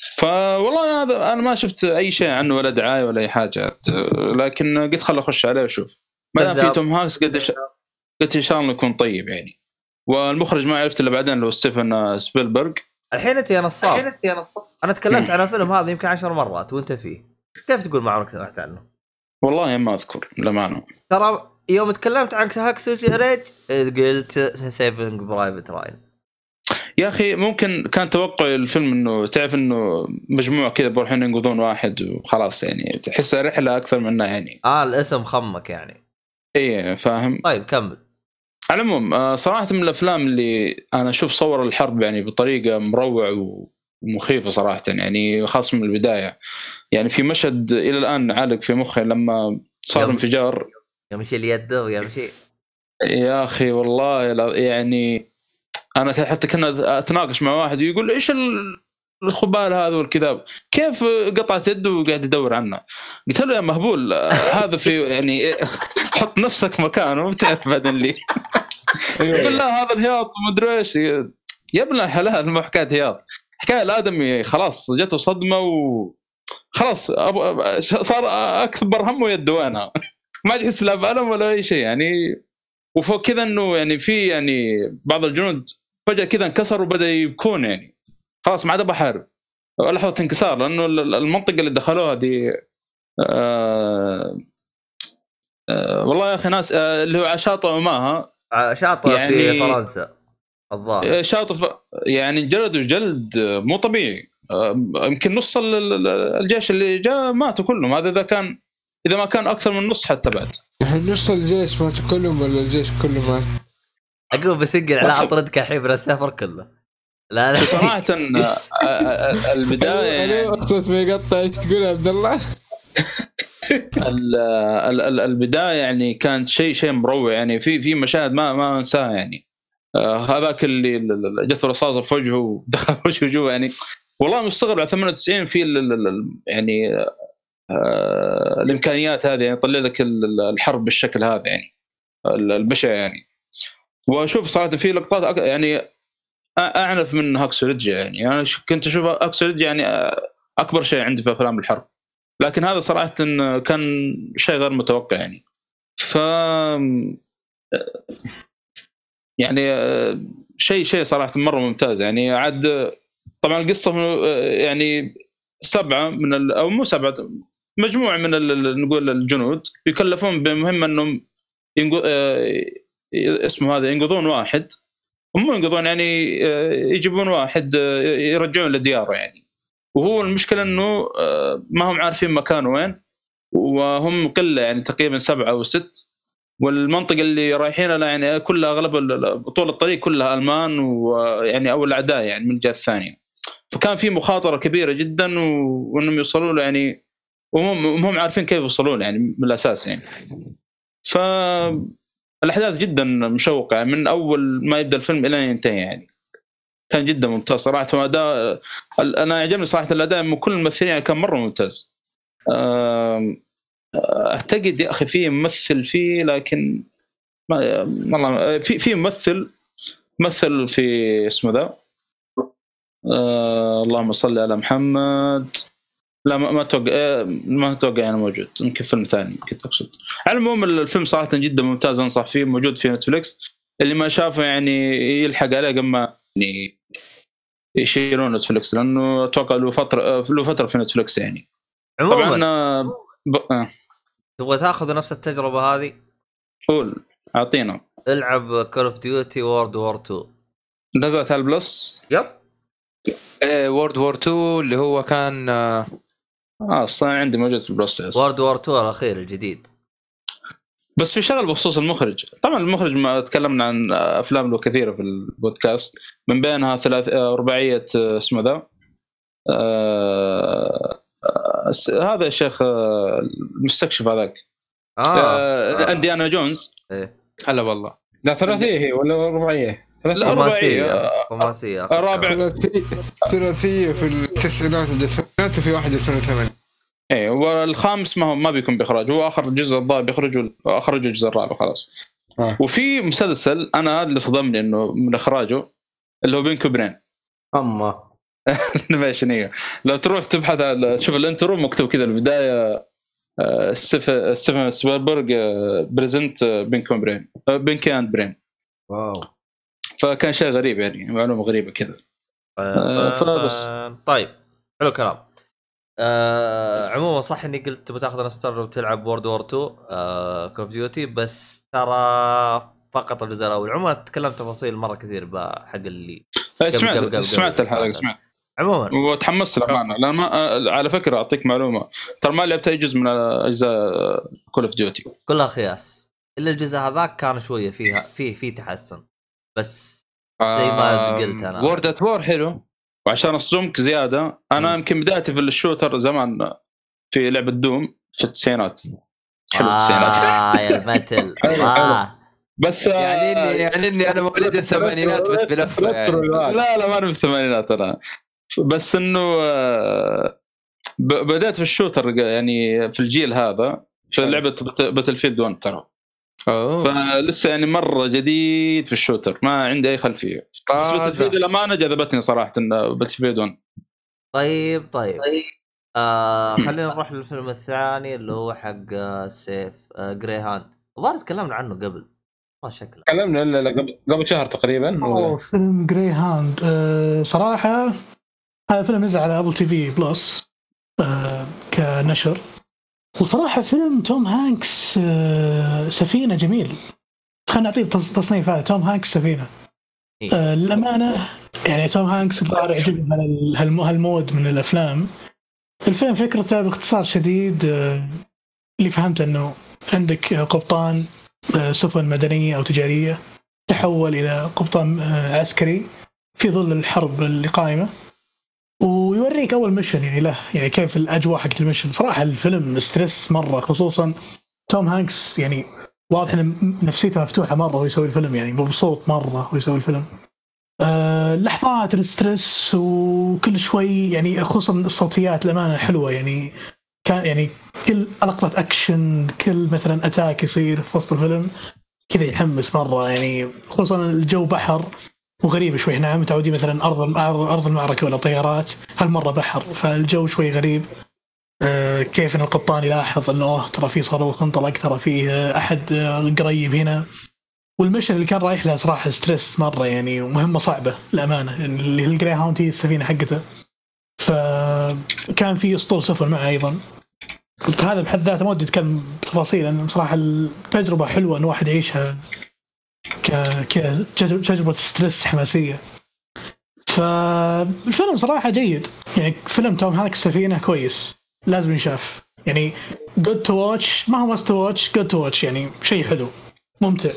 فوالله انا انا ما شفت اي شيء عنه ولا دعايه ولا اي حاجه، لكن قلت خل اخش عليه واشوف. ما دام في توم هانكس قلت ش... قلت ان شاء الله يكون طيب يعني. والمخرج ما عرفت الا بعدين لو ستيفن سبيلبرغ. الحين انت يا نصاب انا تكلمت عن الفيلم هذا يمكن عشر مرات وانت فيه، كيف تقول ما عمرك سمعت عنه؟ والله ما اذكر للامانه. ترى يوم تكلمت عن هاكسو ريدج قلت سيفنج برايفت راين. يا اخي ممكن كان توقع الفيلم انه تعرف انه مجموعه كذا بروحين ينقذون واحد وخلاص، يعني تحس رحله اكثر منها يعني. اه الاسم خمك يعني. ايه فاهم. طيب كمل. على العموم صراحه من الافلام اللي انا اشوف صور الحرب يعني بطريقه مروع ومخيفه صراحه، يعني خاصه من البدايه. يعني في مشهد الى الان عالق في مخي لما صار انفجار يمشي اليد ويمشي. يا اخي والله يعني انا حتى كنا اتناقش مع واحد يقول ايش الخبال هذا والكذاب، كيف قطعت يده وقاعد يدور عنه. قلت له يا مهبول هذا في يعني حط نفسك مكانه وتعرف بعدين لي. يقول لا هذا الهياط مدري ايش. يا ابن الحلال ما حكايه هياط، حكايه الادمي خلاص جته صدمه وخلاص صار اكبر همه يده انا ما يحس لا بألم ولا اي شيء يعني. وفوق كذا انه يعني في يعني بعض الجنود فجاه كذا انكسروا وبدا يبكون يعني خلاص ما عاد بحارب. لحظه انكسار لانه المنطقه اللي دخلوها دي آه آه والله يا اخي ناس آه اللي هو شاطئ وماها شاطئ يعني في فرنسا الظاهر. شاطئ يعني جلدوا جلد مو طبيعي. يمكن نص الجيش اللي جاء ماتوا كلهم. هذا اذا كان اذا ما كان اكثر من نص حتى بعد. نص الجيش ماتوا كلهم ولا الجيش كله مات؟ اقول بسجل على اطردك حبر السفر كله. لا لا صراحه البدايه انا اقصد ما يقطع. ايش تقول يا عبد الله؟ البدايه يعني كانت شيء شيء مروع يعني. في في مشاهد ما ما انساها يعني. هذاك اللي جت رصاصه في وجهه ودخل وجهه جوا يعني. والله مستغرب على ثمانية وتسعين في يعني آه الامكانيات هذه يعني يطلع لك الحرب بالشكل هذا يعني البشع يعني. واشوف صراحه في لقطات يعني اعنف من هاكسو ريدج يعني. انا كنت اشوف هاكسو ريدج يعني اكبر شيء عندي في افلام الحرب، لكن هذا صراحه كان شيء غير متوقع يعني. ف يعني شيء شيء صراحه مره ممتاز يعني. عاد طبعا القصه يعني سبعه من او مو سبعه مجموعه من نقول الجنود يكلفون بمهمه انهم ينقو... اسمه هذا ينقذون واحد هم ينقذون يعني يجيبون واحد يرجعون لدياره يعني. وهو المشكلة إنه ما هم عارفين مكانه وين، وهم قلة يعني تقريبا سبعة أو ست، والمنطقة اللي رايحين لها يعني كلها أغلب طول الطريق كلها ألمان ويعني أو الأعداء يعني من الجهة الثانية. فكان في مخاطرة كبيرة جدا وإنهم يوصلوا له يعني، وهم هم عارفين كيف يوصلون يعني من الأساس يعني. فالأحداث جدا مشوقة يعني من أول ما يبدأ الفيلم إلى ينتهي يعني. كان جدا ممتاز صراحة. أداء أنا عجبني صراحة الأداء من كل الممثلين يعني كان مرة ممتاز. أعتقد يا أخي فيه ممثل فيه لكن ما والله في في ممثل مثل في اسمه ذا آه اللهم صل على محمد. لا ما ما توقع ما توقع يعني موجود، يمكن فيلم ثاني كنت أقصد. على العموم الفيلم صراحة جدا ممتاز، أنصح فيه، موجود في نتفليكس. اللي ما شافه يعني يلحق عليه قبل ما يعني يشيلون نتفليكس، لأنه أتوقع له فترة له فترة في نتفليكس يعني. طبعا ب... آه. تبغى تاخذ نفس التجربة هذه؟ قول أعطينا. العب كول اوف ديوتي وورد وور تو، نزلت على البلس. يب ايه وورد وور تو اللي هو كان اه اصلا عندي موجود في البلس. وورد وور تو الاخير الجديد. بس في شغل بخصوص المخرج. طبعا المخرج ما تكلمنا عن افلام له كثيره في البودكاست، من بينها ثلاث رباعيه اسمه ذا آه... هذا الشيخ المستكشف هذاك آه. آه. انديانا جونز. ايه هلا والله. لا ثلاثيه هي ولا رباعيه؟ لا رباعيه خماسيه. رابع ثلاثيه في التسعينات والتسعينات، وفي واحد ألفين وثمانية. ايه والخامس ما هو ما بيكون بإخراج، هو اخر جزء الضابط بيخرجوا اخرجوا الجزء الرابع خلاص. آه. وفي مسلسل انا هذا اللي صدمني انه من اخراجه اللي هو بينكو برين. اما الانيميشنيه لو تروح تبحث على شوف الانترو مكتوب كذا البدايه ستيفن ستيفن سبيلبرغ بريزنت بينكو برين بينكي اند برين. واو. فكان شيء غريب يعني، معلومه غريبه كذا. فبس طيب حلو كلام. آه عموما صح اني قلت بتاخذ نستر وتلعب وورد وور تو آه كوف ديوتي، بس ترى فقط الجزء الاول. عموما تكلمت تفاصيل مره كثير بحق اللي سمعت قبل قبل سمعت الحلقه سمعت عموما وتحمست للامانه. لان ما على فكره اعطيك معلومه، ترى ما لعبت اي جزء من اجزاء كول اوف ديوتي، كلها خياس الا الجزء هذاك كان شويه فيها فيه فيه تحسن، بس زي ما قلت انا وورد ات وور حلو. وعشان السمك زياده انا يمكن بدايتي في الشوتر زمان في لعبه دوم في التسعينات. حلو التسعينات اه يا المتل آه. بس يعني اني يعني اني انا مواليد الثمانينات بس بلفه يعني. لا لا ما انا في الثمانينات انا، بس انه بدأت في الشوتر يعني في الجيل هذا في لعبه باتل فيلد واحد ترى. أوه. فلسه يعني مرة جديد في الشوتر، ما عندي أي خلفية. بس باتلفيلد الأمانة جذبتني صراحة باتلفيلد واحد. طيب طيب آه خلينا نروح للفيلم الثاني اللي هو حق سيف آه جراي هاند. الظاهر تكلمنا عنه قبل ما شكله تكلمنا لا قبل قبل شهر تقريبا. أوه فيلم جراي هاند آه صراحة هذا فيلم نزل على أبل تي في بلس آه كنشر، وصراحة فيلم توم هانكس آه سفينة جميل. خلينا نعطيه تصنيف هذا توم هانكس سفينة. آه للأمانة يعني توم هانكس الظاهر يعجبني هالمود من الأفلام. الفيلم فكرته باختصار شديد آه اللي فهمت أنه عندك قبطان آه سفن مدنية أو تجارية تحول إلى قبطان آه عسكري في ظل الحرب اللي قائمة، ويوريك أول ميشن يعني له يعني كيف الأجواء حقت الميشن. صراحة الفيلم ستريس مرة، خصوصا توم هانكس يعني واضح إن نفسيته مفتوحة مرة ويسوي الفيلم، يعني مبسوط مرة ويسوي الفيلم. أه لحظات الستريس وكل شوي يعني، خصوصا الصوتيات الأمانة حلوة يعني. كان يعني كل لقطة أكشن كل مثلا أتاك يصير في وسط الفيلم كذا يحمس مرة يعني. خصوصا الجو بحر وغريب شوي، احنا متعودين مثلا ارض ارض المعركه ولا طيارات، هالمره بحر فالجو شوي غريب. اه كيف ان القبطان يلاحظ انه ترى في صاروخ انطلق، ترى في احد قريب هنا. والمشن اللي كان رايح له صراحه ستريس مره يعني، ومهمه صعبه الامانه اللي الجراي هاوند هي السفينه حقته. فكان في اسطول سفن معه ايضا. هذا بحد ذاته ما ودي اتكلم بتفاصيل، لان صراحه التجربه حلوه ان واحد يعيشها ك ك تجربه ستريس حماسيه. فالفيلم صراحه جيد يعني، فيلم توم هانكس سفينه كويس لازم ينشاف يعني. good to watch، ما هو must to watch، good to watch يعني، شيء حلو ممتع.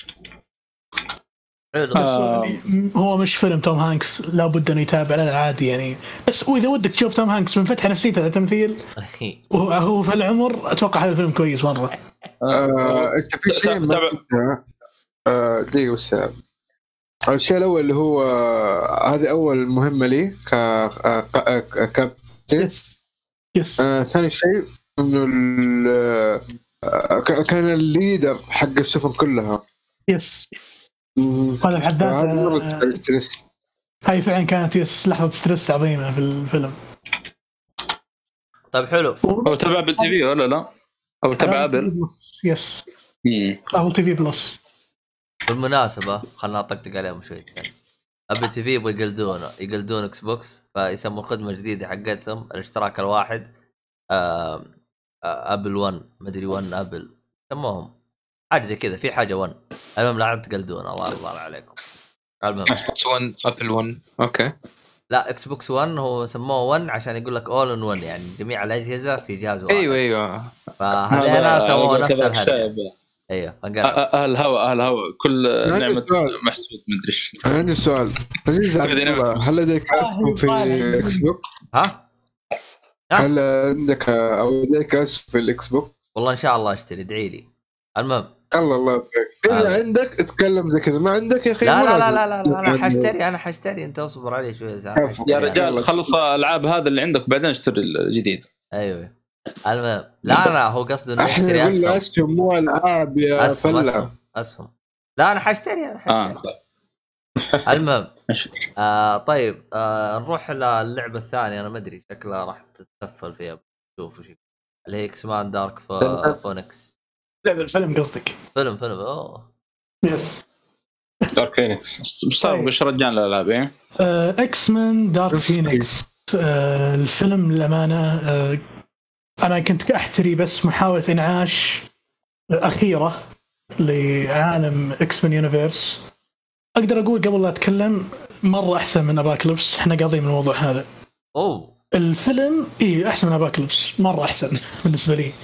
حلو. بس آه. هو مش فيلم توم هانكس لابد انه يتابع لا عادي يعني. بس واذا ودك تشوف توم هانكس منفتح نفسيته على التمثيل وهو في العمر، اتوقع هذا الفيلم كويس مره. آه، انت في شيء ما قلته. آه، دقيقه بس. الشيء الاول اللي هو هذه اول مهمه لي ك كابتن. يس يس. آه، ثاني شيء انه كان الليدر حق السفن كلها. يس هذا بحد ذاته هاي فعلا كانت يس لحظه ستريس عظيمه في الفيلم. طيب حلو. هو تبع ابل تي في ولا لا؟ او تبع ابل؟ يس امم ابل تي في بلس. بالمناسبه خلنا نطقطق عليهم شوي. ابل تي في يبغى يقلدون يقلدون اكس بوكس، فيسموا الخدمه الجديده حقتهم الاشتراك الواحد ابل ون، ما ادري ون ابل سموهم حاجه زي كذا، في حاجه ون. المهم لا تقلدون، الله الله عليكم. المهم اكس بوكس ون ابل ون. اوكي لا اكس بوكس ون هو سموه ون عشان يقول لك اول ان ون، يعني جميع الاجهزه في جهاز واحد. ايوه ايوه فهذا انا سووا نفس الهرجه. ايوه اهل هوا اهل هوا كل نعمه محسود ما ادري ايش. عندي سؤال عزيز، هل لديك في اكس بوكس؟ ها هل عندك او لديك اس في الاكس بوكس؟ والله ان شاء الله اشتري، ادعي لي. المهم الله الله يبارك. اذا عندك اتكلم زي كذا، ما عندك يا اخي لا لا لا لا, لا, لا انا حاشتري انا حاشتري انت اصبر علي شوي يا رجال. خلص الالعاب هذا اللي عندك بعدين اشتري الجديد. ايوه المهم لا انا هو قصده انه يشتري اسهم. اسهم مو العاب يا أسهم فلا. أسهم. اسهم لا انا حاشتري انا حاشتري آه. المهم آه طيب آه نروح للعبه الثانيه. انا ما ادري شكلها راح تتسفل فيها، شوف وش اللي هي اكس مان دارك فونكس. لا الفيلم قصدك فيلم فيلم اوه يس دارك فينيكس. صار بش رجعنا الالعاب ايه اكس مان دارك فينيكس. الفيلم للامانه آه انا كنت احتري بس محاوله انعاش اخيره لعالم اكس مان يونيفيرس. اقدر اقول قبل لا اتكلم مره احسن من اباكليبس. احنا قاضيين من الموضوع هذا. اوه الفيلم ايه احسن من اباكليبس مره احسن بالنسبه لي.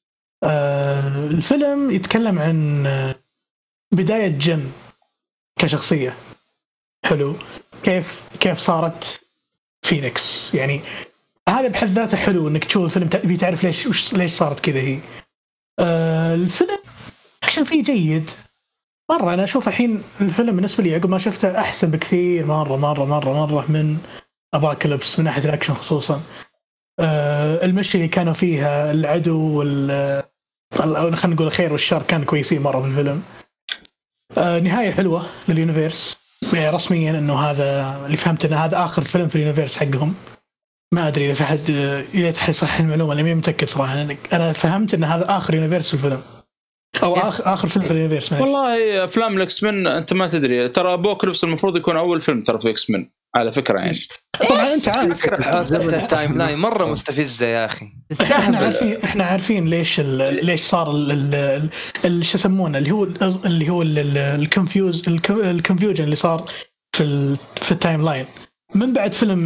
آه الفيلم يتكلم عن بدايه جن كشخصيه. حلو. كيف كيف صارت فينيكس يعني. هذا بحد ذاته حلو انك تشوف الفيلم تبي تعرف ليش ليش صارت كذا هي. آه الفيلم اكشن فيه جيد مره. انا اشوف الحين الفيلم بالنسبه لي عقب ما شفته احسن بكثير مره مره مره مره من اباكليبس من ناحيه الاكشن خصوصا. آه المشي اللي كانوا فيها العدو وال خلينا نقول الخير والشر كان كويسين مره في الفيلم. آه نهايه حلوه لليونيفيرس يعني رسميا انه هذا اللي فهمت انه هذا اخر فيلم في اليونيفيرس حقهم. ما ادري اذا في حد يلي صح المعلومه اللي مو متاكد صراحه. انا فهمت ان هذا اخر يونيفيرس الفيلم او اخر اخر فيلم في اليونيفيرس. والله افلام الاكس من انت ما تدري ترى ابوكاليبس المفروض يكون اول فيلم ترى في اكس من على فكره يعني. طبعا انت عارف التايم لاين مره مستفزه يا اخي. احنا عارفين احنا عارفين ليش ليش صار ال شو يسمونه اللي هو اللي هو الكونفيوز الكونفيوجن اللي صار في في التايم لاين من بعد فيلم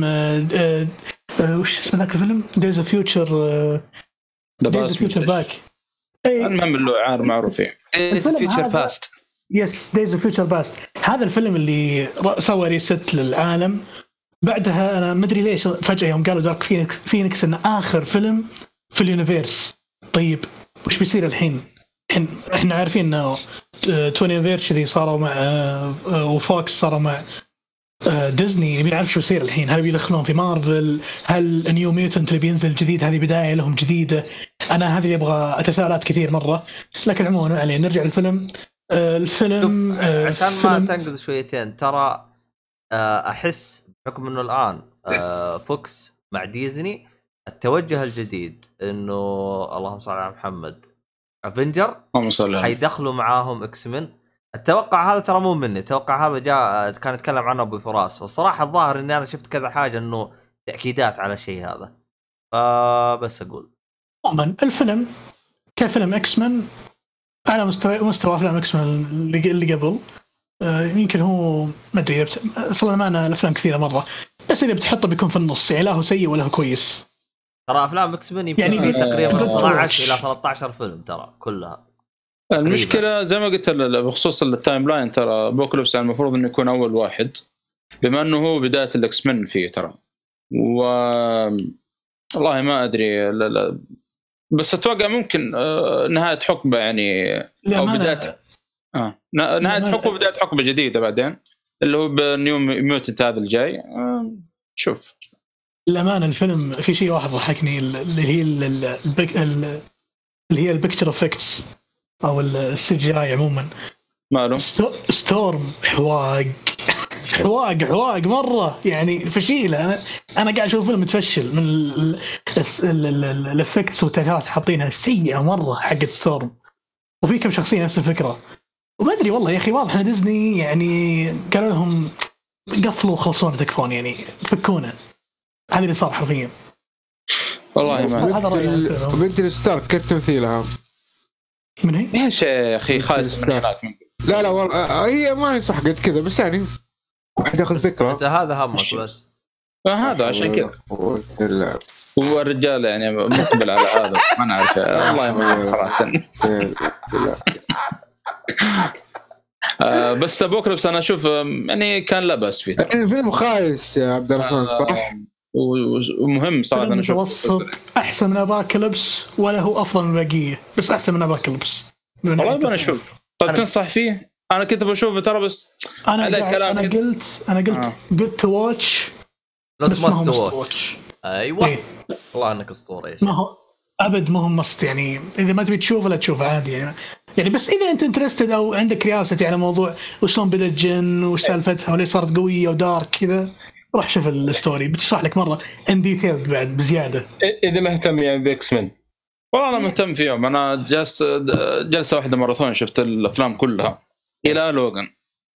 وش اسمه ذاك الفيلم دايز اوف فيوتشر دايز اوف فيوتشر باك. المهم اللي عار معروف فيه فيوتشر باست. يس دايز اوف فيوتشر باست. هذا الفيلم اللي سوى ريست للعالم. بعدها انا ما ادري ليش فجاه يوم قالوا دارك فينيكس فينيكس انه اخر فيلم في اليونيفيرس. طيب وش بيصير الحين؟ الحين احنا عارفين انه توينتي انيفرساري صاروا مع وفوكس صاروا مع ديزني. نبي نعرف شو يصير الحين. هل بيدخلون في مارفل؟ هل نيو ميوتنت اللي بينزل جديد هذه بدايه لهم جديده؟ انا هذه يبغى تساؤلات كثير مره. لكن عموما عليه نرجع للفيلم. الفيلم عشان ما تنقز شويتين ترى احس بحكم انه الان فوكس مع ديزني التوجه الجديد انه اللهم صل على محمد افنجر حيدخلوا معاهم اكس من. التوقع هذا ترى مو مني، التوقع هذا جاء كان يتكلم عنه ابو فراس. والصراحه الظاهر اني انا شفت كذا حاجه انه تاكيدات على الشيء هذا. فبس اقول عموما الفيلم كفيلم اكس من على مستوى مستوى افلام اكس مان اللي اللي قبل آه يمكن هو ما ادري بت... اصلا ما انا الافلام كثيره مره، بس اذا بتحطه بيكون في النص يعني لا هو سيء ولا هو كويس. ترى افلام اكس مان يمكن يعني في تقريبا آه اثنا عشر الى ثلاثة عشر فيلم ترى كلها. المشكله زي ما قلت بخصوص التايم لاين، ترى بوكلوبس المفروض انه يكون اول واحد بما انه هو بدايه الاكس مان فيه ترى، و والله ما ادري لا لا. بس اتوقع ممكن نهايه حقبه يعني او بدايه اه نهايه حقبه بدايه حقبه جديده بعدين اللي هو بنيو ميوتنت هذا الجاي. آه شوف الأمانة الفيلم في شيء واحد ضحكني اللي هي اللي هي البيكتشر افكتس او السي جي اي عموما. ماله ستورم حواق حواق حواق مره يعني فشيله. انا انا قاعد اشوف فيلم متفشل من الافكتس والتجهيزات حاطينها سيئه مره حق ستورم، وفي كم شخصيه نفس الفكره وما ادري والله يا اخي. واضح ان ديزني يعني قالوا لهم قفلوا وخلصونا تكفون يعني فكونا. هذا اللي صار حرفيا والله. ما بنت الستار كيف تمثيلها من هي يا شيخ خايس من هناك. لا لا والله هي ما هي صح قد كذا بس يعني تاخذ فكره. انت هذا همك بس هذا عشان كذا هو الرجال يعني مقبل على هذا ما نعرف والله ما صراحه. آه بس بوكلوبس انا اشوف يعني كان لا باس فيه. الفيلم خايس يا عبد الرحمن صح ومهم صراحه انا اشوف احسن من اباكليبس ولا هو افضل من الباقيه بس احسن من اباكليبس والله. انا اشوف طيب تنصح فيه. انا كنت بشوفه ترى بس انا انا قلت انا قلت قلت تو واتش بس ما هو واتش. ايوه إيه؟ والله انك اسطوري. ما هو ابد ما هو مست يعني اذا ما تبي تشوفه لا تشوفه عادي يعني. يعني بس اذا انت انترستد او عندك رياستي على موضوع وشلون بدا الجن وش سالفتها وليش صارت قويه ودارك كذا روح شوف الستوري بتشرح لك مره ان ديتيل بعد بزياده. اذا مهتم يعني باكس مان والله انا مهتم فيهم. انا جلس جلسه واحده ماراثون شفت الافلام كلها الى لوغان.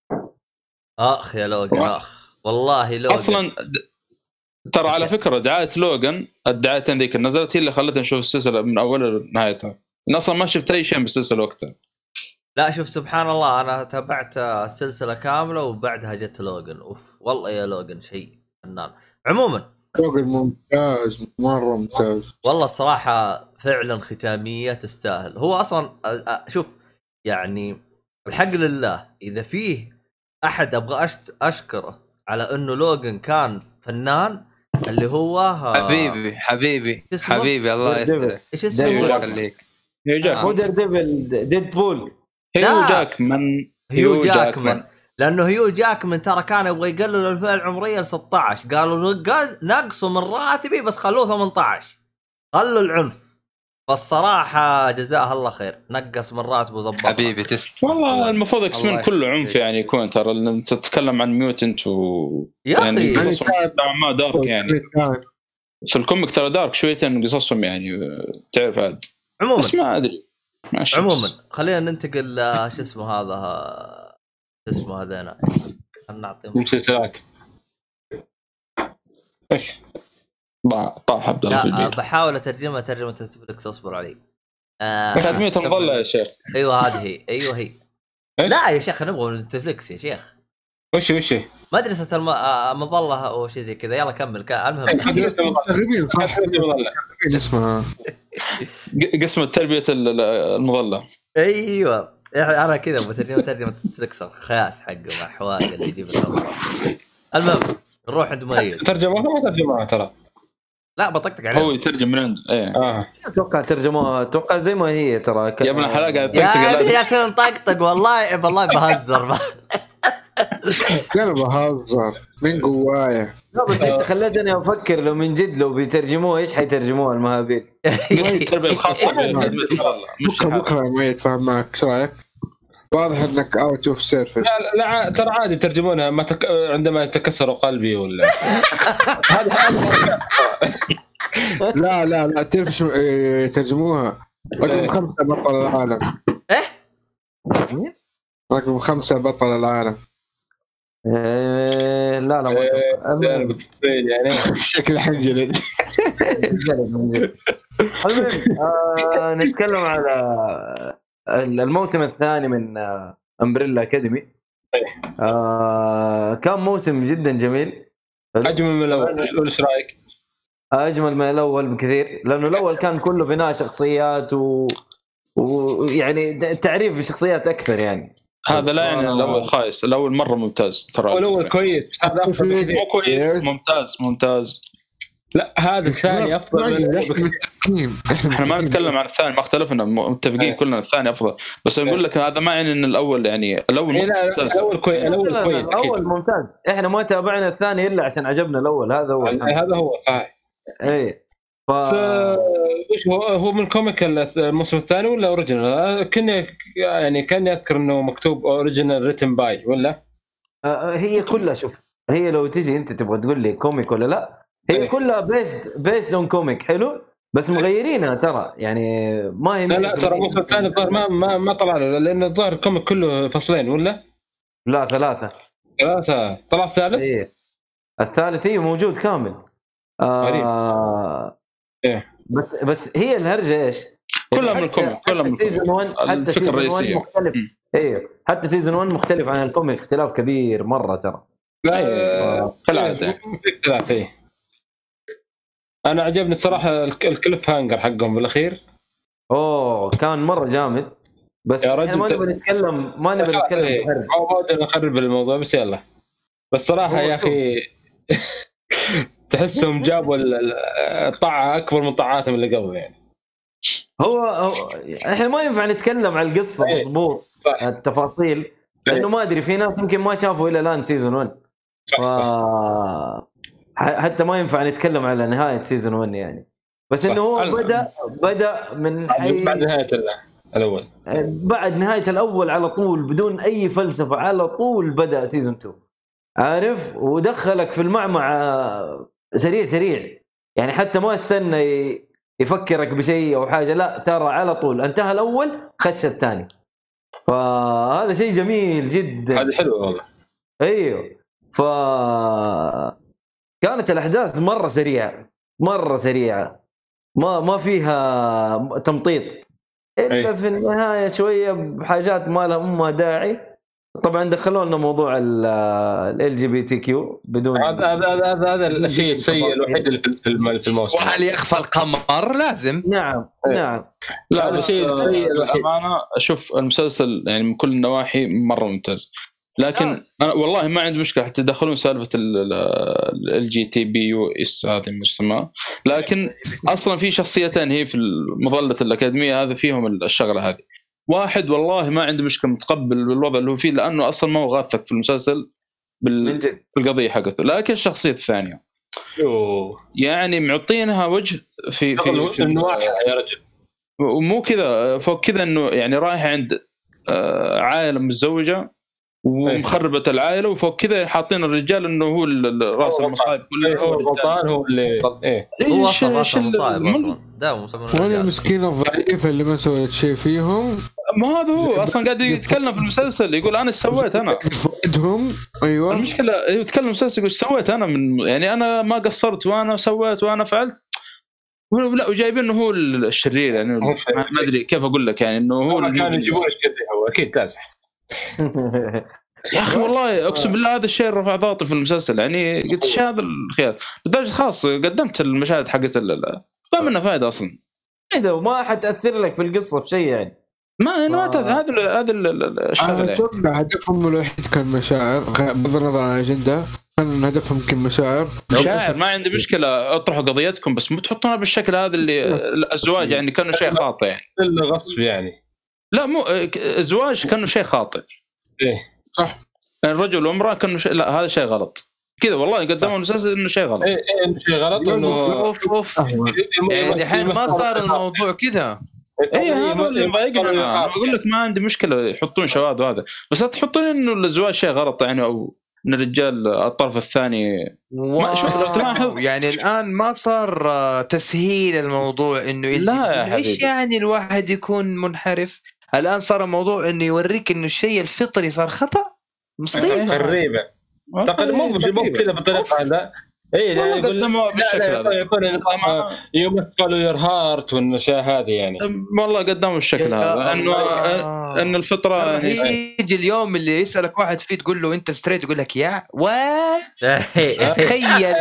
اخ يا لوغان اخ والله لوغان اصلا ترى على فكره دعايه لوغان الدعايتين ذيك نزلت هي اللي خلتني اشوف السلسله من اولها لنهايتها. انا اصلا ما شفت اي شيء بالسلسله وقتها. لا شوف سبحان الله انا تابعت السلسله كامله وبعدها جت لوغان. اوف والله يا لوغان شيء فنان. عموما لوغان ممتاز مره ممتاز والله الصراحه فعلا ختاميه تستاهل. هو اصلا شوف يعني الحق لله اذا فيه احد ابغى اشكره على انه لوغان كان فنان اللي هو حبيبي حبيبي حبيبي الله يسعدك. ايش اسمه؟ يخليك هو دير ديفل ديد بول هيو جاكمان. هيو جاكمان لانه هيو جاكمان ترى كان يبغى يقلل الفئه العمريه ل ستة عشر. قالوا نقصوا من راتبي بس خلوه ثمانية عشر خلوا العنف. فالصراحه جزاه الله خير نقص من راتبه وظبط. حبيبي تسلم. والله المفروض اكس من كله عنف يعني يكون ترى انت تتكلم عن ميوتنت و يعني قصصهم ما دارك يعني في الكوميك ترى دارك شويتين قصصهم يعني تعرف هذا. عموما بس ما ادري عموما خلينا ننتقل شو اسمه هذا شو اسمه هذانا خلينا نعطيهم مسلسلات. ايش طاح عبد الله في البيت. بحاول اترجمها ترجمه نتفلكس اصبر علي. أكاديمية المظلة يا شيخ. ايوه هذه هي ايوه هي. لا يا شيخ نبغى نتفلكس يا شيخ. وش وش مدرسة المظلة او شيء زي كذا. يلا كمل. المهم اسمها قسم تربية المظلة. ايوه انا كذا بترجمة ترجمة نتفلكس الخياس حقه مع حواق اللي يجيب الخبر. المهم نروح عند مؤيد. ترجمة ما ترجمة ترى. لا بطقطق عليه. هو يترجم من عنده. ايه اه اتوقع ترجموها اتوقع زي ما هي ترى. يا ابن الحلقه طقطق يا يا سن طقطق والله والله بهزر. انا بهزر من جوايا. لا بس انت خليتني افكر لو من جد لو بيترجموها ايش حيترجموها المهابيل. التربيه الخاصه بكره بكره ما يتفهم معك ايش رايك؟ واضح انك اوت اوف سيرفيس. لا لا ترى عادي ترجمونها ما تك... عندما يتكسر قلبي ولا هذا هذا لا لا لا تعرف شو يترجموها رقم خمسة بطل العالم. ايه رقم خمسة بطل العالم. إيه لا لا انا بتفيل يعني شكل حنجلد. المهم نتكلم على الموسم الثاني من امبريلا اكاديمي. آه كان موسم جدا جميل، اجمل من الاول. ايش رايك؟ اجمل من الاول بكثير، لانه الاول كان كله بناء شخصيات و... ويعني تعريف بشخصيات اكثر يعني. هذا لا يعني الاول خايس، الاول مره ممتاز ترى. الاول كويس، هذا افضل مو كويس، ممتاز ممتاز. لا هذا الثاني افضل. احنا ما نتكلم عن الثاني، ما اختلفنا، متفقين كلنا الثاني افضل، بس نقول لك هذا ما يعني ان الاول يعني الاول ممتاز. الاول كويس، الاول كويس، الاول ممتاز. احنا ما تابعنا الثاني الا عشان عجبنا الاول. هذا هو هذا هو صحيح. اي ف ايش هو هو من كوميك الموسم الثاني ولا اوريجينال؟ كنا يعني كان اذكر انه مكتوب اوريجينال ريتن باي ولا هي كلها. شوف هي لو تيجي انت تبغى تقول لي كوميك ولا لا، هي كلها بيست بيست اون كوميك حلو، بس مغيرينها ترى يعني ما هي. لا لا ترى الموسم الثاني الظاهر ما ما ما طلع له، لان الظاهر الكوميك كله فصلين ولا لا ثلاثه ثلاثه طلع الثالث. ايه الثالث هي موجود كامل. آه ايه بس بس هي الهرجه ايش كلها من الكوميك، كلها من سيزون واحد. حتى سيزون واحد مختلف. ايه حتى سيزون واحد مختلف عن الكوميك اختلاف كبير مره ترى. لا ثلاثه ثلاثه. انا عجبني الصراحه الكليف هانجر حقهم بالاخير. اوه كان مره جامد، بس يا رجل ما نبغى نتكلم ما نبغى نتكلم ما بدنا نخرب الموضوع، بس يلا. بس صراحه يا اخي تحسهم جابوا الطاعه اكبر من طاعاتهم اللي قبل يعني. هو, هو احنا ما ينفع نتكلم على القصه مضبوط التفاصيل، لانه ما ادري في ناس يمكن ما شافوا الى الان سيزون واحد. ف... حتى ما ينفع نتكلم على نهايه سيزون واحد يعني. بس انه هو بدا بدا من حي... بعد نهايه الاول، بعد نهايه الاول على طول بدون اي فلسفه، على طول بدا سيزون اثنين عارف، ودخلك في المعمعة سريع سريع يعني، حتى ما استنى يفكرك بشيء او حاجه، لا ترى على طول انتهى الاول خش الثاني. فهذا شيء جميل جدا، هذا حلو والله. ايوه ف كانت الاحداث مره سريعه مره سريعه، ما ما فيها تمطيط الا في النهايه شويه بحاجات ما لها ام داعي. طبعا دخلوا لنا موضوع ال جي بي تي كيو بدون هذا هذا هذا هذا الشيء السيء الوحيد اللي في الموسم. وهل يخفى القمر؟ لازم. نعم نعم. لا بس الأمانة أشوف المسلسل يعني من كل النواحي مرة ممتاز، لكن أنا والله ما عندي مشكلة حتى يدخلون سالفة ال جي تي بي يو اس هذه مش سماه، لكن أصلا في شخصيتين هي في مظلة الأكاديمية هذا فيهم الشغلة هذه. واحد والله ما عندي مشكلة متقبل بالوضع اللي هو فيه، لأنه أصلا ما هو غاثك في المسلسل بال... بالقضية حقته، لكن الشخصية الثانية أوه. يعني معطينها وجه في في, في النواحي يا رجل، ومو كذا فوق كذا إنه يعني رايح عند عائلة متزوجة ومخربة العائلة، وفوق كذا حاطين الرجال إنه هو راس المصائب كله، هو الغلطان، هو اللي إيه هو أصلا راس المصائب أصلا داوم. وأنا المسكين الضعيف اللي ما سويت شيء فيهم. ما هذا هو اصلا قاعد يتكلم في المسلسل يقول انا ايش سويت انا فقدهم. ايوه المشكله يتكلم المسلسل يقول سويت انا من يعني انا ما قصرت وانا سويت وانا فعلت، لا وجايبين انه هو الشرير يعني ما ادري كيف اقول لك يعني انه هو اللي كان يجيبوه ايش كذا هو اكيد لازم. يا اخي والله اقسم بالله هذا الشيء رفع ضغطي في المسلسل يعني قلت ايش هذا الخيال لدرجه خاص قدمت المشاهد حقت لا ما منها فائده اصلا كذا وما حتاثر لك في القصه بشيء يعني. ما انه هذا هذا الشغله اتوقع هدفهم الوحيد كان مشاعر بغض النظر عن الاجنده، كان هدفهم يمكن مشاعر مشاعر ما عندي مشكله اطرحوا قضيتكم بس مو تحطونها بالشكل هذا اللي الزواج يعني كانوا شيء خاطئ يعني الا غصب يعني. لا مو الزواج كانوا شيء خاطئ ايه صح، الرجل والمراه كانوا شيء لا هذا شيء غلط كذا والله قدموا المسلسل انه شيء غلط. ايه ايه شيء غلط انه اوف اوف يعني الحين ما صار الموضوع كذا. اي هذا اللي ضايقنا. انا اقول لك ما عندي مشكله يحطون شواذ وهذا بس لا تحطون انه الزواج شيء غلط يعني او ان الرجال الطرف الثاني ما شوف لو تلاحظ يعني الان ما صار تسهيل الموضوع انه لا ايش يعني الواحد يكون منحرف. الان صار الموضوع انه يوريك انه الشيء الفطري صار خطا مصيبه تقريبا تقريبا مو مو كذا بالطريقه هذا اي لا يقول قدموا بالشكل هذا يكون يو ماست فولو يور هارت والاشياء هذه يعني. والله قدموا الشكل هذا انه ان الفطره يعني يجي اليوم اللي يسالك واحد فيه تقول له انت ستريت يقول لك يا وات تخيل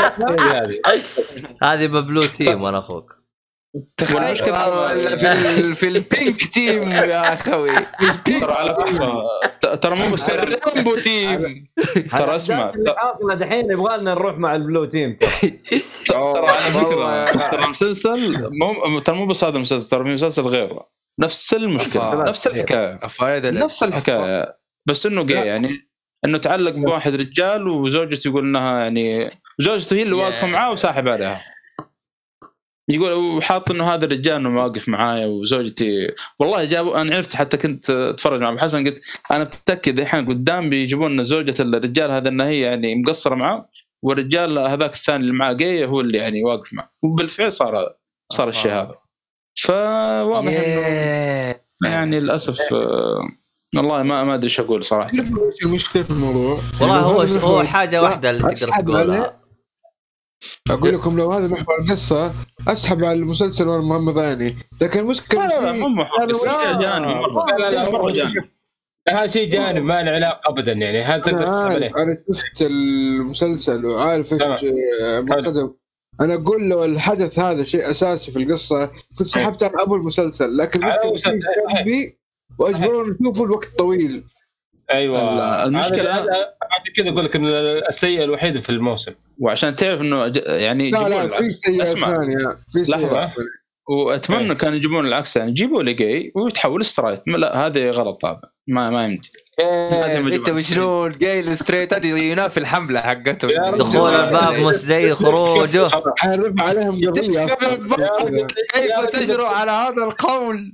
هذه ببلو تيم وانا اخوك تخيل في في البينك تيم يا اخوي ترى على فكره ترى مو بس الرامبو تيم ترى اسمع احنا دحين يبغى لنا نروح مع البلو تيم ترى ترى على فكره ترى مسلسل مو ترى مو بس هذا المسلسل ترى في مسلسل غيره نفس المشكله نفس الحكايه نفس الحكايه بس انه جاي يعني انه تعلق بواحد رجال وزوجته يقول انها يعني زوجته هي اللي واقفه معاه وساحب عليها يقول وحاط انه هذا الرجال انه واقف معايا وزوجتي والله جابوا انا عرفت حتى كنت اتفرج مع ابو حسن قلت انا متاكد الحين قدام بيجيبون لنا زوجة الرجال هذا انها هي يعني مقصره معاه والرجال هذاك الثاني اللي معاه جاي هو اللي يعني واقف معه وبالفعل صار صار الشيء هذا فواضح انه يعني للاسف والله ما ما ادري ايش اقول صراحه ايش المشكله في الموضوع والله هو هو حاجه واحده اللي تقدر تقولها اقول لكم لو هذا محور القصه اسحب على المسلسل والمهم ثاني لكن المشكله لا مو محور شيء جانب لا لا مره جانب هذا شيء جانب ما له علاقه ابدا يعني هذا انا شفت المسلسل وعارف ايش مقصده انا اقول لو الحدث هذا شيء اساسي في القصه كنت سحبت عن ابو المسلسل لكن المشكله في واجبرون نشوفه الوقت طويل ايوه المشكله هذا كذا اقول لك ان السيء الوحيد في الموسم وعشان تعرف انه يعني لا لا في سيء ثانيه في سيء واتمنى كانوا يجيبون العكس يعني يجيبوا لي جاي ويتحول ستريت لا هذا غلط طبعا ما ما يمدي انت مجنون جاي الستريت هذه ينافي الحمله حقته دخول الباب مش زي خروجه حارب عليهم قضيه كيف تجرؤ على هذا القول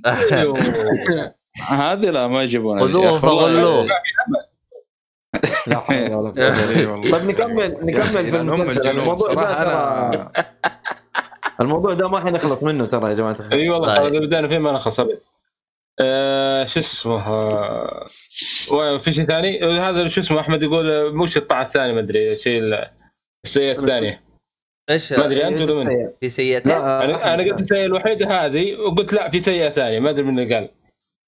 هذه لا ما يجيبون خذوه فغلوه لا حول ولا قوه طيب نكمل نكمل في الموضوع ده الموضوع ده ما حنخلص منه ترى يا جماعه الخير اي والله هذا بدانا فيه ما نخلص ابد آه شو اسمه وفي شيء ثاني هذا شو اسمه احمد يقول مش الطاعه الثاني ما ادري شيء السيئه الثانيه ايش ما ادري انت ولا من في سيئتين انا انا قلت السيئه الوحيده هذه وقلت لا في سيئه ثانيه ما ادري من اللي قال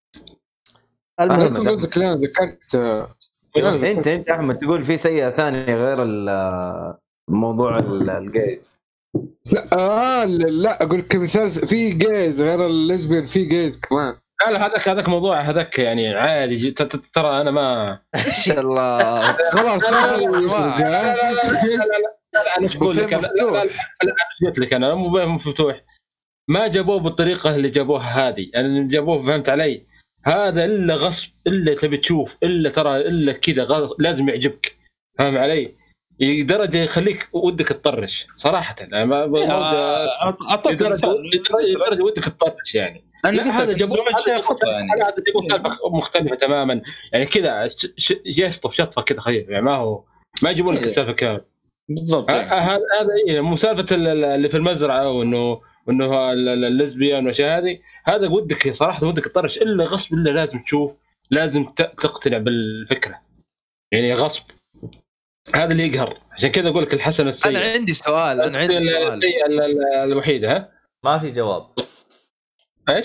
المهم قلت انا ذكرت انت انت احمد تقول في سيئه ثانيه غير الموضوع الجيز لا آه لا اقول كمثال في جيز غير الليزبيان في جيز كمان لا لا هذاك هذاك موضوع هذاك يعني عادي ترى انا ما ان شاء الله خلاص لا لا لا انا اقول لك انا قلت لك انا مو مفتوح ما جابوه بالطريقه اللي جابوها هذه يعني جابوه فهمت علي هذا الا غصب الا تبي تشوف الا ترى الا كذا لازم يعجبك فاهم علي درجه يخليك ودك تطرش صراحه انا ما اعطيت درجه ودك تطرش يعني هذا جابوه شيء خطا يعني هذا جابوه مختلفه تماما يعني كذا يشطف شطفه كذا خفيفه يعني ما هو ما يجيبون لك السالفه كامله بالضبط هذا هذا مسالفه اللي في المزرعه وانه وانه الليزبيان والاشياء هذه هذا ودك صراحه ودك تطرش الا غصب الا لازم تشوف لازم تقتنع بالفكره يعني غصب هذا اللي يقهر عشان كذا اقول لك الحسن السيء انا عندي سؤال انا عندي سؤال الوحيده ها ما في جواب ايش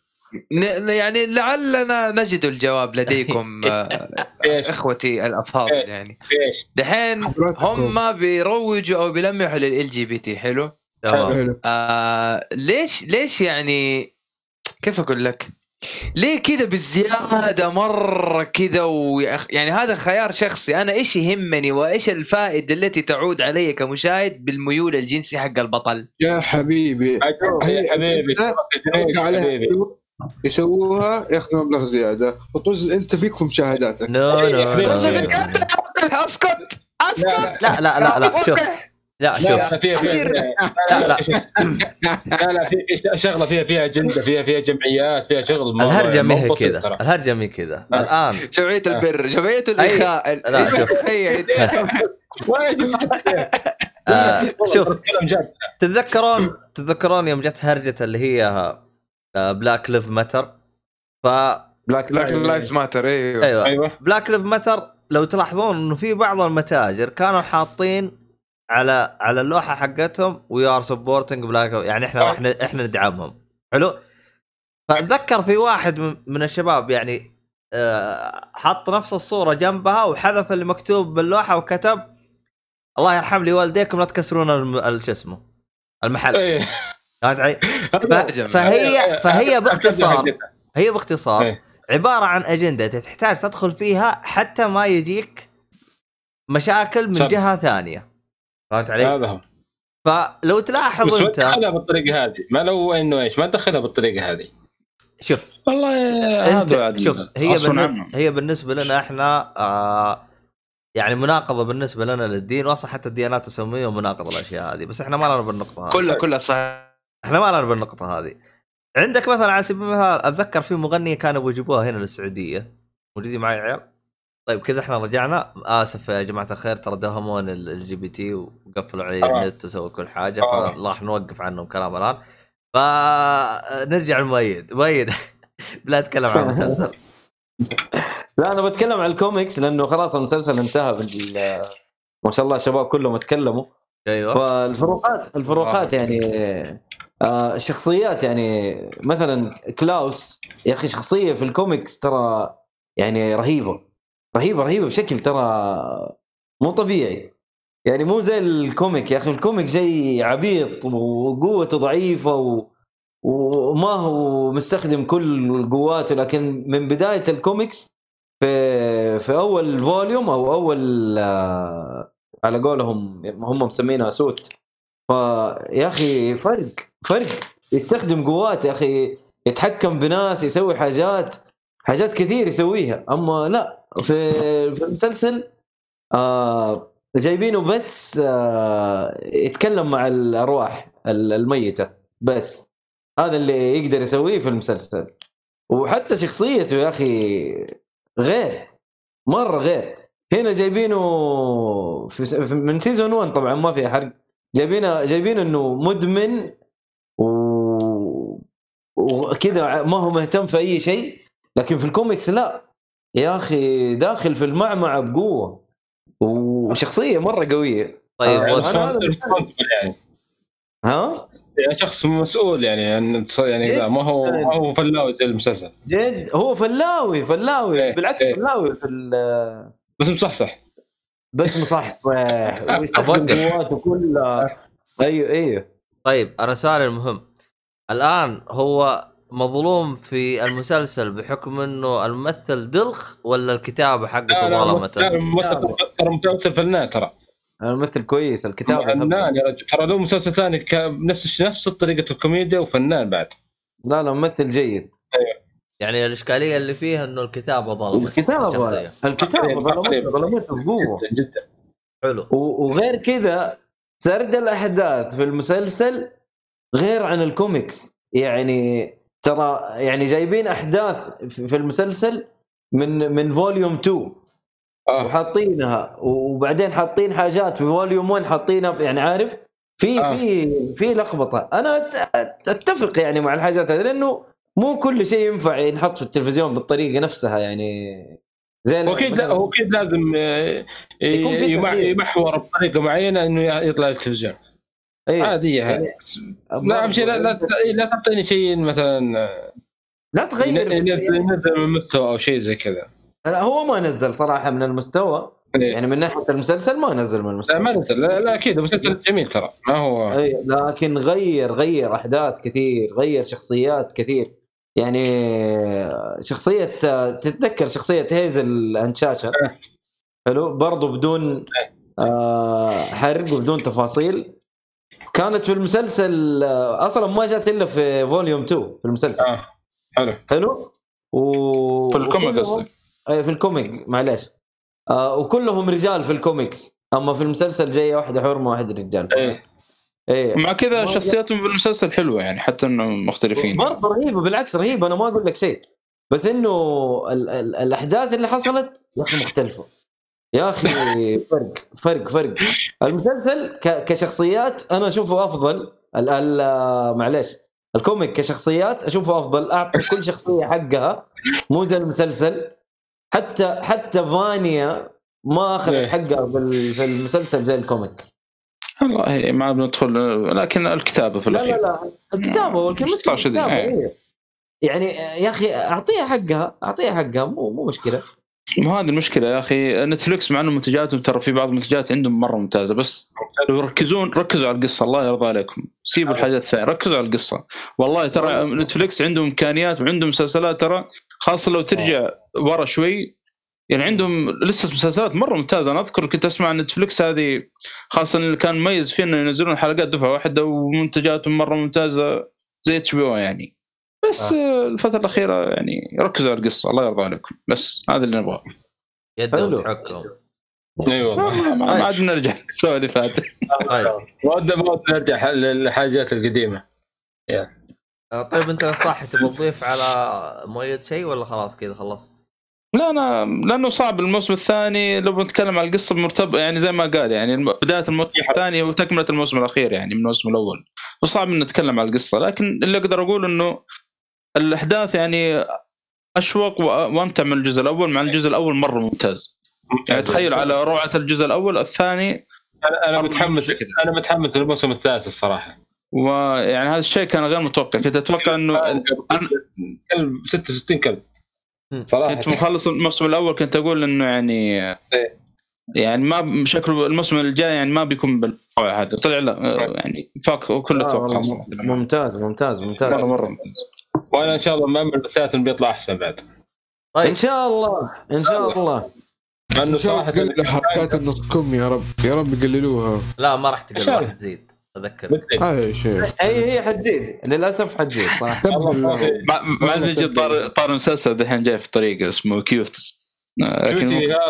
يعني لعلنا نجد الجواب لديكم اخوتي الافاضل يعني دحين هم ما بيروجوا او بيلمحوا للال جي بي تي حلو آه ليش ليش يعني كيف اقول لك ليه كذا بالزياده مره كذا ويأخ... يعني هذا خيار شخصي انا ايش يهمني وايش الفائده التي تعود علي كمشاهد بالميول الجنسي حق البطل يا حبيبي يا حبيبي حبيبي يسووها ياخذوا مبلغ زياده وطز انت فيك في مشاهداتك لا لا اسكت اسكت لا لا لا لا شوف لا شوف في لا لا لا لا في شغله فيها فيها اجنده فيها فيها جمعيات فيها شغل الهرجه ما هي كذا الهرجه ما هي كذا الان جمعيه البر جمعيه الاخاء لا شوف شوف تتذكرون تتذكرون يوم جت هرجه اللي هي بلاك ليف ماتر ف بلاك لايفز ماتر ايوه ايوه بلاك ليف ماتر لو تلاحظون انه في بعض المتاجر كانوا حاطين على على اللوحه حقتهم وي ار سبورتنج بلاك، يعني احنا احنا احنا ندعمهم. حلو. فاتذكر في واحد من الشباب يعني أه حط نفس الصوره جنبها وحذف اللي مكتوب باللوحه وكتب الله يرحم لي والديكم لا تكسرون شو اسمه المحل. فهمت؟ فهي فهي باختصار هي باختصار عباره عن اجنده تحتاج تدخل فيها حتى ما يجيك مشاكل من سب. جهه ثانيه. فهمت علي؟ هذا هو. فلو تلاحظ انت انت دخلها بالطريقه هذه، ما لو انه ايش ما تدخلها بالطريقه هذه. شوف والله هذا شوف هي بالن... هي بالنسبه لنا احنا آه يعني مناقضه بالنسبه لنا للدين، واصلا حتى الديانات السماويه مناقضه الاشياء هذه، بس احنا ما لنا بالنقطه هذه كلها كلها صح. احنا ما لنا بالنقطه هذه. عندك مثلا على سبيل المثال اتذكر في مغنيه كانوا يجيبوها هنا للسعوديه، موجودين معي عيال. طيب كذا احنا رجعنا، اسف يا جماعه الخير ترى دهمون الجي بي تي وقفلوا علي آه. النت وسووا كل حاجه، آه. فراح نوقف عنهم كلام الان. فنرجع المؤيد مؤيد بلا اتكلم عن المسلسل. لا انا بتكلم عن الكوميكس لانه خلاص المسلسل انتهى بال... ما شاء الله شباب كلهم اتكلموا. ايوه. فالفروقات الفروقات يعني آه الشخصيات، يعني مثلا كلاوس يا اخي شخصيه في الكوميكس ترى يعني رهيبه رهيبه رهيبه بشكل ترى مو طبيعي، يعني مو زي الكوميك يا اخي. الكوميك جاي عبيط وقوته ضعيفه و... وما هو مستخدم كل قواته، لكن من بدايه الكوميكس في في اول فوليوم او اول آه على قولهم هم مسمينها سوت، فيا اخي فرق فرق يستخدم قوات يا اخي، يتحكم بناس، يسوي حاجات حاجات كثير يسويها. اما لا في في المسلسل آه جايبينه بس آه يتكلم مع الارواح الميته بس، هذا اللي يقدر يسويه في المسلسل. وحتى شخصيته يا اخي غير مره غير. هنا جايبينه في من سيزون واحد طبعا ما في حرق، جايبينه جايبينه انه مدمن و... وكذا ما هو مهتم في اي شيء، لكن في الكوميكس لا يا اخي داخل في المعمعة بقوة وشخصية مرة قوية. طيب آه أنا يعني ها يعني شخص مسؤول يعني يعني لا ما هو ما هو فلاوي زي المسلسل جد، هو فلاوي فلاوي ايه بالعكس ايه. فلاوي في ال بس مصحصح بس مصحصح ويستخدم قواته كلها. ايوه ايوه. طيب انا سؤال المهم الان، هو مظلوم في المسلسل بحكم انه الممثل دلخ ولا الكتابه حقته ظلمته؟ لا الممثل ترى ممثل فنان، ترى الممثل كويس، الكتابه فنان يا رجل، ترى له مسلسل ثاني بنفس نفس طريقه الكوميديا وفنان بعد. لا لا ممثل جيد. ايوه يعني الاشكاليه اللي فيها انه الكتابه ظلمت الكتابه الكتابه ظلمت ظلمت بقوه جدا جدا. حلو. وغير كذا سرد الاحداث في المسلسل غير عن الكوميكس، يعني ترى يعني جايبين احداث في المسلسل من من فوليوم اثنين آه. وحاطينها، وبعدين حاطين حاجات في فوليوم واحد حاطينها، يعني عارف في آه. في في لخبطه. انا اتفق يعني مع الحاجات هذه لانه مو كل شيء ينفع ينحط في التلفزيون بالطريقه نفسها، يعني زي اكيد لا هو اكيد لازم يمحور بطريقه معينه انه يطلع التلفزيون. أيه. عاديه يعني لا امشي لا لا, لا تعطيني شيء مثلا لا تغير ينزل ينزل من المستوى او شيء زي كذا. لا هو ما نزل صراحه من المستوى أيه. يعني من ناحيه المسلسل ما نزل من المستوى. لا ما نزل لا, لا اكيد المسلسل جميل ترى ما هو أيه. لكن غير غير احداث كثير، غير شخصيات كثير. يعني شخصيه تتذكر شخصيه هيزل انشاشة أيه. حلو برضو بدون آه حرق وبدون تفاصيل، كانت في المسلسل اصلا ما جات الا في فوليوم اثنين في المسلسل. اه حلو حلو و... في الكوميك قصدي في الكوميك معلش آه وكلهم رجال في الكوميكس، اما في المسلسل جايه واحده حرمه واحد رجال. ايه ايه مع كذا شخصياتهم في المسلسل حلوه يعني حتى انه مختلفين برضه رهيبه بالعكس رهيبه، انا ما اقول لك شيء، بس انه ال... ال... الاحداث اللي حصلت يا اخي مختلفه يا اخي فرق فرق فرق. المسلسل ك... كشخصيات انا اشوفه افضل ال... ال... معلش الكوميك كشخصيات اشوفه افضل، اعطي كل شخصيه حقها مو زي المسلسل. حتى حتى فانيا ما اخذت حقها في المسلسل زي الكوميك. والله ما بندخل، لكن الكتابه في الاخير. لا لا لا الكتابه والكلمه الكتابه يعني يا اخي اعطيها حقها، اعطيها حقها، مو مو مشكله. مو هذه المشكله يا اخي. نتفليكس مع انه منتجاتهم ترى في بعض المنتجات عندهم مره ممتازه، بس لو يركزون ركزوا على القصه الله يرضى عليكم، سيبوا الحاجات الثانيه، ركزوا على القصه. والله ترى نتفليكس عندهم امكانيات وعندهم مسلسلات ترى، خاصه لو ترجع ورا شوي يعني عندهم لسه مسلسلات مره ممتازه. انا اذكر كنت اسمع عن نتفليكس هذه، خاصه اللي كان مميز فيه انه ينزلون حلقات دفعه واحده ومنتجاتهم مره ممتازه زي اتش بي او يعني. بس آه. الفتره الاخيره يعني ركزوا على القصه الله يرضى عليكم، بس هذا اللي نبغاه. يدهم تحكم. اي والله ما عاد نرجع نسوي اللي فات. ما ما نرجع للحاجات القديمه. طيب انت صح تبغى تضيف على مؤيد شيء ولا خلاص كذا خلصت؟ لا انا لانه صعب الموسم الثاني لو بنتكلم على القصه المرتبطه يعني زي ما قال يعني بدايه الموسم الثاني وتكمله الموسم الاخير يعني من الموسم الاول، وصعب ان نتكلم على القصه. لكن اللي اقدر اقول انه الاحداث يعني اشوق وامتع من الجزء الاول، مع الجزء الاول مره ممتاز يعني. تخيل على روعه الجزء الاول. الثاني انا انا متحمس انا متحمس للموسم الثالث الصراحه، ويعني هذا الشيء كان غير متوقع. كنت اتوقع انه كلب ستة وستين كلب صراحه. كنت مخلص الموسم الاول كنت اقول انه يعني يعني ما شكله الموسم الجاي يعني ما بيكون بالقوة هذا، طلع لا يعني فاق كل التوقع. ممتاز ممتاز ممتاز مره مره ممتاز. وانا ان شاء الله ما من الثالث بيطلع احسن بعد. طيب ان شاء الله ان شاء الله. لانه صراحه حركات النص كم يا رب يا رب يقللوها. لا ما راح تقلل، راح تزيد اذكر. اي شيء هي هي حتزيد للاسف حتزيد صراحه. ما عاد بيجي طار طار مسلسل دحين جاي في الطريق اسمه كيوت، لكن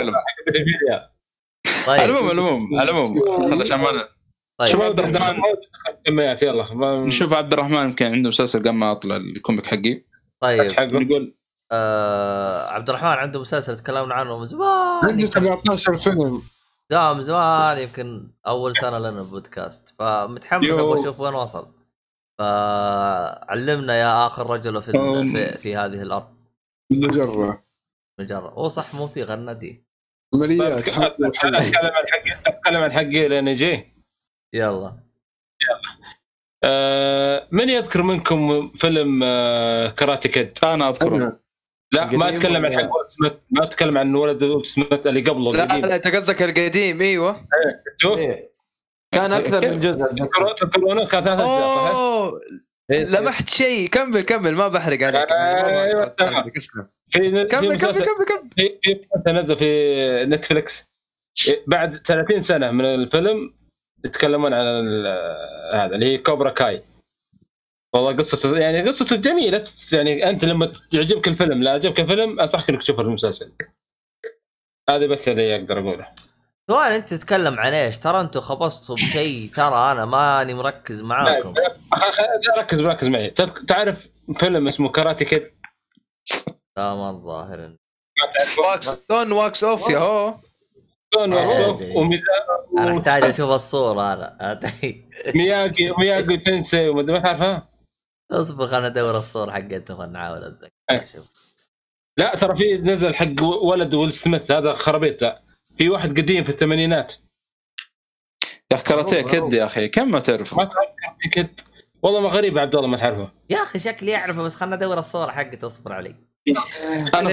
طيب المهم المهم المهم خلاص عشان ما طيب شوف عبد الرحمن يلا نشوف عبد الرحمن يمكن عنده مسلسل قبل ما اطلع الكوميك حقي. طيب نقول آه عبد الرحمن عنده مسلسل تكلمنا عنه من زمان، عنده سبعة عشر فيلم دام زمان يمكن اول سنه لنا البودكاست، فمتحمس ابغى اشوف وين وصل. فعلمنا يا اخر رجل في في, في هذه الارض. مجرة مجرة هو صح مو في غندي مليات. اتكلم عن حقي اتكلم عن حقي لين يجي. يلا يلا آه من يذكر منكم فيلم آه كاراتي كيد؟ انا اذكره. لا ما اتكلم عن حق سميث، ما اتكلم عن ولد سميث اللي قبله القديم. لا لا انت قصدك القديم. ايوه شوف كان اكثر من جزء. الكورونا كان ثلاث اجزاء صحيح؟ لمحت شيء. كمل كمل ما بحرق عليك. ايوه تمام. في كمل كمل كمل في نزل في نتفليكس بعد ثلاثين سنه من الفيلم يتكلمون عن هذا اللي هي كوبرا كاي. والله قصته يعني قصته جميله يعني. انت لما تعجبك الفيلم لا عجبك الفيلم انصحك انك تشوف المسلسل هذا بس اللي اقدر اقوله. سؤال انت تتكلم عن ايش؟ ترى انتوا خبصتوا بشيء، ترى انا ماني مركز معاكم. ركز مركز معي. تعرف فيلم اسمه كاراتي كيد؟ لا ما الظاهر دون واكس اوف يا هو دون واكس اوف وميزان. انا احتاج اشوف الصوره انا. مياجي مياجي تنسي وما ادري ما تعرفها. اصبر خلنا ندور الصور حقته ونحاول اتذكر. لا ترى في نزل حق ولد ويل سميث هذا خربيط. لا في واحد قديم في الثمانينات يا اخي كاراتيه كيد يا اخي كم ما تعرفه؟ ما تعرف كيد والله ما غريب عبد الله ما تعرفه يا اخي شكلي يعرفه بس خلنا ندور الصور حقته. اصبر علي. انا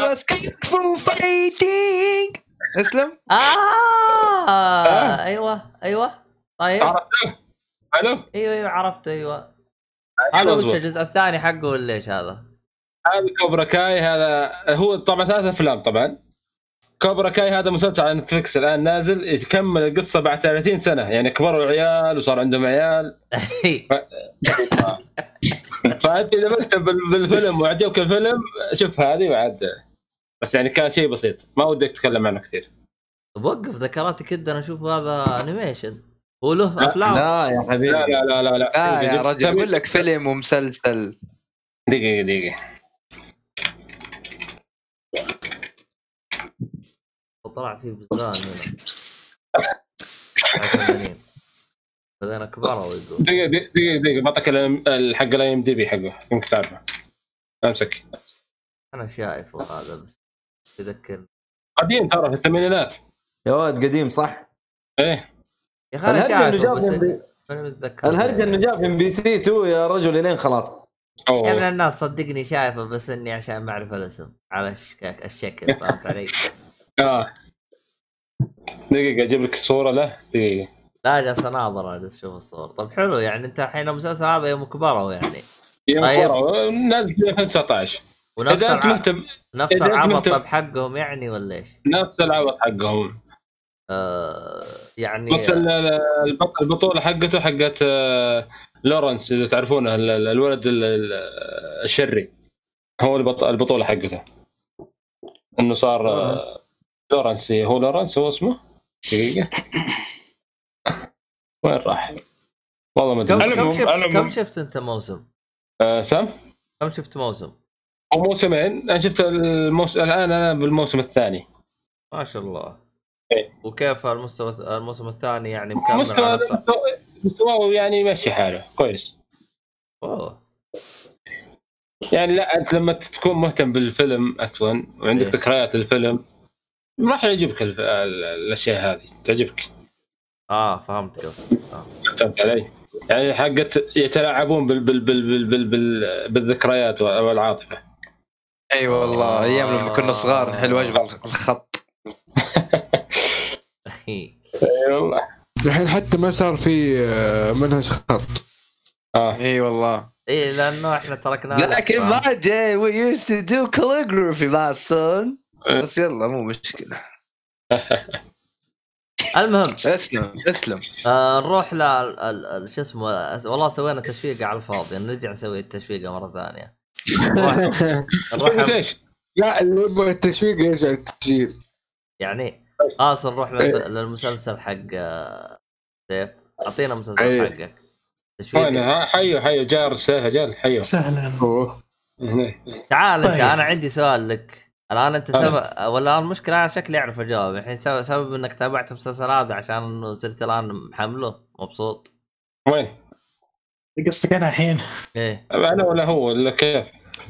فايتينج اسلم. اه ايوه ايوه طيب عرفته. حلو ايوه ايوه عرفته. ايوه هذا وش الجزء الثاني حقه ولا ايش هذا؟ هذا كوبرا كاي. هذا هو طبعا ثلاث افلام. طبعا كوبرا كاي هذا مسلسل على نتفلكس الان نازل يكمل القصه بعد ثلاثين سنه يعني. كبروا العيال وصار عندهم عيال. ف... فانت اذا انت بالفيلم وعجبك الفيلم شوف هذه وعد. بس يعني كان شيء بسيط ما ودك تتكلم عنه كثير. وقف ذكراتي كده انا اشوف هذا انيميشن وله افلام. لا يا حبيبي لا لا لا لا, لا. آه يا رجل اقول لك فيلم ومسلسل. دقيقه دقيقه طلع فيه بزغان هنا. بدأنا كبار ويقول دقيقة دقيقة دقيقة بعطيك الحق لا يم دي بي حقه يمكن تعرفه. امسك أنا شايفه هذا بس تذكر قديم ترى في الثمانينات يا ولد قديم صح؟ إيه يا اخي انا الهرجة شايفه إنه جاب بس من بي- انا متذكر الهرجة انه جاب من بي سي تو يا رجل لين خلاص. يا ابن الناس صدقني شايفه بس اني عشان ما اعرف الاسم على الشك- الشكل فهمت علي؟ اه دقيقة اجيب لك صورة له دقيقة. لا جالس اناظر انا اشوف الصور. طب حلو يعني انت الحين المسلسل هذا يوم كبروا يعني يوم طيب. كبروا نازل في ألفين وتسعطعش. ونفس اذا انت الع... مهتم نفس إذا أنت العبط مهتم- طب حقهم يعني ولا ايش؟ نفس العبط حقهم. آه يعني بس ال- ال- البط- البطولة حقته حقت آه، لورنس اذا تعرفونه ال- ال- الولد ال- ال- الشري هو البط- البطولة حقته انه صار آه، لورنس. هو لورنس هو اسمه دقيقة وين راح والله ما كم ادري. كم المهم- شفت المهم. كم شفت انت موسم؟ آه، سام كم شفت موسم؟ هو موسمين. انا شفت الموسم الان انا بالموسم الثاني. ما شاء الله. إيه. وكيف المستوى الموسم الثاني يعني مكمل مستوى على نفسه؟ مستوى- مستواه يعني يمشي حاله كويس. اوه يعني لا انت لما تكون مهتم بالفيلم اصلا وعندك إيه. ذكريات الفيلم راح يعجبك ال- ال- الاشياء هذه تعجبك. اه فهمت كيف. آه. فهمت علي؟ يعني حقت يتلاعبون بال بال بال بال بال بال بالذكريات والعاطفه. اي أيوة والله آه. ايام لما كنا صغار نحل واجب الخط. اخي اي والله. الحين حتى ما صار في آه، منهج خط. اه اي والله ايه لانه احنا تركنا لكن ما جاي we used to do calligraphy my son. إيه. بس يلا مو مشكلة. المهم اسلم اسلم. آه نروح ل ال- ال- شو اسمه والله سوينا تشويق على الفاضي نرجع نسوي التشويقه مره ثانيه. نروح قلت ايش؟ لا اللي يبغى التشويق يرجع التسجيل. يعني اصلا نروح لل- للمسلسل حق آه، سيف. اعطينا مسلسل أيه. حقك تشويق. وين ها- حيو حيو جار سهل جال حيو. سهلا. أوه. هنا. تعال انت طيب. انا عندي سؤال لك الان. انت سبب ولا المشكله انا شكلي اعرف اجاوب الحين. سبب, سبب انك تابعت المسلسل هذا عشان انه صرت الان محمله مبسوط. وين؟ قصدك انا الحين؟ ايه انا ولا هو ولا كيف؟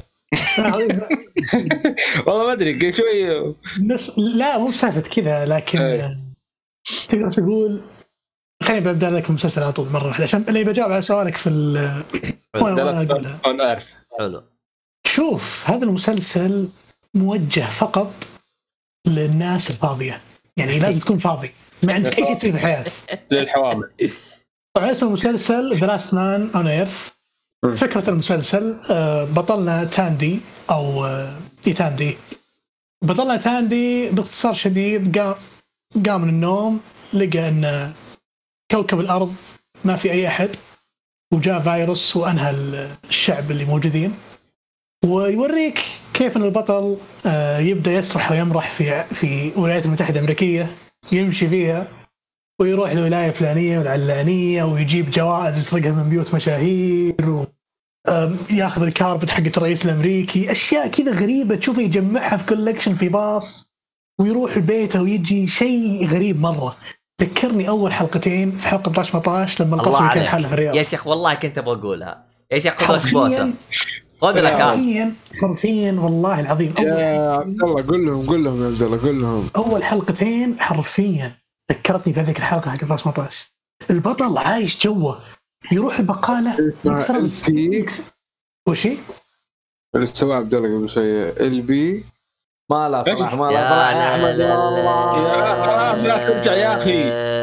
والله ما ادري شوي. نس... لا مو سالفه كذا لكن أي. آه، تقدر تقول خليني ببدا لك المسلسل على طول مره واحده عشان اللي بجاوب على سؤالك في ال وأنا- وأنا أقولها. انا اعرف. حلو. شوف هذا المسلسل موجه فقط للناس الفاضيه، يعني لازم تكون فاضي ما عندك اي شيء تسوي في الحياه. للحوامل. طبعا اسم المسلسل ذا لاست مان اون ايرث. فكره المسلسل آه، بطلنا تاندي او آه، إيه تاندي بطلنا تاندي باختصار شديد قام قام من النوم لقى ان كوكب الارض ما في اي احد وجاء فيروس وانهى الشعب اللي موجودين. ويوريك كيف ان البطل آه، يبدا يسرح ويمرح في في الولايات المتحده الامريكيه، يمشي فيها ويروح لولايه فلانيه والعلانيه ويجيب جوائز يسرقها من بيوت مشاهير و آم، ياخذ الكاربت حقت الرئيس الامريكي، اشياء كذا غريبه تشوفه يجمعها في كولكشن في باص ويروح بيته ويجي شيء غريب مره. ذكرني اول حلقتين في حلقه اثناشر أربعة عشر لما الله القصر كان عليك حاله في الرياض. يا شيخ والله كنت ابغى اقولها يا شيخ. خذ لك بوسه حرفيا خذ لك آه. حرفيا حرفيا والله العظيم أول يا عبد الله قول لهم قول لهم يا عبد الله قول لهم. اول حلقتين حرفيا ذكرتني في هذيك الحلقه حق ألفين وسبعطعش. البطل عايش جوه يروح البقاله اسمها ال بي وشي اللي سواه عبد الله قبل شويه ال بي. ما لا صراحه ما يا لا صراحه يا لا احمد لا يا أخي لا ترجع يا أخي.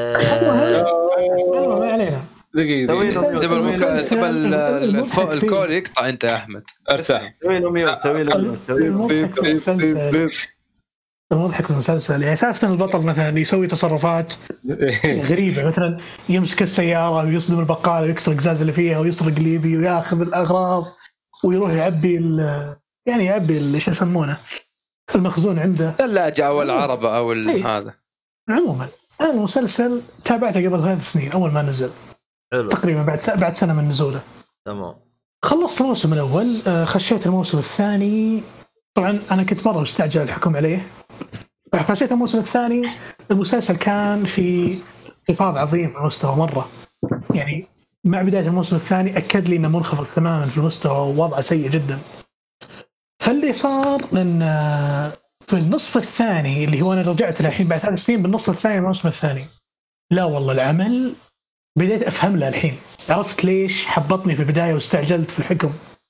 يلا ما علينا. دقيقة سوي دقيقة. له تبى المك... المسلسل تبى ال- ال- الف- المضحك فيه. الكول يقطع انت يا احمد. ارتاح. سوي له ميوت سوي له ميوت سوي له المضحك في المسلسل المضحك في المسلسل يعني سالفة البطل مثلا يسوي تصرفات غريبة، مثلا يمسك السيارة ويصدم البقالة ويكسر القزاز اللي فيها ويسرق ليبي وياخذ الأغراض ويروح يعبي ال- يعني يعبي ال- ايش يسمونه المخزون عنده. الثلاجة او العربة او ال- إيه. هذا. عموما انا المسلسل تابعته قبل ثلاث سنين اول ما نزل حلو تقريبا بعد س- بعد سنة من نزوله. تمام. خلصت الموسم الأول آه، خشيت الموسم الثاني. طبعا أنا كنت مرة مستعجل الحكم عليه. خشيت الموسم الثاني المسلسل كان في انخفاض عظيم في المستوى مرة، يعني مع بداية الموسم الثاني أكد لي إنه منخفض تماما في المستوى ووضعه سيء جدا. فاللي صار إن آه، في النصف الثاني اللي هو أنا رجعت الحين بعد ثلاث سنين بالنصف الثاني من الموسم الثاني لا والله العمل بديت افهم له الحين، عرفت ليش حبطني في البدايه واستعجلت في الحكم.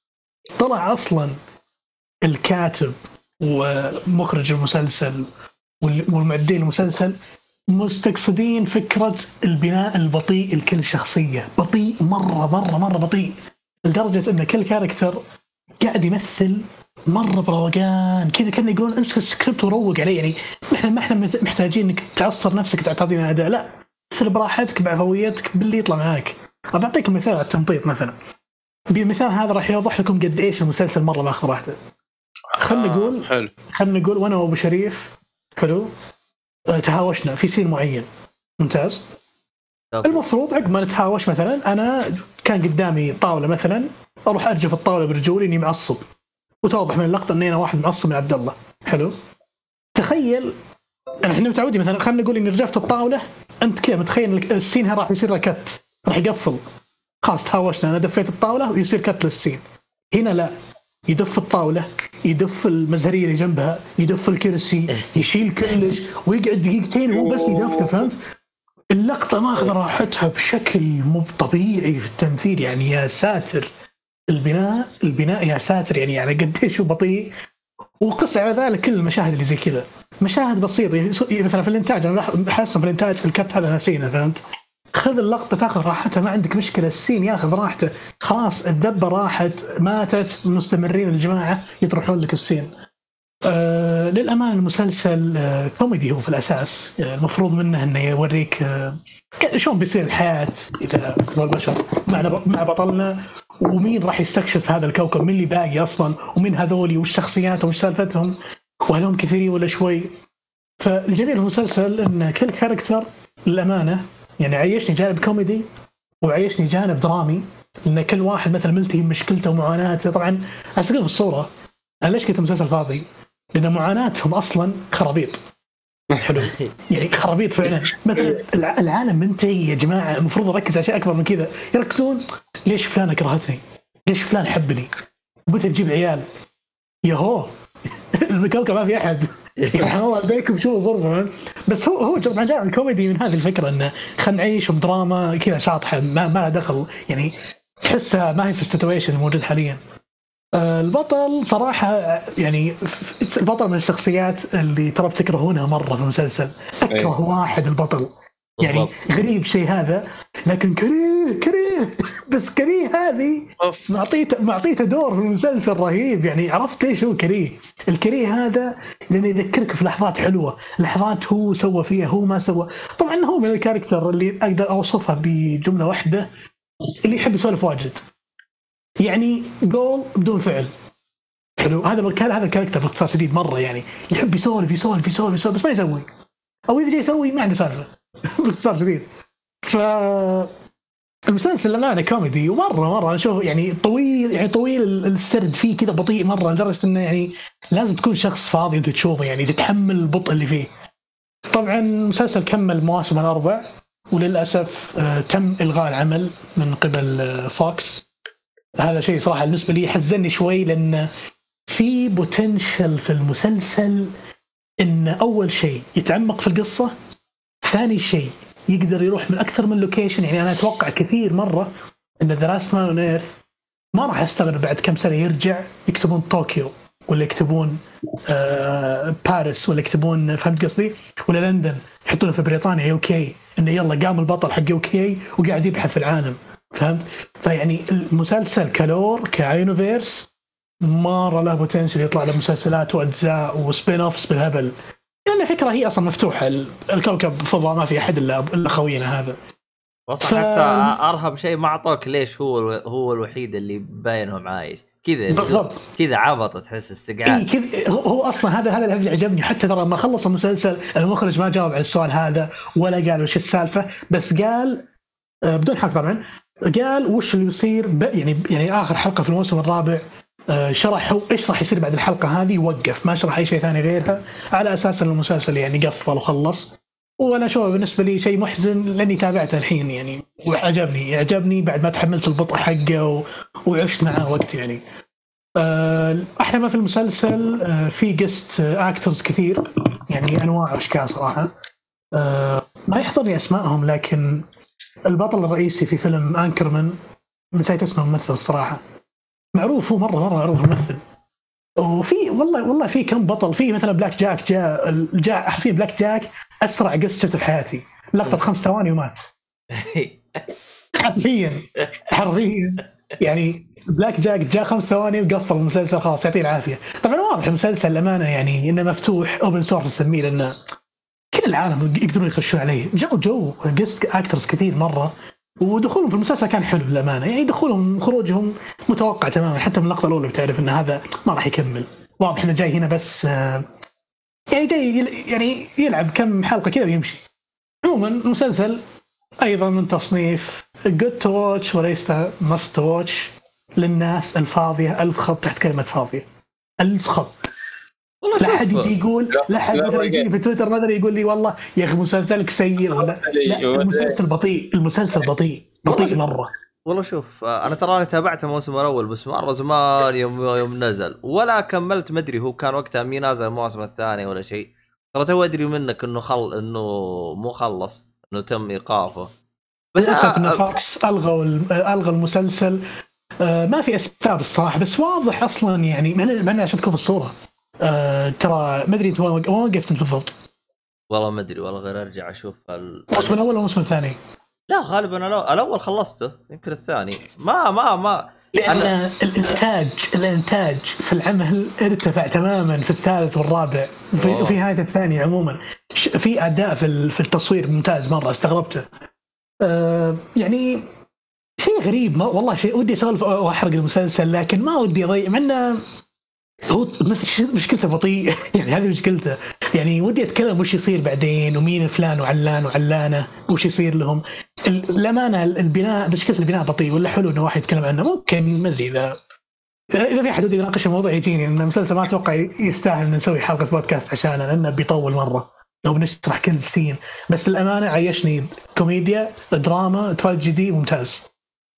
طلع اصلا الكاتب ومخرج المسلسل والمعدين المسلسل مستقصدين فكره البناء البطيء لكل شخصيه، بطيء مره مره مره بطيء، لدرجه ان كل كاركتر قاعد يمثل مره بروقان كذا، كانوا يقولون امسك السكريبت وروق عليه. يعني احنا ما احنا محتاجين انك تعصر نفسك تعطينا اداء، لا مثل براحتك بعفويتك باللي يطلع معاك. بعطيكم مثال على التمطيط مثلا، بمثال هذا راح يوضح لكم قد ايش المسلسل مره ماخذ راحته. خلنا نقول حلو خلنا نقول وانا وابو شريف حلو تهاوشنا في سين معين ممتاز. المفروض عقب ما نتهاوش مثلا انا كان قدامي طاوله مثلا، اروح ارجف الطاوله برجولي اني معصب، وتوضح من اللقطه اني انا واحد معصب من عبد الله. حلو، تخيل احنا متعودين مثلا خلينا نقول اني رجفت الطاوله، انت كذا متخيل السين راح يصير له كت، راح يقفل، خلاص تهاوشنا، انا دفيت الطاوله ويصير كت للسين. هنا لا، يدف الطاوله، يدف المزهريه اللي جنبها، يدف الكرسي، يشيل كلش ويقعد دقيقتين وهو بس يدفته. فهمت؟ اللقطه ماخذ راحتها بشكل مو طبيعي في التمثيل. يعني يا ساتر البناء البناء يا ساتر، يعني على قديش بطيء. وقص على ذلك كل المشاهد اللي زي كذا، مشاهد بسيطه مثلا في الانتاج. انا بحس في الانتاج الكت هذا ناسينه. فهمت؟ خذ اللقطه تاخذ راحتها، ما عندك مشكله، السين ياخذ راحته، خلاص الدبه راحت ماتت، مستمرين الجماعه يطرحون لك السين. آه للأمانة المسلسل آه كوميدي هو في الأساس. آه المفروض منه أنه يوريك آه شلون بيصير الحياة إذا اختفى البشر مع مع بطلنا، ومين راح يستكشف هذا الكوكب، مين اللي باقي أصلا، ومين هذولي، والشخصيات وش سالفتهم، وهل هم كثيرين ولا شوي. فالجميل المسلسل أن كل كاركتر للأمانة يعني عيشني جانب كوميدي وعيشني جانب درامي، لأن كل واحد مثل ملتهم مشكلته ومعاناته. طبعا أشتغل في الصورة، أنا ليش كنت مسلسل فاضي؟ لأن معاناتهم أصلاً خرابيط. حلو، يعني خرابيط فعلاً. مثلاً العالم منتهي يا جماعة، المفروض أركز على شيء أكبر من كذا. يركزون ليش فلان كرهتني، ليش فلان حبني، وبدأ تجيب عيال يهو الكوكب ما في أحد سبحان الله عليكم شو ظرفه. بس هو هو طبعاً جاء الكوميدي من هذه الفكرة، إنه خلنا نعيش بدراما كذا شاطحة ما ما لها دخل، يعني تحسها ما هي في السيتويشن الموجود حالياً. البطل صراحة يعني البطل من الشخصيات اللي ترى بتكرهونها مرة في المسلسل. أكره أيه. واحد البطل يعني غريب شيء هذا، لكن كريه كريه بس كريه هذه معطيته معطيته دور في المسلسل رهيب. يعني عرفت ليش هو كريه؟ الكريه هذا لأنه يذكرك في لحظات حلوة، لحظات هو سوى فيها هو ما سوى. طبعا هو من الكاركتر اللي أقدر أوصفها بجملة واحدة، اللي يحب يسولف واجد، يعني قول بدون فعل. حلو، هذا كان هذا الكاركتر باختصار شديد مرة، يعني يحب يسولف يسولف يسولف يسولف بس ما يسوي، أو إذا جاي يسوي ما عنده سالفة باختصار شديد. فالمسلسل للأمانة كوميدي ومرة مرة أنا أشوف يعني طويل، يعني طويل السرد فيه كذا بطيء مرة، لدرجة إنه يعني لازم تكون شخص فاضي أنت تشوفه، يعني تتحمل البطء اللي فيه. طبعا المسلسل كمل مواسم الأربع، وللأسف آه تم إلغاء العمل من قبل آه فوكس. هذا شيء صراحة بالنسبة لي حزني شوي، لأن في بوتنشل في المسلسل إن أول شيء يتعمق في القصة، ثاني شيء يقدر يروح من أكثر من لوكيشن. يعني أنا أتوقع كثير مرة إن The Last Man on Earth ما راح أستغرب بعد كم سنة يرجع يكتبون طوكيو، ولا يكتبون آه باريس، ولا يكتبون فهمت قصدي، ولا لندن، يحطونه في بريطانيا يوكي، إنه يلا قام البطل حق يوكي وقاعد يبحث في العالم. فهمت؟ فيعني المسلسل كلور كاينوفيرس مرة له بوتنشل يطلع له مسلسلات واجزاء وسبين اوفس بالهبل، لأن يعني فكرة هي أصلا مفتوحة، الكوكب فضاء ما في أحد إلا إلا خوينا هذا. وصح ف... حتى أرهب شيء ما أعطوك ليش هو هو الوحيد اللي باينهم عايش كذا كذا عبط، تحس استقعاد. إيه كذا، هو أصلا هذا هذا اللي عجبني. حتى ترى لما خلص المسلسل المخرج ما جاوب على السؤال هذا ولا قال وش السالفة، بس قال بدون حق طبعا، قال وش اللي يصير يعني يعني آخر حلقة في الموسم الرابع شرح هو إيش راح يصير بعد الحلقة هذه، ووقف ما شرح أي شيء ثاني غيرها، على أساس أن المسلسل يعني قفل وخلص. وأنا شو بالنسبة لي شيء محزن، لأني تابعته الحين يعني وعجبني يعجبني بعد ما تحملت البطء حقه و... وعشت معه وقت. يعني أحلى ما في المسلسل في جست أكترز كثير، يعني أنواع وأشكال صراحة. ما يحضرني اسمائهم، لكن البطل الرئيسي في فيلم انكرمان نسيت اسمه الممثل الصراحه، معروف هو مره مره معروف الممثل. وفي والله والله في كم بطل، في مثلا بلاك جاك جاء جاء حرفيا بلاك جاك اسرع قصه شفته في حياتي، لقطه خمس ثواني ومات حرفيا حرفيا يعني بلاك جاك جاء خمس ثواني وقفل المسلسل خلاص يعطيه العافيه. طبعا واضح المسلسل الامانه يعني انه مفتوح اوبن سورس نسميه، لان كل العالم يقدرون يخشون عليه. جو جو قست اكترز كثير مره، ودخولهم في المسلسل كان حلو للامانه، يعني دخولهم خروجهم متوقع تماما، حتى من اللقطه الاولى بتعرف ان هذا ما راح يكمل، واضح انه جاي هنا بس يعني جاي يعني يلعب كم حلقه كذا ويمشي. عموما المسلسل ايضا من تصنيف good to watch وليس must to watch للناس الفاضيه. ألف خط تحت كلمه فاضيه، ألف خط. لا حد يجي يقول لا حد مثلا يجي في تويتر مثلا يقول لي والله يا اخي مسلسلك سيء ولا لا، المسلسل بطيء، المسلسل بطيء بطيء مره. والله شوف انا ترى تابعت الموسم الاول بس مره زمان يوم يوم نزل، ولا كملت. مدري هو كان وقتها مي نازل الموسم الثاني ولا شيء، ترى تو ادري منك انه خل انه مو خلص، انه تم ايقافه. بس انه فوكس الغوا الغى المسلسل. آه ما في اسباب الصراحه، بس واضح اصلا يعني ما انا عشان تكون في الصوره. آه ترى ما ادري انت وين وقفت انت بالضبط. والله ما ادري، والله غير ارجع اشوف الموسم الاول ولا الموسم الثاني. لا غالبا الاول خلصته، يمكن الثاني ما ما ما لأن أنا... الانتاج الانتاج في العمل ارتفع تماما في الثالث والرابع في, في نهايه الثاني. عموما في اداء في في التصوير ممتاز مره، استغربته. أه يعني شيء غريب ما والله، شيء ودي اسولف واحرق المسلسل لكن ما ودي اضيع، مع انه هو مشكلته بطيء يعني هذه مشكلته. يعني ودي اتكلم وش يصير بعدين ومين فلان وعلان وعلانه وش يصير لهم. الامانه البناء مشكله البناء بطيء، ولا حلو انه واحد يتكلم عنه. ممكن ما ادري اذا اذا في احد ودي يناقش الموضوع يجيني، ان المسلسل ما اتوقع يستاهل ان نسوي حلقه بودكاست عشانه لانه بيطول مره لو بنشرح كل سين. بس الامانه عيشني كوميديا دراما تراجيدي ممتاز.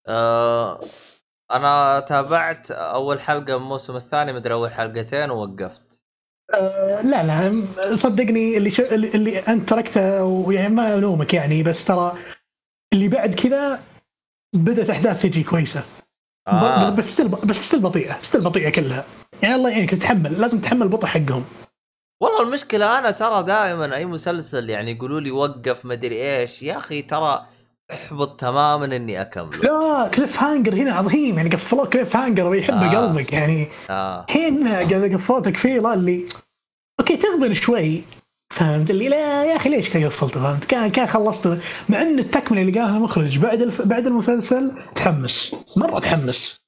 أه انا تابعت اول حلقه من الموسم الثاني، مدري اول حلقتين ووقفت. أه لا لا صدقني اللي, شو اللي اللي انت تركته، ويعني ما الومك يعني، بس ترى اللي بعد كذا بدأت احداث تجي كويسه. آه. بس ستيل بس ستيل بطيئه ستيل بطيئه كلها يعني. الله يعينك تتحمل، لازم تتحمل البطء حقهم. والله المشكله انا ترى دائما اي مسلسل يعني يقولوا لي وقف ما ادري ايش، يا اخي ترى احبط تماما اني اكمل. لا كليف هانجر هنا عظيم يعني، قفلوا كليف هانجر ويحب آه. قلبك يعني. آه. هنا قاعد قفلتك فيه لا اللي اوكي تغبن شوي، فهمت اللي لا يا اخي ليش كذا قفلته، فهمت كان كان خلصته. مع ان التكمله اللي قالها المخرج بعد الف... بعد المسلسل تحمس مره تحمس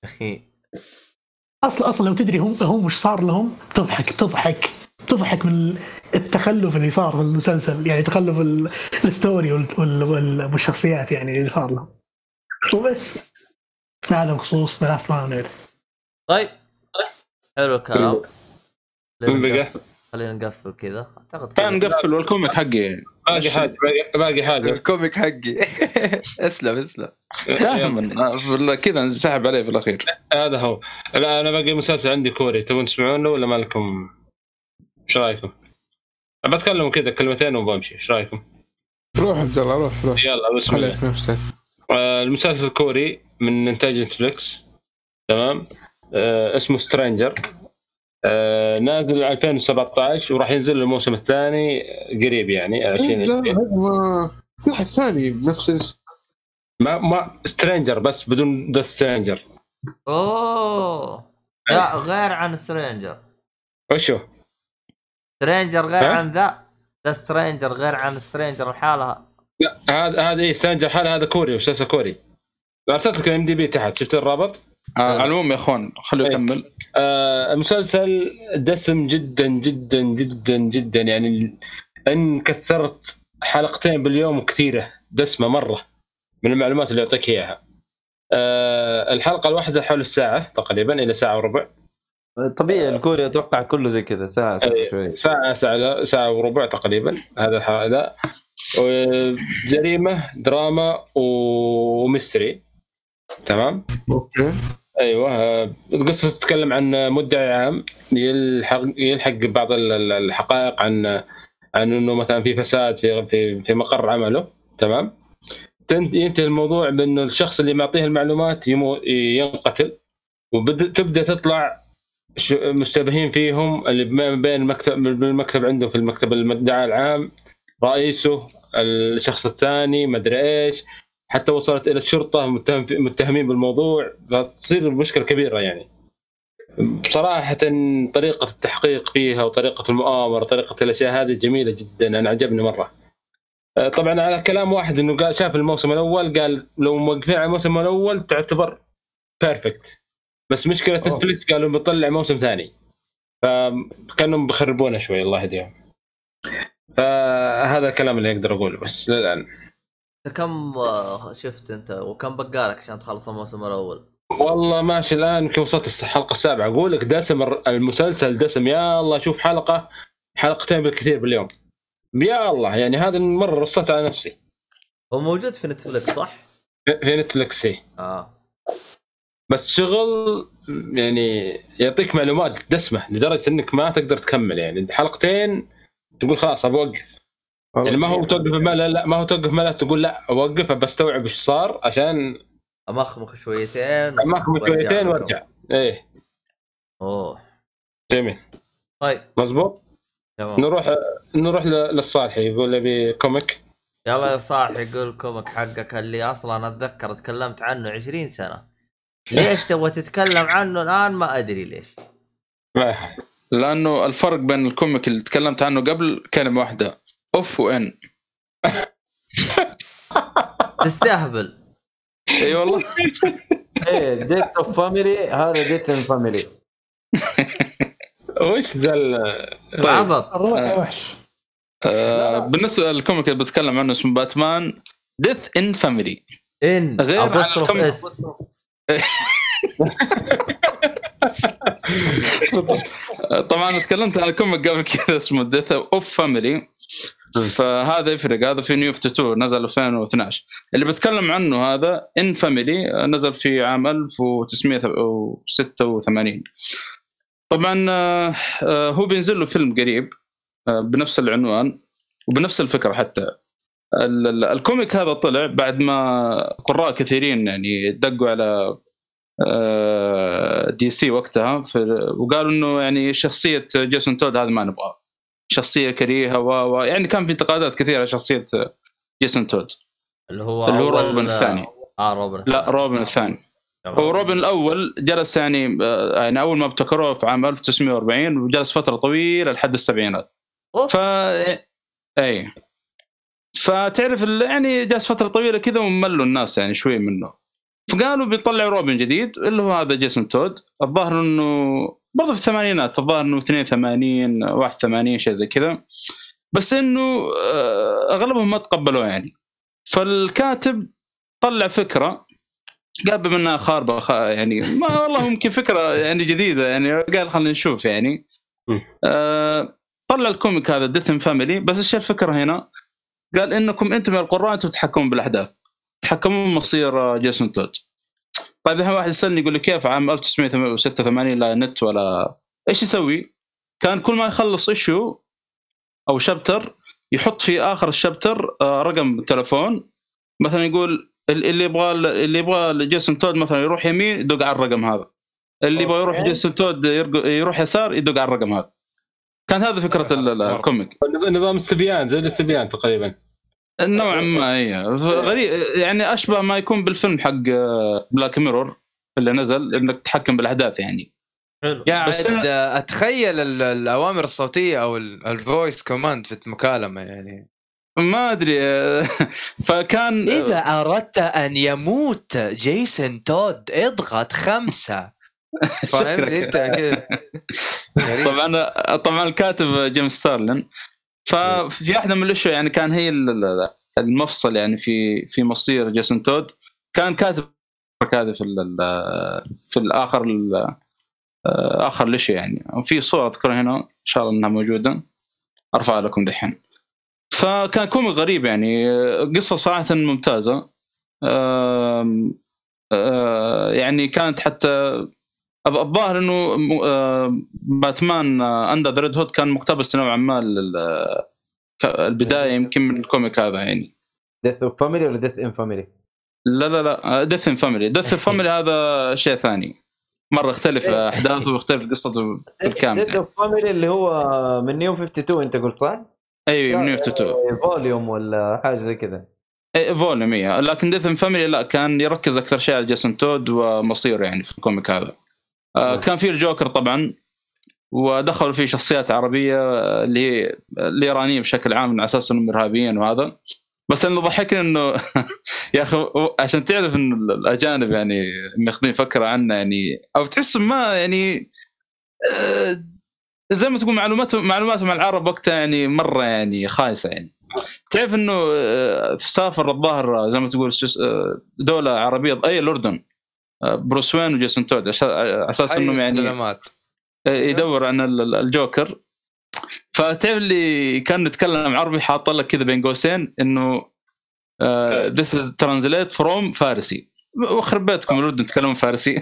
اصلا اصلا لو تدري هم هم وش صار لهم تضحك تضحك تضحك من التخلف اللي صار في المسلسل، يعني تخلف الستوري والشخصيات يعني اللي صار لهم. وبس هذا بخصوص The Last Man on Earth. طيب حلو الكلام. بقى خلينا نقفل كذا. اعتقد كان نقفل والكوميك حقي باقي حاجه باقي حاجه الكوميك حقي اسلم اسلم دائما كذا نسحب عليه في الاخير. هذا هو. لا انا باقي مسلسل عندي كوري، تبون تسمعونه ولا ما لكم؟ ايش رايكم؟ ابى اتكلم كذا كلمتين وبمشي، ايش رايكم؟ روح عبد الله روح روح يلا بسم الله. خليك نفسك. آه المسلسل الكوري من انتاج نتفليكس تمام. آه اسمه سترينجر. آه نازل ألفين وسبعة عشر وراح ينزل الموسم الثاني قريب يعني عشرين لا ما في واحد ثاني بنفس الاسم. ما ما سترينجر بس بدون ذا سترينجر. اوه لا غير عن سترينجر. وشو سترينجر غير ها؟ عن ذا ذا سترينجر غير عن سترينجر الحالة. لا هذا هذا ايه سترينجر حالة، هذا كوري مسلسل كوري. ارسلت لك ام دي بي تحت، شفت الرابط؟ آه المهم يا اخوان خلوا يكمل. آه المسلسل دسم جدا جدا جدا جدا يعني، ان كثرت حلقتين باليوم كثيره دسمه مره من المعلومات اللي يعطيك اياها. آه الحلقه الواحده حول الساعه تقريبا الى ساعه وربع. طبيعي الكوري اتوقع كله زي كذا ساعه ساعه شوي ساعه ساعه ساعه وربع تقريبا. هذا هذا جريمه دراما وميستري تمام. اوكي ايوه القصه تتكلم عن مدعي عام يلحق يلحق بعض الحقائق عن عن انه مثلا في فساد في في في مقر عمله، تمام. ينتهي الموضوع بانه الشخص اللي معطيه المعلومات يمو ينقتل، وتبدا تطلع مشتبهين فيهم اللي بين المكتب بالمكتب عنده في المكتب المدعي العام، رئيسه، الشخص الثاني، مدري ايش، حتى وصلت الى الشرطه متهم متهمين بالموضوع، فتصير مشكله كبيره يعني. بصراحه طريقه التحقيق فيها وطريقه المؤامره، طريقه الاشياء هذه جميله جدا، انا عجبني مره. طبعا على كلام واحد انه قال شاف الموسم الاول، قال لو موقفين على الموسم الاول تعتبر بيرفكت، بس مشكله نتفليكس قالوا بيطلع موسم ثاني، فكانوا بخربونه شوي الله يهديهم. فهذا الكلام اللي اقدر اقوله بس للان. كم شفت انت وكم بقالك عشان تخلص الموسم الاول؟ والله ماشي الان يمكن وصلت الحلقه السابعه. اقول لك دسم المسلسل دسم، يا الله شوف حلقه حلقتين بالكثير باليوم، يا الله يعني هذا المره رصيت على نفسي. هو موجود في نتفليكس صح؟ في نتفليكس هي. اه بس شغل يعني يعطيك معلومات دسمه لدرجه انك ما تقدر تكمل، يعني حلقتين تقول خلاص ابوقف. يعني ما هو توقف الملل، لا ما هو توقف ملل تقول لا اوقف بستوعب ايش صار عشان امخمخ شويتين امخمخ شويتين وارجع. ايه اوه جميل. طيب مزبوط تمام. نروح نروح للصالحي يقول لي كوميك. يلا يا صالح يقول كوميك حقك اللي اصلا اتذكر تكلمت عنه عشرين سنة، ليش تبغى تتكلم عنه الان؟ ما ادري ليش. ما لانه الفرق بين الكوميك اللي تكلمت عنه قبل كلمه واحده، اوف وان. تستهبل. اي والله. ايه ديت اوف فاميلي، هذا ديت ان فاميلي. وش ذا عبط الروح وحش. آه بالنسبه للكوميك اللي بتكلم عنه اسمه باتمان ديث ان فاميلي، ان غير عن الكوميك. طبعا تكلمت عن الكوميك قبل كذا اسمه ديث اوف فاميلي، فهذا يفرق. هذا في نيو افتي تو نزل ألفين واثناشر. اللي بتكلم عنه هذا ان فاميلي نزل في عام ألف وتسعمية وستة وثمانين. طبعا هو بينزل له فيلم قريب بنفس العنوان وبنفس الفكرة. حتى الكوميك هذا طلع بعد ما قراء كثيرين يعني دقوا على دي سي وقتها وقالوا انه يعني شخصية جيسون تود هذا ما نبغاه، شخصية كريهة و يعني كان في انتقادات كثيرة على شخصية جيسون تود اللي هو اللي هو روبن الثاني. اه روبن لا روبن الثاني. هو روبن الأول جلس يعني يعني أول ما ابتكروه في عام ألف وتسعمية وأربعين وجلس فترة طويلة لحد السبعينات. ف أي فتعرف يعني جلس فترة طويلة كذا وملوا الناس يعني شوي منه، فقالوا بيطلعوا روبن جديد اللي هو هذا جيسون تود. الظاهر إنه برضه في الثمانينات، الظاهر إنه اثنين وثمانين واحد وثمانين شيء زي كذا، بس إنه أغلبهم ما تقبلوا يعني. فالكاتب طلع فكرة قال بما انها خاربه خ... يعني ما والله ممكن فكره يعني جديده يعني، قال خلينا نشوف يعني. آه... طلع الكوميك هذا ديث ان فاميلي، بس ايش الفكره هنا؟ قال انكم انتم يا القراء انتم تتحكمون بالاحداث، تتحكمون مصير جيسون تود. طيب اذا واحد يسالني يقول لي كيف عام ألف وتسعمية وستة وثمانين لا نت ولا ايش يسوي؟ كان كل ما يخلص ايشو او شابتر يحط في اخر الشابتر آه رقم تلفون، مثلا يقول اللي يبغى اللي يبغى جيسون تود مثلا يروح يمين يدق على الرقم هذا، اللي يبغى يروح جيسون تود يروح يسار يدق على الرقم هذا. كان هذا فكرة الكوميك، نظام استبيان زي الاستبيان تقريبا نوعا ما. هي غريب يعني أشبه ما يكون بالفيلم حق بلاك ميرور اللي نزل انك تتحكم بالاحداث يعني. قاعد اتخيل الاوامر الصوتيه او الفويس كوماند في المكالمه يعني ما أدري. فكان إذا أردت أن يموت جيسون تود اضغط خمسة. فاهم أنت كده. طبعا طبعا الكاتب جيمس ستارلين، ففي واحدة من الأشياء يعني كان هي المفصل يعني في في مصير جيسون تود، كان كاتب هذا في في الآخر آخر الأشياء يعني. في صورة أذكرها هنا إن شاء الله إنها موجودة أرفع لكم دحين. فكان كوميك غريب يعني، قصة صراحة ممتازة. آه آه يعني كانت حتى الظاهر انه باتمان اندر ذا ريد هود كان مقتبس نوعا ما البدايه يمكن من الكوميك هذا يعني. ديث اوف فاميلي ولا ديث ان فاميلي؟ لا لا لا ديث ان فاميلي. ديث اوف فاميلي هذا شيء ثاني مره، يختلف احداثه ويختلف قصته بالكامل. ديث اوف فاميلي اللي هو من نيو اثنين وخمسين انت قلت صح؟ ايوه من نيو اثنين وخمسين فوليوم ولا حاجه زي كذا. اي فوليوم هي، لكن ديث ان فاميلي لا كان يركز اكثر شيء على جيسون تود ومصيره يعني في الكوميك هذا. آه كان فيه الجوكر طبعا، ودخلوا فيه شخصيات عربيه اللي هي الايرانيه بشكل عام على اساس انهم ارهابيين وهذا. بس اللي ضحكني انه يا اخي عشان تعرف انه الاجانب يعني ماخذين فكره عنه يعني، او تحس ما يعني آه زي ما تقول معلوماتهم معلوماتهم عن العرب وقتها يعني مره يعني خايسه يعني. تعرف انه آه سافر الظاهر زي ما تقول دوله عربيه اي الاردن، آه بروس وين وجيسون تود على اساس انهم يعني يدور عن الجوكر. فتعرف اللي كان نتكلم عربي حاط لك كذا بين قوسين انه uh, this is translate from فارسي. وخرب بيتكم الأردن تتكلمون فارسي.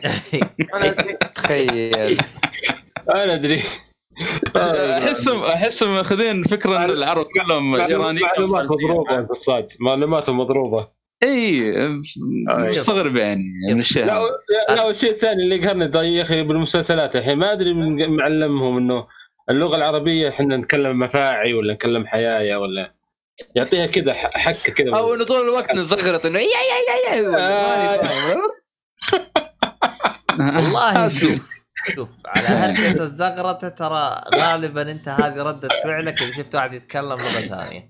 تخيل انا ادري احسهم احسهم ماخذين فكره ان العرب كلهم ايرانيين. معلومات مضروبه قصات معلوماتهم مضروبه. اي مستغرب يعني من الشيء. لا لا الشيء الثاني اللي قهرنا يا اخي بالمسلسلات الحين ما ادري من معلمهم انه اللغه العربيه احنا نتكلم مفاعي ولا نتكلم حيايا ولا يعطيها كذا حكه كذا، او انه طول الوقت نزغرط انه يا يا يا يا والله شوف شوف على هرجة الزغرة ترى غالبا انت هذه ردة فعلك اذا شفت واحد يتكلم لغة ثانية.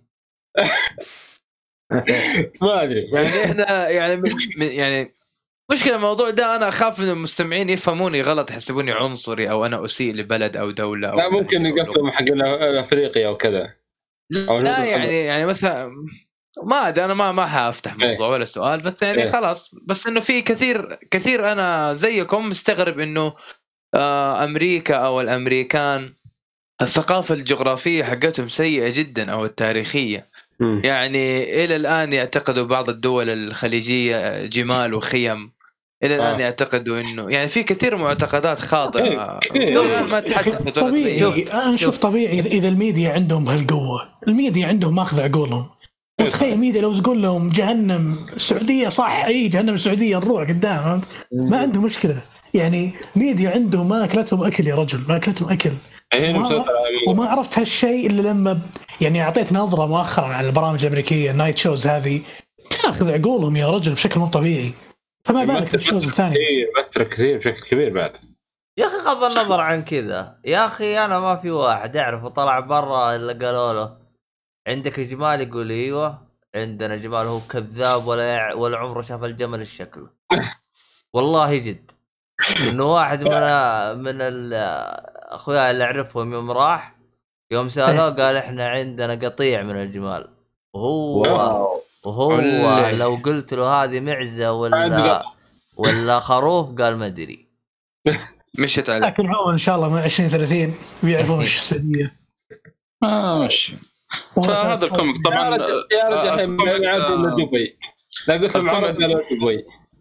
ما ادري يعني احنا يعني يعني مشكلة الموضوع ده انا اخاف ان المستمعين يفهموني غلط يحسبوني عنصري او انا اسيء لبلد او دولة أو لا ممكن يقصدوا حق افريقيا او كذا. لا يعني يعني مثلا ما ادري انا ما ما حافتح موضوع ولا سؤال بس يعني إيه. خلاص بس انه في كثير كثير انا زيكم مستغرب انه آه امريكا او الامريكان الثقافة الجغرافية حقتهم سيئة جدا او التاريخية. م. يعني الى الان يعتقدوا بعض الدول الخليجية جمال وخيم، الى الان آه. يعتقدوا انه يعني في كثير معتقدات خاطئة ما تحدث. طبيعي انا اشوف طبيعي اذا الميديا عندهم هالقوة، الميديا عندهم ماخذ عقولهم. وتخيل الميديا لو تقول لهم جهنم السعودية صح اي جهنم السعودية نروح قدام ما عنده مشكلة. يعني ميديا عندهم ما اكلتهم اكل يا رجل ما اكلتهم اكل. وما, وما عرفت هالشيء الا لما يعني اعطيت نظرة مؤخرا على البرامج الامريكية النايت شوز هذه تاخذ عقولهم يا رجل بشكل مو طبيعي. فما بالك الشوز الثاني متر كثير بشكل كبير بعد. يا اخي غض النظر عن كذا يا اخي انا ما في واحد اعرف طلع برا الا قالوا له عندك جمال يقول ايوه عندنا جمال هو كذاب ولا ولا عمره شاف الجمل الشكل. والله جد انه واحد من من اخويا اللي اعرفهم يوم راح يوم سالوه قال احنا عندنا قطيع من الجمال وهو وهو لو قلت له هذه معزة ولا ولا خروف قال ما ادري. مشيت عليه. لكن هو ان شاء الله مع عشرين ثلاثين بيعرفون ايش السعودية. اه ماشي. فهذا الكوميك طبعا يا رجل الحين عندنا دبي لا قلت لهم عرب قالوا دبي.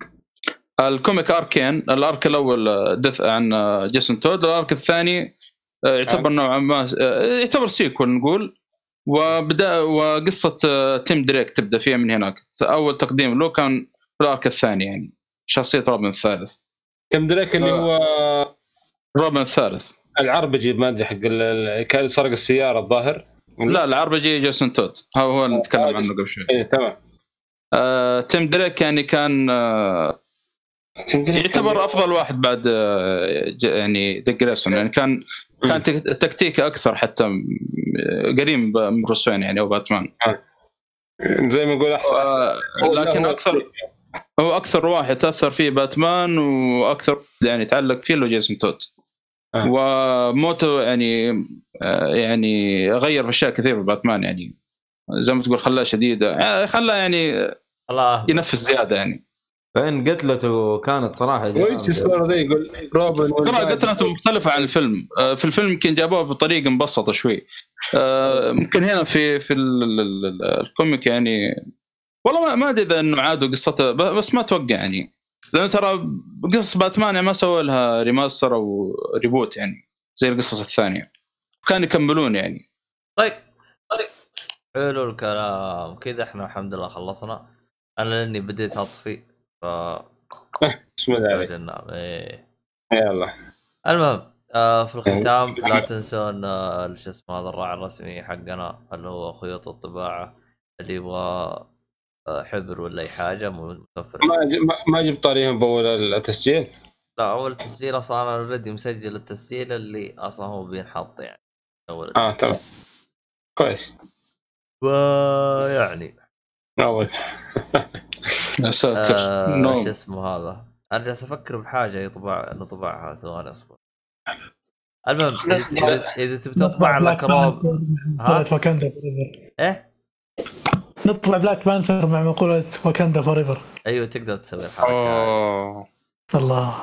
الكوميك اركين الارك الاول دث عن جيسون تود، الارك الثاني يعتبر نوعا ما يعتبر سيكول نقول، وبدا وقصه تيم دريك تبدا فيها من هناك. اول تقديم له كان في الارك الثاني يعني شخصيه روبن الثالث. تيم دريك اللي هو روبن الثالث العربجي ما ادري حق كان سرق السياره الظاهر. لا العربجي جيسون تود هو هو اللي نتكلم عنه قبل شوي. ايه تمام. آه، تيم دريك يعني كان آه يعتبر افضل واحد بعد آه يعني ديك جريسون يعني كان كان تكتيك اكثر حتى قريب من بروس وين يعني او باتمان زي ما نقول احسن. آه لكن اكثر هو اكثر واحد تاثر فيه باتمان واكثر يعني تعلق فيه له جيسون تود. آه. وموته يعني آه يعني غير اشياء كثير في باتمان يعني زي ما تقول خلاه شديده خلاه يعني الله ينفذ زياده يعني. فإن قتلته كانت صراحة ويش الصورة ذي يقول روبن طبعا قتلته مختلفة عن الفيلم. في الفيلم يمكن جابوها بطريقة مبسطة شوي ممكن هنا في في الكوميك يعني والله ما أدري إذا إنه عادوا قصته بس ما أتوقع يعني لأنه ترى قصة باتمان يعني ما سووا لها ريماستر أو ريبوت يعني زي القصص الثانية كانوا يكملون يعني. طيب طيب حلو الكلام كذا. احنا الحمد لله خلصنا. انا لاني بديت اطفي ف بسم الله عليك. ايه يلا المهم آه في الختام لا تنسون آه شو اسمه هذا الراعي الرسمي حقنا اللي هو خيوط الطباعة، اللي يبغى آه حبر ولا اي حاجة متوفر. ما ج- ما جبت طاريهم بأول التسجيل. لا اول تسجيل اصلا انا اوريدي مسجل التسجيل اللي اصلا هو بينحط يعني اول اه التسجيل. تمام كويس. ويعني اول يا ساتر آه نوم. شو اسمه هذا ارجع افكر بحاجه يطبع نطبعها ثواني اصبر. المهم اذا اذا, إذا تبي تطبع لك روب ها واكاندا فوريفر. ايه نطلع بلاك بانثر مع مقولة واكاندا فوريفر. ايوه تقدر تسوي الحركه. اوه الله.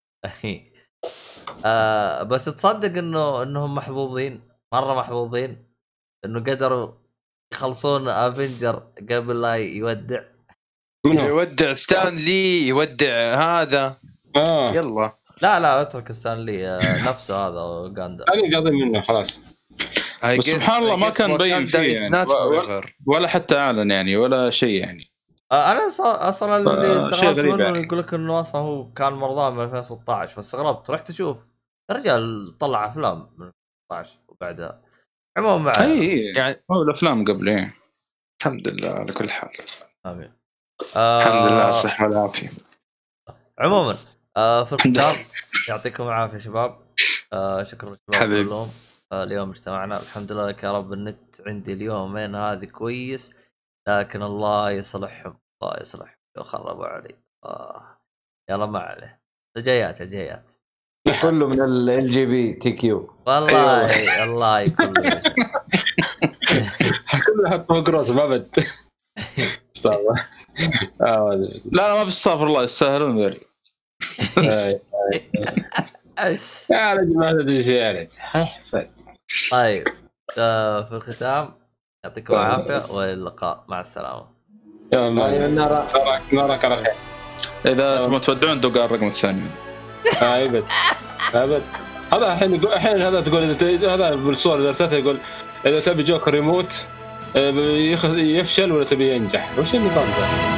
آه بس تصدق انه انهم محظوظين مره محظوظين انه قدروا يخلصون افنجر قبل لا يودع. يودع ستان لي يودع هذا اه يلا. لا لا اترك ستانلي آه نفسه هذا غاندا انا قاضي منه خلاص. بس سبحان الله ما كان بين فيه يعني ولا, ولا حتى اعلن يعني ولا شيء يعني. آه انا اصلا اللي استغربت منه يعني. يقول لك انه اصلا هو كان مرضان من ألفين وستة عشر فاستغربت رحت اشوف الرجال طلع افلام من ألفين وستة عشر وبعدها عموما معاه اي يعني هو الافلام قبل ايه. الحمد لله على كل حال. امين. آه الحمد لله على آه الصحة والعافية. عموما آه في الختام يعطيكم العافيه شباب. آه شكرا للشباب حبيبي. كلهم. آه اليوم اجتمعنا الحمد لله لك يا رب. النت عندي اليومين هذه كويس لكن الله يصلحهم الله يصلحهم يخربوا علي. آه يلا ما عليه الجايات الجايات كله من ال جي بي تي كيو والله الله يكون كله حط مقروط ما بد صعبة. اه لا لا ما في استغفر الله يستاهلون ذولي. يا رجل ما تدري شيء يعني. طيب آه في الختام يعطيكم العافيه والى اللقاء مع السلامه. يا ما نراك نراك على خير. اذا تبغون تودعون دقوا الرقم الثاني. ابد ابد. هذا الحين يقول الحين هذا تقول اذا هذا بالصور اللي ارسلتها يقول اذا تبي جوكر يموت يفشل ولا تبي ينجح. وش النظام ده؟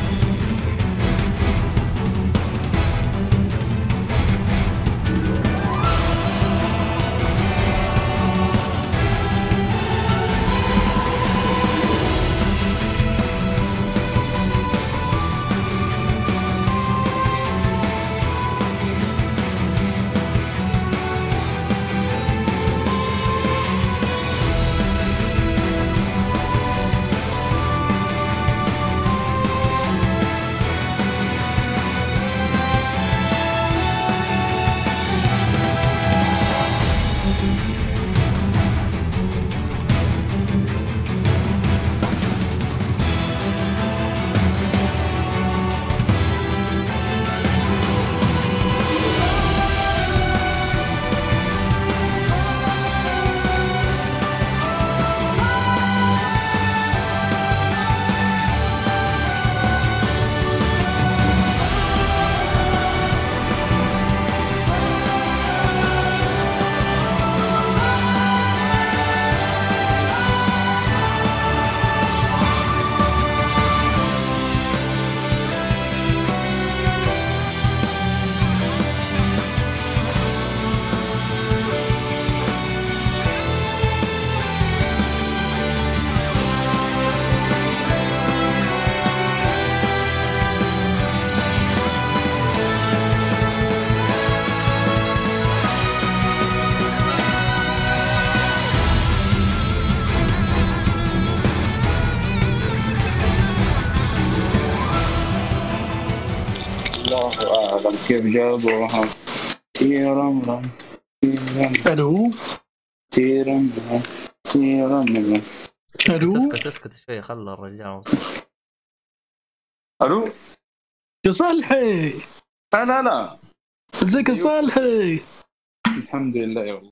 الله اعلم كيف جابوها. تيرم رم الو تيرم تيرم. الو اسكت اسكت شوي خلى الرجال. الو يا صالحي. لا لا ازيك يا صالحي؟ الحمد لله يا والله.